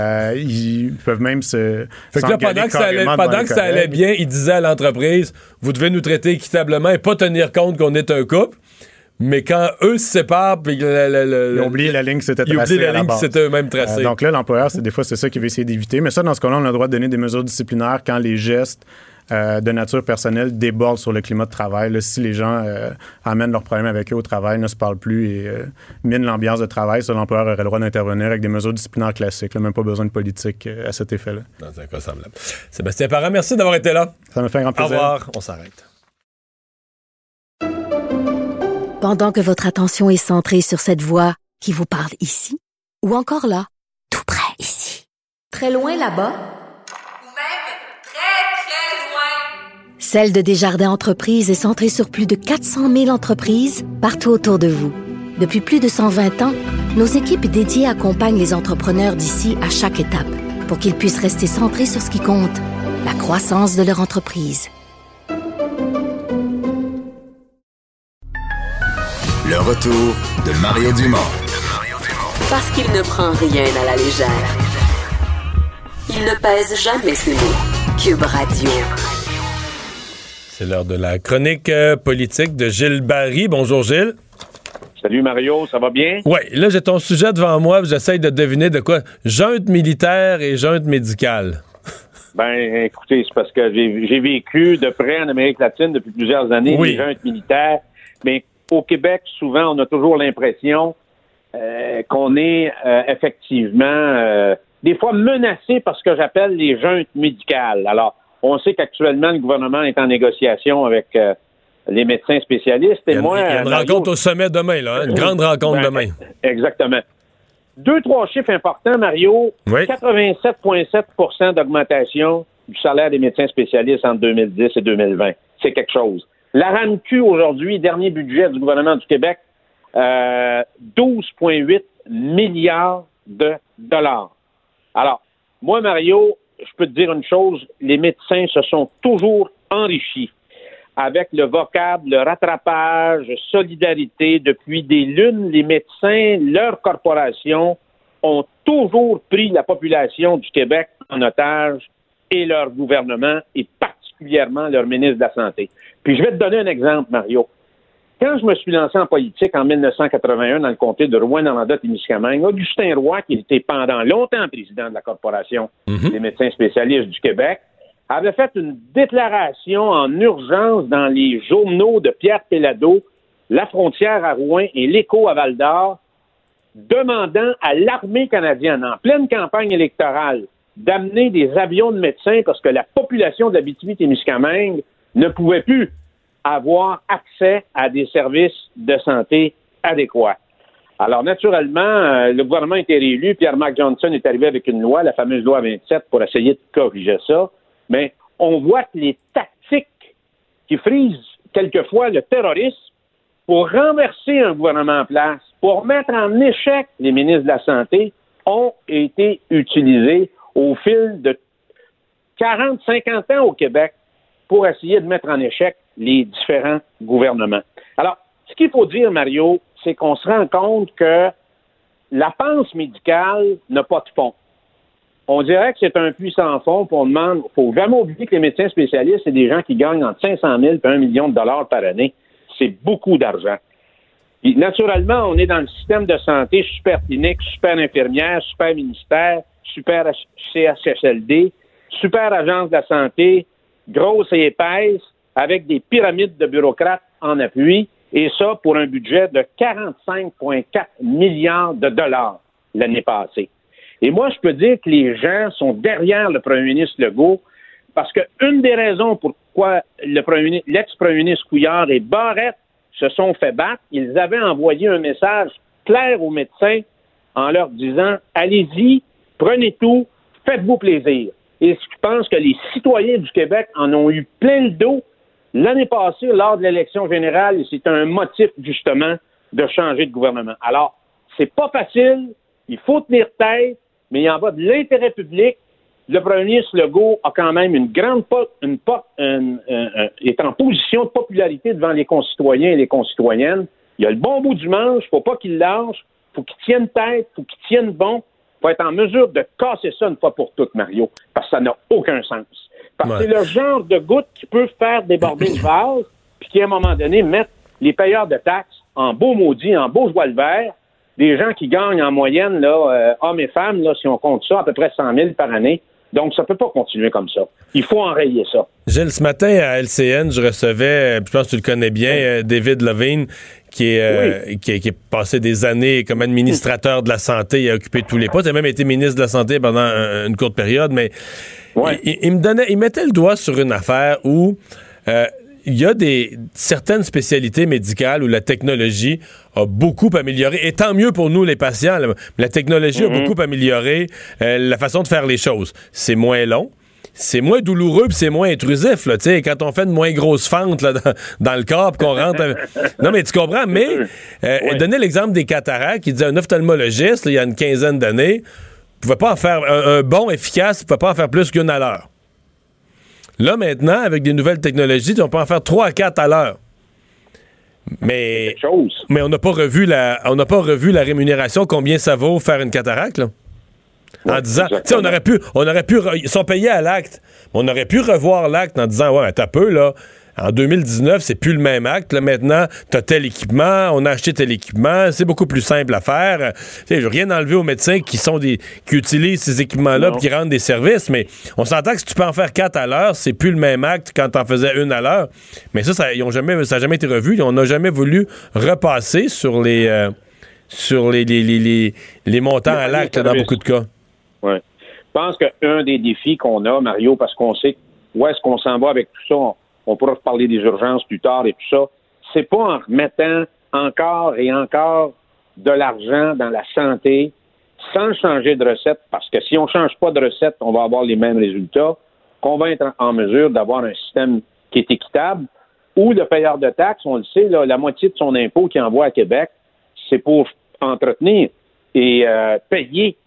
Ils peuvent même se... Fait que là, pendant que ça allait bien, ils disaient à l'entreprise, vous devez nous traiter équitablement et pas tenir compte qu'on est un couple. Mais quand eux se séparent, puis ils ont oublié la ligne qui s'était tracée. Ils oublient la ligne qui s'était eux-mêmes tracée. Donc là, l'employeur, des fois, c'est ça qu'il va essayer d'éviter. Mais ça, dans ce cas-là, on a le droit de donner des mesures disciplinaires quand les gestes de nature personnelle débordent sur le climat de travail. Là, si les gens amènent leurs problèmes avec eux au travail, ne se parlent plus et minent l'ambiance de travail, ça, l'employeur aurait le droit d'intervenir avec des mesures disciplinaires classiques. Là, même pas besoin de politique à cet effet-là. Dans un cas semblable. Sébastien Parent, merci d'avoir été là. Ça me fait un grand plaisir. Au revoir. On s'arrête. Pendant que votre attention est centrée sur cette voix qui vous parle ici, ou encore là, tout près ici, très loin là-bas, ou même très, Celle de Desjardins Entreprises est centrée sur plus de 400 000 entreprises partout autour de vous. Depuis plus de 120 ans, nos équipes dédiées accompagnent les entrepreneurs d'ici à chaque étape pour qu'ils puissent rester centrés sur ce qui compte, la croissance de leur entreprise. Le retour de Mario Dumont. Parce qu'il ne prend rien à la légère. Il ne pèse jamais ses mots. Cube Radio. C'est l'heure de la chronique politique de Gilles Barry. Bonjour Gilles. Salut Mario, ça va bien? Oui, là j'ai ton sujet devant moi, j'essaye de deviner de quoi. Junte militaire et junte médicale. Ben, écoutez, c'est parce que j'ai vécu de près en Amérique latine depuis plusieurs années, les juntes militaires. Mais au Québec, souvent, on a toujours l'impression qu'on est effectivement des fois menacé par ce que j'appelle les juntes médicales. Alors, on sait qu'actuellement, le gouvernement est en négociation avec les médecins spécialistes. Et il y a une rencontre au sommet demain, là, hein? Une grande rencontre demain. Exactement. 2-3 chiffres importants, Mario. Oui. 87,7 d'augmentation du salaire des médecins spécialistes entre 2010 et 2020. C'est quelque chose. La RAMQ, aujourd'hui, dernier budget du gouvernement du Québec, 12,8 milliards de dollars. Alors, moi, Mario, je peux te dire une chose, les médecins se sont toujours enrichis avec le vocable, le rattrapage, solidarité. Depuis des lunes, les médecins, leurs corporations ont toujours pris la population du Québec en otage et leur gouvernement et particulièrement leur ministre de la Santé. Puis je vais te donner un exemple, Mario. Quand je me suis lancé en politique en 1981 dans le comté de Rouyn-Noranda-Témiscamingue, Augustin Roy, qui était pendant longtemps président de la Corporation des médecins spécialistes du Québec, avait fait une déclaration en urgence dans les journaux de Pierre Péladeau, La Frontière à Rouen et L'Écho à Val-d'Or, demandant à l'armée canadienne, en pleine campagne électorale, d'amener des avions de médecins parce que la population de l'Abitibi-Témiscamingue ne pouvait plus avoir accès à des services de santé adéquats. Alors, naturellement, le gouvernement a été réélu. Pierre-Marc Johnson est arrivé avec une loi, la fameuse loi 27, pour essayer de corriger ça. Mais on voit que les tactiques qui frisent quelquefois le terrorisme pour renverser un gouvernement en place, pour mettre en échec les ministres de la Santé, ont été utilisées au fil de 40-50 ans au Québec pour essayer de mettre en échec les différents gouvernements. Alors, ce qu'il faut dire, Mario, c'est qu'on se rend compte que la panse médicale n'a pas de fond. On dirait que c'est un puits sans fond, puis on demande, il faut jamais oublier que les médecins spécialistes, c'est des gens qui gagnent entre 500 000 et 1 million de dollars par année. C'est beaucoup d'argent. Puis, naturellement, on est dans le système de santé super clinique, super infirmière, super ministère, super CHSLD, super agence de la santé, grosse et épaisse, avec des pyramides de bureaucrates en appui, et ça pour un budget de 45,4 milliards de dollars l'année passée. Et moi, je peux dire que les gens sont derrière le premier ministre Legault, parce que une des raisons pourquoi l'ex-premier ministre Couillard et Barrette se sont fait battre, ils avaient envoyé un message clair aux médecins en leur disant « Allez-y, prenez tout, faites-vous plaisir ». Et je pense que les citoyens du Québec en ont eu plein le dos l'année passée lors de l'élection générale, et c'est un motif justement de changer de gouvernement. Alors, c'est pas facile, il faut tenir tête, mais il en va de l'intérêt public. Le premier ministre Legault a quand même est en position de popularité devant les concitoyens et les concitoyennes. Il a le bon bout du manche, faut pas qu'il lâche, faut qu'il tienne tête, faut qu'il tienne bon. Faut être en mesure de casser ça une fois pour toutes, Mario, parce que ça n'a aucun sens. Parce que c'est le genre de goutte qui peut faire déborder le vase, puis qui, à un moment donné, mettre les payeurs de taxes en beau maudit, en beau joie le vert, des gens qui gagnent en moyenne, là, hommes et femmes, là, si on compte ça, à peu près 100 000 par année. Donc, ça peut pas continuer comme ça. Il faut enrayer ça. Gilles, ce matin, à LCN, je recevais, je pense que tu le connais bien, David Levine, qui est passé des années comme administrateur de la santé, il a occupé tous les postes, il a même été ministre de la Santé pendant une courte période, mais il mettait le doigt sur une affaire où il y a certaines spécialités médicales où la technologie a beaucoup amélioré, et tant mieux pour nous les patients, la technologie a beaucoup amélioré la façon de faire les choses. C'est moins long, c'est moins douloureux puis c'est moins intrusif, là, tu sais, quand on fait une moins grosse fente là, dans le corps puis qu'on rentre... Non, mais tu comprends, mais donner l'exemple des cataractes, il disait un ophtalmologiste, là, il y a une quinzaine d'années, ne pouvait pas en faire un bon efficace, ne pouvait pas en faire plus qu'une à l'heure. Là, maintenant, avec des nouvelles technologies, on peut en faire 3 à 4 à l'heure. Mais on n'a pas revu la rémunération, combien ça vaut faire une cataracte, là. En disant, tu sais, on aurait pu, ils sont payés à l'acte, mais on aurait pu revoir l'acte en disant, ouais, t'as peu, là, en 2019, c'est plus le même acte, là, maintenant, t'as tel équipement, on a acheté tel équipement, c'est beaucoup plus simple à faire. Tu sais, je veux rien enlever aux médecins qui utilisent ces équipements-là et qui rendent des services, mais on s'entend que si tu peux en faire 4 à l'heure, c'est plus le même acte quand t'en faisais 1 à l'heure. Mais ça n'a jamais été revu, on n'a jamais voulu repasser sur les montants à l'acte dans beaucoup de cas. Ouais. Je pense qu'un des défis qu'on a, Mario, parce qu'on sait où est-ce qu'on s'en va avec tout ça, on pourra parler des urgences plus tard et tout ça, c'est pas en remettant encore et encore de l'argent dans la santé sans changer de recette, parce que si on change pas de recette, on va avoir les mêmes résultats, qu'on va être en mesure d'avoir un système qui est équitable, où le payeur de taxes, on le sait, là, la moitié de son impôt qu'il envoie à Québec, c'est pour entretenir et payer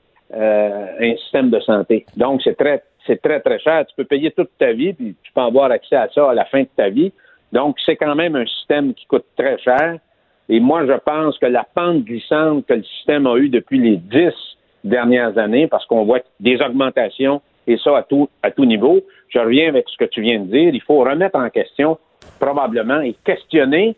un système de santé. Donc, c'est très, très cher. Tu peux payer toute ta vie, puis tu peux avoir accès à ça à la fin de ta vie. Donc, c'est quand même un système qui coûte très cher. Et moi, je pense que la pente glissante que le système a eue depuis les 10 dernières années, parce qu'on voit des augmentations, et ça à tout niveau, je reviens avec ce que tu viens de dire, il faut remettre en question, probablement, et questionner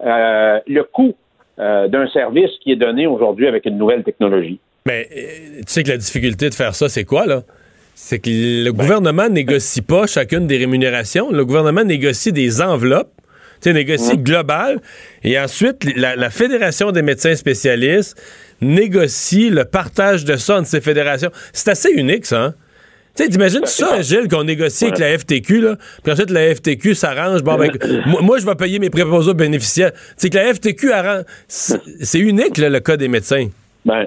le coût d'un service qui est donné aujourd'hui avec une nouvelle technologie. Mais tu sais que la difficulté de faire ça, c'est quoi, là? C'est que le gouvernement négocie pas chacune des rémunérations. Le gouvernement négocie des enveloppes, tu sais, négocie global. Et ensuite, la Fédération des médecins spécialistes négocie le partage de ça entre ces fédérations. C'est assez unique, ça, hein? Tu sais, t'imagines ça, Gilles, qu'on négocie avec la FTQ, là, puis ensuite la FTQ s'arrange, bon, ben, moi, je vais payer mes préposés aux bénéficiaires. C'est que la FTQ arrange. C'est unique, là, le cas des médecins. Ben,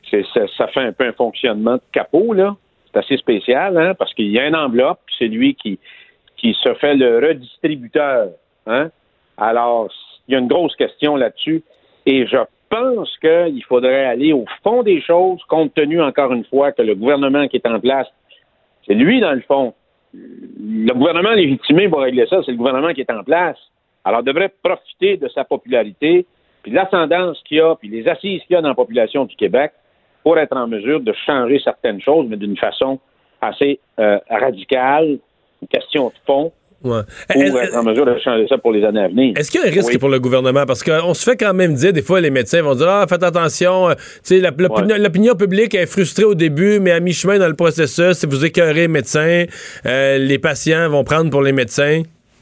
ça fait un peu un fonctionnement de capot, là. C'est assez spécial, hein, parce qu'il y a une enveloppe, puis c'est lui qui se fait le redistributeur, hein. Alors, il y a une grosse question là-dessus, et je pense qu'il faudrait aller au fond des choses, compte tenu, encore une fois, que le gouvernement qui est en place, c'est lui, dans le fond. Le gouvernement légitimé va régler ça, c'est le gouvernement qui est en place. Alors, il devrait profiter de sa popularité, puis de l'ascendance qu'il a, puis les assises qu'il y a dans la population du Québec, pour être en mesure de changer certaines choses, mais d'une façon assez radicale, une question de fond, pour être en mesure de changer ça pour les années à venir. Est-ce qu'il y a un risque pour le gouvernement? Parce qu'on se fait quand même dire, des fois, les médecins vont dire « faites attention, l'opinion publique est frustrée au début, mais à mi-chemin dans le processus, si vous écœurez les médecins, les patients vont prendre pour les médecins. »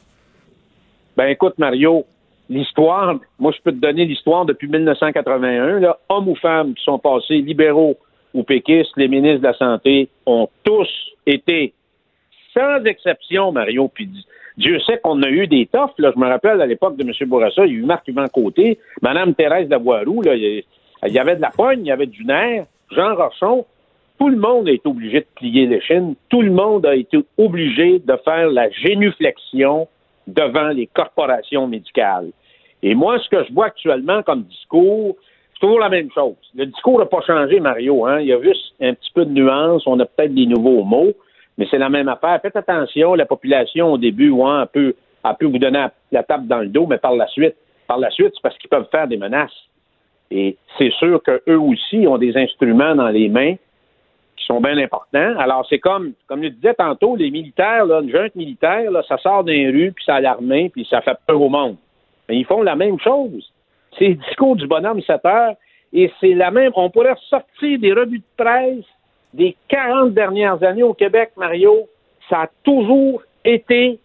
Ben écoute, Mario, l'histoire, moi je peux te donner l'histoire depuis 1981, là, hommes ou femmes qui sont passés libéraux ou péquistes, les ministres de la Santé ont tous été, sans exception, Mario, puis Dieu sait qu'on a eu des toughs, là, je me rappelle à l'époque de M. Bourassa, il y a eu Marc-Yvan Côté, Mme Thérèse Lavoie-Roux, là, il y avait de la pogne, il y avait du nerf, Jean Rochon, tout le monde a été obligé de plier l'échine, tout le monde a été obligé de faire la génuflexion devant les corporations médicales. Et moi, ce que je vois actuellement comme discours, c'est toujours la même chose. Le discours n'a pas changé, Mario, hein? Il y a juste un petit peu de nuance, on a peut-être des nouveaux mots, mais c'est la même affaire. Faites attention, la population, au début, elle peut vous donner la tape dans le dos, mais par la suite, c'est parce qu'ils peuvent faire des menaces. Et c'est sûr qu'eux aussi ont des instruments dans les mains qui sont bien importants. Alors, c'est comme je disais tantôt, les militaires, là, une junte militaire, là, ça sort des rues, puis ça a l'armée, puis ça fait peur au monde. Mais ils font la même chose. C'est le discours du bonhomme 7 heures, et c'est la même... On pourrait ressortir des revues de presse des 40 dernières années au Québec, Mario. Ça a toujours été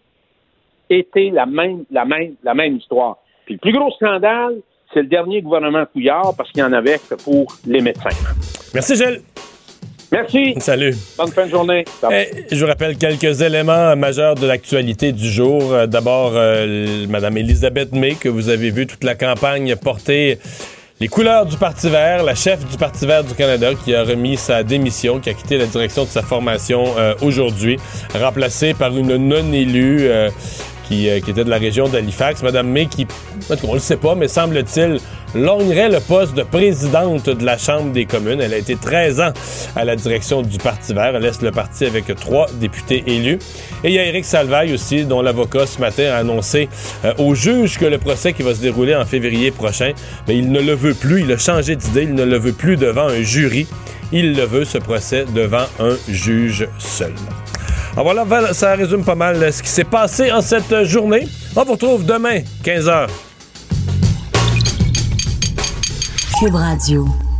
la même histoire. Puis le plus gros scandale, c'est le dernier gouvernement Couillard, parce qu'il y en avait que pour les médecins. Merci, Gilles. Merci. Salut. Bonne fin de journée. Je vous rappelle quelques éléments majeurs de l'actualité du jour. D'abord, Mme Elisabeth May, que vous avez vu toute la campagne porter Les couleurs du Parti vert, la chef du Parti vert du Canada qui a remis sa démission, qui a quitté la direction de sa formation aujourd'hui, remplacée par une non-élue qui était de la région d'Halifax, Mme May, qui, en tout cas, on le sait pas, mais semble-t-il, lorgnerait le poste de présidente de la Chambre des communes. Elle a été 13 ans à la direction du Parti vert. Elle laisse le parti avec 3 députés élus. Et il y a Éric Salvaille aussi, dont l'avocat ce matin a annoncé au juge que le procès qui va se dérouler en février prochain, bien, il ne le veut plus. Il a changé d'idée. Il ne le veut plus devant un jury. Il le veut, ce procès, devant un juge seul. Alors voilà, ça résume pas mal ce qui s'est passé en cette journée. On vous retrouve demain, 15h. Cube Radio.